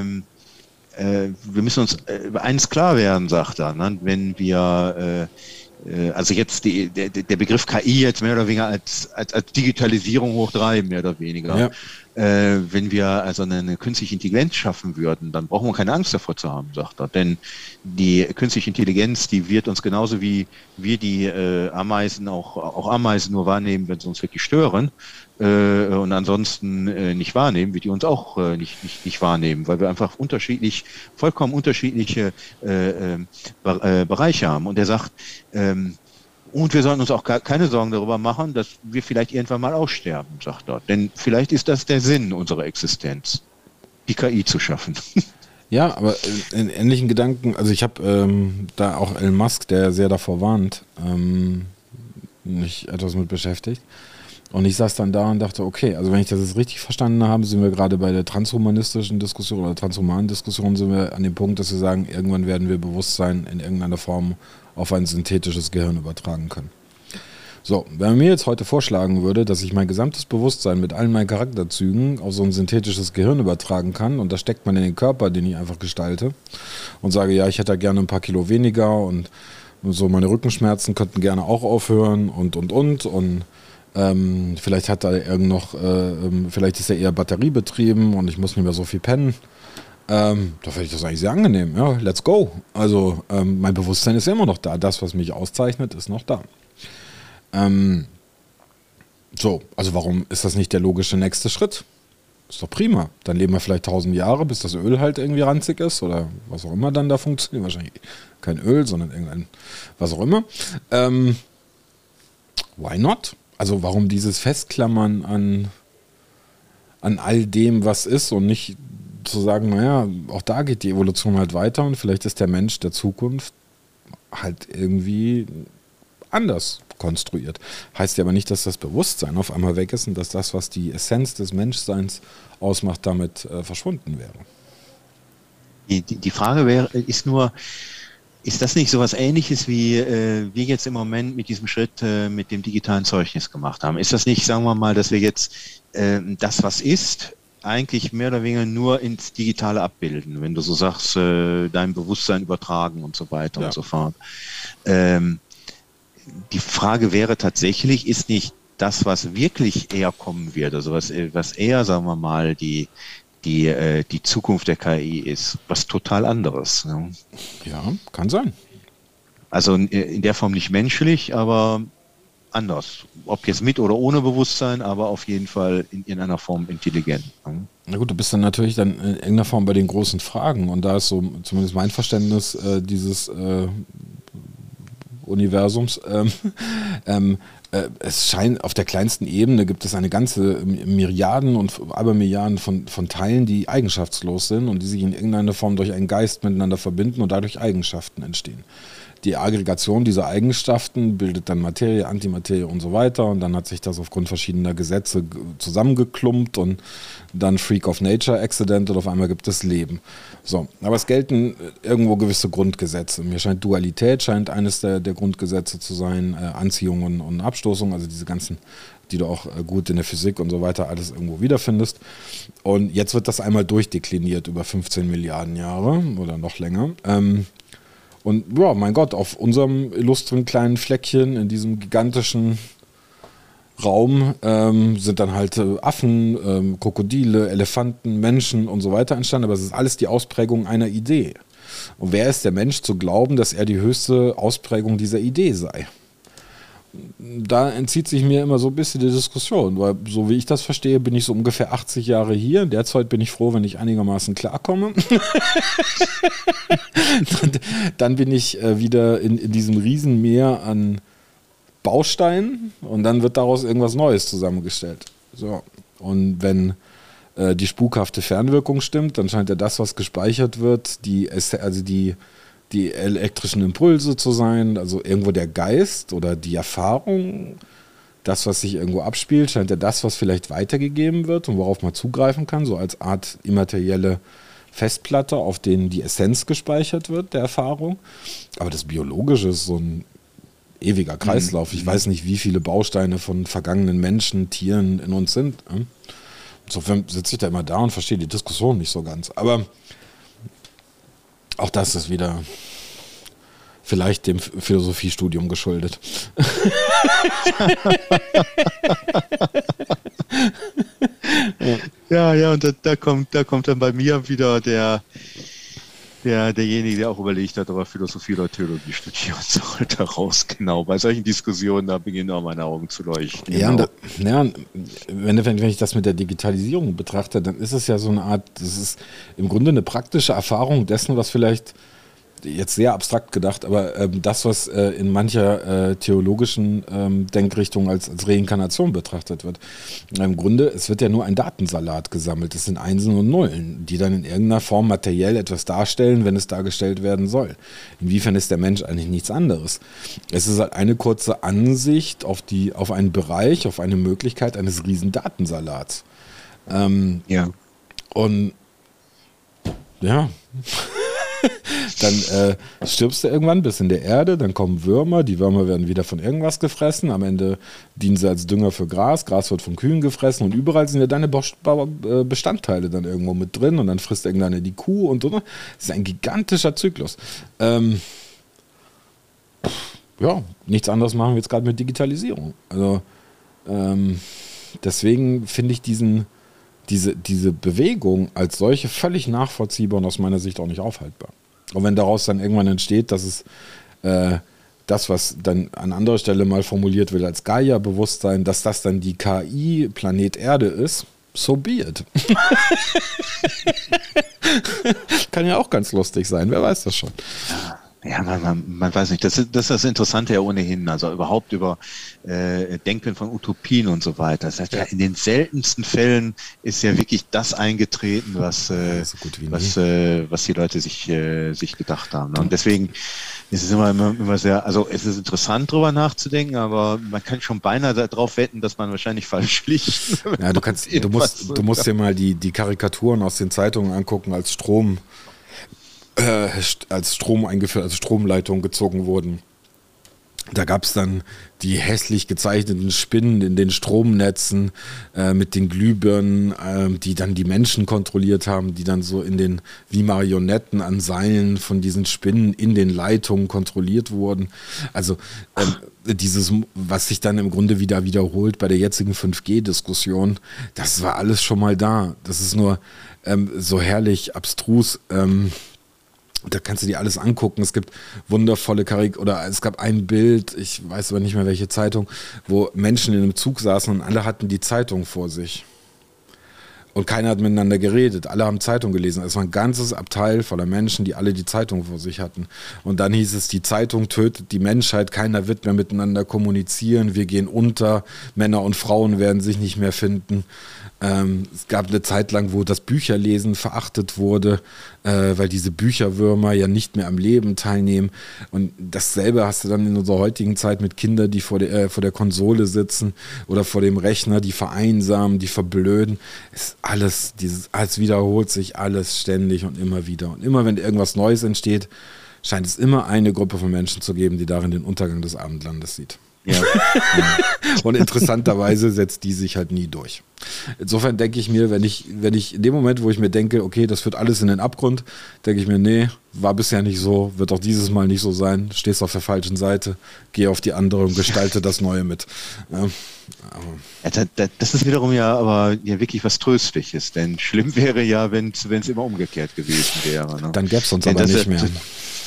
Speaker 2: wir müssen uns über eins klar werden, sagt er, ne? Wenn wir also jetzt der Begriff KI jetzt mehr oder weniger als Digitalisierung hoch 3, mehr oder weniger. Ja. Wenn wir also eine künstliche Intelligenz schaffen würden, dann brauchen wir keine Angst davor zu haben, sagt er. Denn die künstliche Intelligenz, die wird uns genauso wie wir die Ameisen auch Ameisen nur wahrnehmen, wenn sie uns wirklich stören. Und ansonsten nicht wahrnehmen, wird die uns auch nicht wahrnehmen, weil wir einfach vollkommen unterschiedliche Bereiche haben. Und er sagt, und wir sollen uns auch keine Sorgen darüber machen, dass wir vielleicht irgendwann mal aussterben, sagt er. Denn vielleicht ist das der Sinn unserer Existenz, die KI zu schaffen.
Speaker 1: Ja, aber in ähnlichen Gedanken, also ich habe da auch Elon Musk, der sehr davor warnt, mich etwas mit beschäftigt. Und ich saß dann da und dachte, okay, also wenn ich das jetzt richtig verstanden habe, sind wir gerade bei der transhumanistischen Diskussion oder transhumanen Diskussion, sind wir an dem Punkt, dass wir sagen, irgendwann werden wir Bewusstsein in irgendeiner Form auf ein synthetisches Gehirn übertragen können. So, wenn man mir jetzt heute vorschlagen würde, dass ich mein gesamtes Bewusstsein mit allen meinen Charakterzügen auf so ein synthetisches Gehirn übertragen kann und das steckt man in den Körper, den ich einfach gestalte und sage, ja, ich hätte da gerne ein paar Kilo weniger und so meine Rückenschmerzen könnten gerne auch aufhören und vielleicht hat er vielleicht ist er eher batteriebetrieben und ich muss nicht mehr so viel pennen. Da finde ich das eigentlich sehr angenehm. Ja, let's go. Also mein Bewusstsein ist ja immer noch da. Das, was mich auszeichnet, ist noch da. Also warum ist das nicht der logische nächste Schritt? Ist doch prima. Dann leben wir vielleicht 1000 Jahre, bis das Öl halt irgendwie ranzig ist oder was auch immer dann da funktioniert. Wahrscheinlich kein Öl, sondern irgendein was auch immer. Why not? Also warum dieses Festklammern an all dem, was ist und nicht zu sagen, naja, auch da geht die Evolution halt weiter und vielleicht ist der Mensch der Zukunft halt irgendwie anders konstruiert. Heißt ja aber nicht, dass das Bewusstsein auf einmal weg ist und dass das, was die Essenz des Menschseins ausmacht, damit verschwunden wäre.
Speaker 2: Die Frage ist nur, ist das nicht so was Ähnliches, wie wir jetzt im Moment mit diesem Schritt mit dem digitalen Zeugnis gemacht haben? Ist das nicht, sagen wir mal, dass wir jetzt das, was ist, eigentlich mehr oder weniger nur ins Digitale abbilden, wenn du so sagst, dein Bewusstsein übertragen und so weiter und so fort. Die Frage wäre tatsächlich, ist nicht das, was wirklich eher kommen wird, also was eher, sagen wir mal, die Zukunft der KI ist, was total anderes. Ne?
Speaker 1: Ja, kann sein.
Speaker 2: Also in der Form nicht menschlich, aber anders. Ob jetzt mit oder ohne Bewusstsein, aber auf jeden Fall in einer Form intelligent. Ne?
Speaker 1: Na gut, du bist dann natürlich dann in irgendeiner Form bei den großen Fragen und da ist so zumindest mein Verständnis dieses Universums. Es scheint, auf der kleinsten Ebene gibt es eine ganze Myriaden und Abermilliarden von Teilen, die eigenschaftslos sind und die sich in irgendeiner Form durch einen Geist miteinander verbinden und dadurch Eigenschaften entstehen. Die Aggregation dieser Eigenschaften bildet dann Materie, Antimaterie und so weiter und dann hat sich das aufgrund verschiedener Gesetze zusammengeklumpt und dann Freak of Nature Accident und auf einmal gibt es Leben. So, aber es gelten irgendwo gewisse Grundgesetze. Mir scheint Dualität eines der Grundgesetze zu sein, Anziehung und Abstoßung, also diese ganzen, die du auch gut in der Physik und so weiter alles irgendwo wiederfindest. Und jetzt wird das einmal durchdekliniert über 15 Milliarden Jahre oder noch länger. Und ja, mein Gott, auf unserem illustren kleinen Fleckchen in diesem gigantischen Raum sind dann halt Affen, Krokodile, Elefanten, Menschen und so weiter entstanden, aber es ist alles die Ausprägung einer Idee. Und wer ist der Mensch zu glauben, dass er die höchste Ausprägung dieser Idee sei? Da entzieht sich mir immer so ein bisschen die Diskussion, weil so wie ich das verstehe, bin ich so ungefähr 80 Jahre hier. Derzeit bin ich froh, wenn ich einigermaßen klarkomme. Dann bin ich wieder in diesem Riesenmeer an Bausteinen und dann wird daraus irgendwas Neues zusammengestellt. So. Und wenn die spukhafte Fernwirkung stimmt, dann scheint ja das, was gespeichert wird, die elektrischen Impulse zu sein, also irgendwo der Geist oder die Erfahrung, das, was sich irgendwo abspielt, scheint ja das, was vielleicht weitergegeben wird und worauf man zugreifen kann, so als Art immaterielle Festplatte, auf denen die Essenz gespeichert wird, der Erfahrung. Aber das Biologische ist so ein ewiger Kreislauf. Ich weiß nicht, wie viele Bausteine von vergangenen Menschen, Tieren in uns sind. Insofern sitze ich da immer da und verstehe die Diskussion nicht so ganz. Aber auch das ist wieder Vielleicht dem Philosophiestudium geschuldet.
Speaker 2: Ja, und da kommt dann bei mir wieder derjenige, der auch überlegt hat, ob er Philosophie oder Theologie studieren sollte, raus. Genau, bei solchen Diskussionen, da beginnen auch meine Augen zu leuchten. Genau.
Speaker 1: Wenn ich das mit der Digitalisierung betrachte, dann ist es ja so eine Art, das ist im Grunde eine praktische Erfahrung dessen, was vielleicht jetzt sehr abstrakt gedacht, aber das, was in mancher theologischen Denkrichtung als Reinkarnation betrachtet wird. Im Grunde, es wird ja nur ein Datensalat gesammelt. Es sind Einsen und Nullen, die dann in irgendeiner Form materiell etwas darstellen, wenn es dargestellt werden soll. Inwiefern ist der Mensch eigentlich nichts anderes? Es ist halt eine kurze Ansicht auf einen Bereich, auf eine Möglichkeit eines riesen Datensalats.
Speaker 2: Ja.
Speaker 1: Und ja... Dann stirbst du irgendwann bis in der Erde, dann kommen Würmer, die Würmer werden wieder von irgendwas gefressen, am Ende dienen sie als Dünger für Gras wird von Kühen gefressen und überall sind ja deine Bestandteile dann irgendwo mit drin und dann frisst irgendeine die Kuh und so. Das ist ein gigantischer Zyklus. Nichts anderes machen wir jetzt gerade mit Digitalisierung. Also deswegen finde ich diese Bewegung als solche völlig nachvollziehbar und aus meiner Sicht auch nicht aufhaltbar. Und wenn daraus dann irgendwann entsteht, dass es das, was dann an anderer Stelle mal formuliert wird als Gaia-Bewusstsein, dass das dann die KI Planet Erde ist, so be it. Kann ja auch ganz lustig sein, wer weiß das schon.
Speaker 2: Ja, man weiß nicht. Das ist das Interessante ja ohnehin. Also überhaupt über Denken von Utopien und so weiter. Das heißt, ja, in den seltensten Fällen ist ja wirklich das eingetreten, was die Leute sich gedacht haben. Und deswegen ist es immer sehr, also es ist interessant, drüber nachzudenken, aber man kann schon beinahe darauf wetten, dass man wahrscheinlich falsch liegt.
Speaker 1: Ja, du musst dir mal die Karikaturen aus den Zeitungen angucken, als Strom eingeführt, als Stromleitungen gezogen wurden. Da gab es dann die hässlich gezeichneten Spinnen in den Stromnetzen mit den Glühbirnen, die dann die Menschen kontrolliert haben, die dann so wie Marionetten an Seilen von diesen Spinnen in den Leitungen kontrolliert wurden. Also dieses, was sich dann im Grunde wieder wiederholt bei der jetzigen 5G-Diskussion, das war alles schon mal da. Das ist nur so herrlich abstrus. Da kannst du dir alles angucken. Es gibt wundervolle es gab ein Bild, ich weiß aber nicht mehr welche Zeitung, wo Menschen in einem Zug saßen und alle hatten die Zeitung vor sich. Und keiner hat miteinander geredet. Alle haben Zeitung gelesen. Es war ein ganzes Abteil voller Menschen, die alle die Zeitung vor sich hatten. Und dann hieß es, die Zeitung tötet die Menschheit, keiner wird mehr miteinander kommunizieren, wir gehen unter, Männer und Frauen werden sich nicht mehr finden. Es gab eine Zeit lang, wo das Bücherlesen verachtet wurde, weil diese Bücherwürmer ja nicht mehr am Leben teilnehmen. Und dasselbe hast du dann in unserer heutigen Zeit mit Kindern, die vor der Konsole sitzen oder vor dem Rechner, die vereinsamen, die verblöden. Es wiederholt sich alles ständig und immer wieder. Und immer wenn irgendwas Neues entsteht, scheint es immer eine Gruppe von Menschen zu geben, die darin den Untergang des Abendlandes sieht. Ja. Und interessanterweise setzt die sich halt nie durch. Insofern denke ich mir, wenn ich in dem Moment, wo ich mir denke, okay, das führt alles in den Abgrund, denke ich mir, nee, war bisher nicht so, wird auch dieses Mal nicht so sein, stehst auf der falschen Seite, geh auf die andere und gestalte das Neue mit.
Speaker 2: Das ist wiederum aber wirklich was Tröstliches, denn schlimm wäre ja, wenn es immer umgekehrt gewesen wäre. Ne?
Speaker 1: Dann gäbe es uns aber nicht mehr.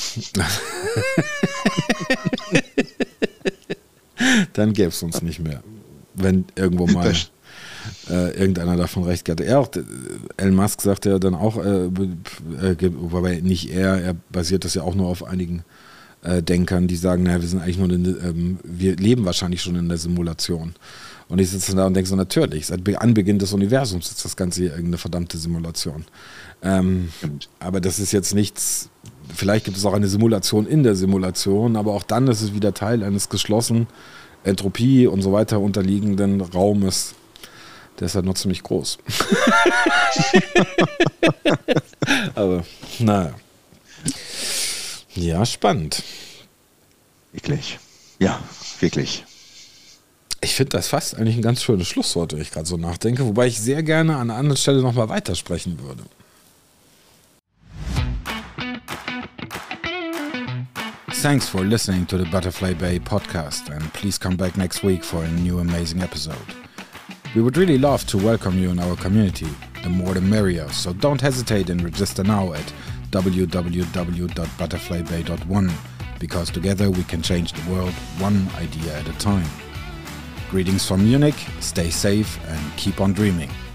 Speaker 1: Dann gäbe es uns nicht mehr, wenn irgendwo mal irgendeiner davon recht hatte. Elon Musk sagt ja dann auch, wobei nicht er basiert das ja auch nur auf einigen Denkern, die sagen, naja, wir leben wahrscheinlich schon in der Simulation. Und ich sitze da und denke so, natürlich, seit Anbeginn des Universums ist das Ganze hier irgendeine verdammte Simulation. Aber das ist jetzt nichts, vielleicht gibt es auch eine Simulation in der Simulation, aber auch dann ist es wieder Teil eines geschlossenen Entropie und so weiter unterliegenden Raumes. Der ist halt noch ziemlich groß. Aber, naja. Ja, spannend.
Speaker 2: Wirklich. Ja, wirklich.
Speaker 1: Ich finde das fast eigentlich ein ganz schönes Schlusswort, wenn ich gerade so nachdenke, wobei ich sehr gerne an einer anderen Stelle nochmal weitersprechen würde. Thanks for listening to the Butterfly Bay podcast, and please come back next week for a new amazing episode. We would really love to welcome you in our community. The more the merrier, so don't hesitate and register now at www.butterflybay.one, because together we can change the world one idea at a time. Greetings from Munich, stay safe and keep on dreaming.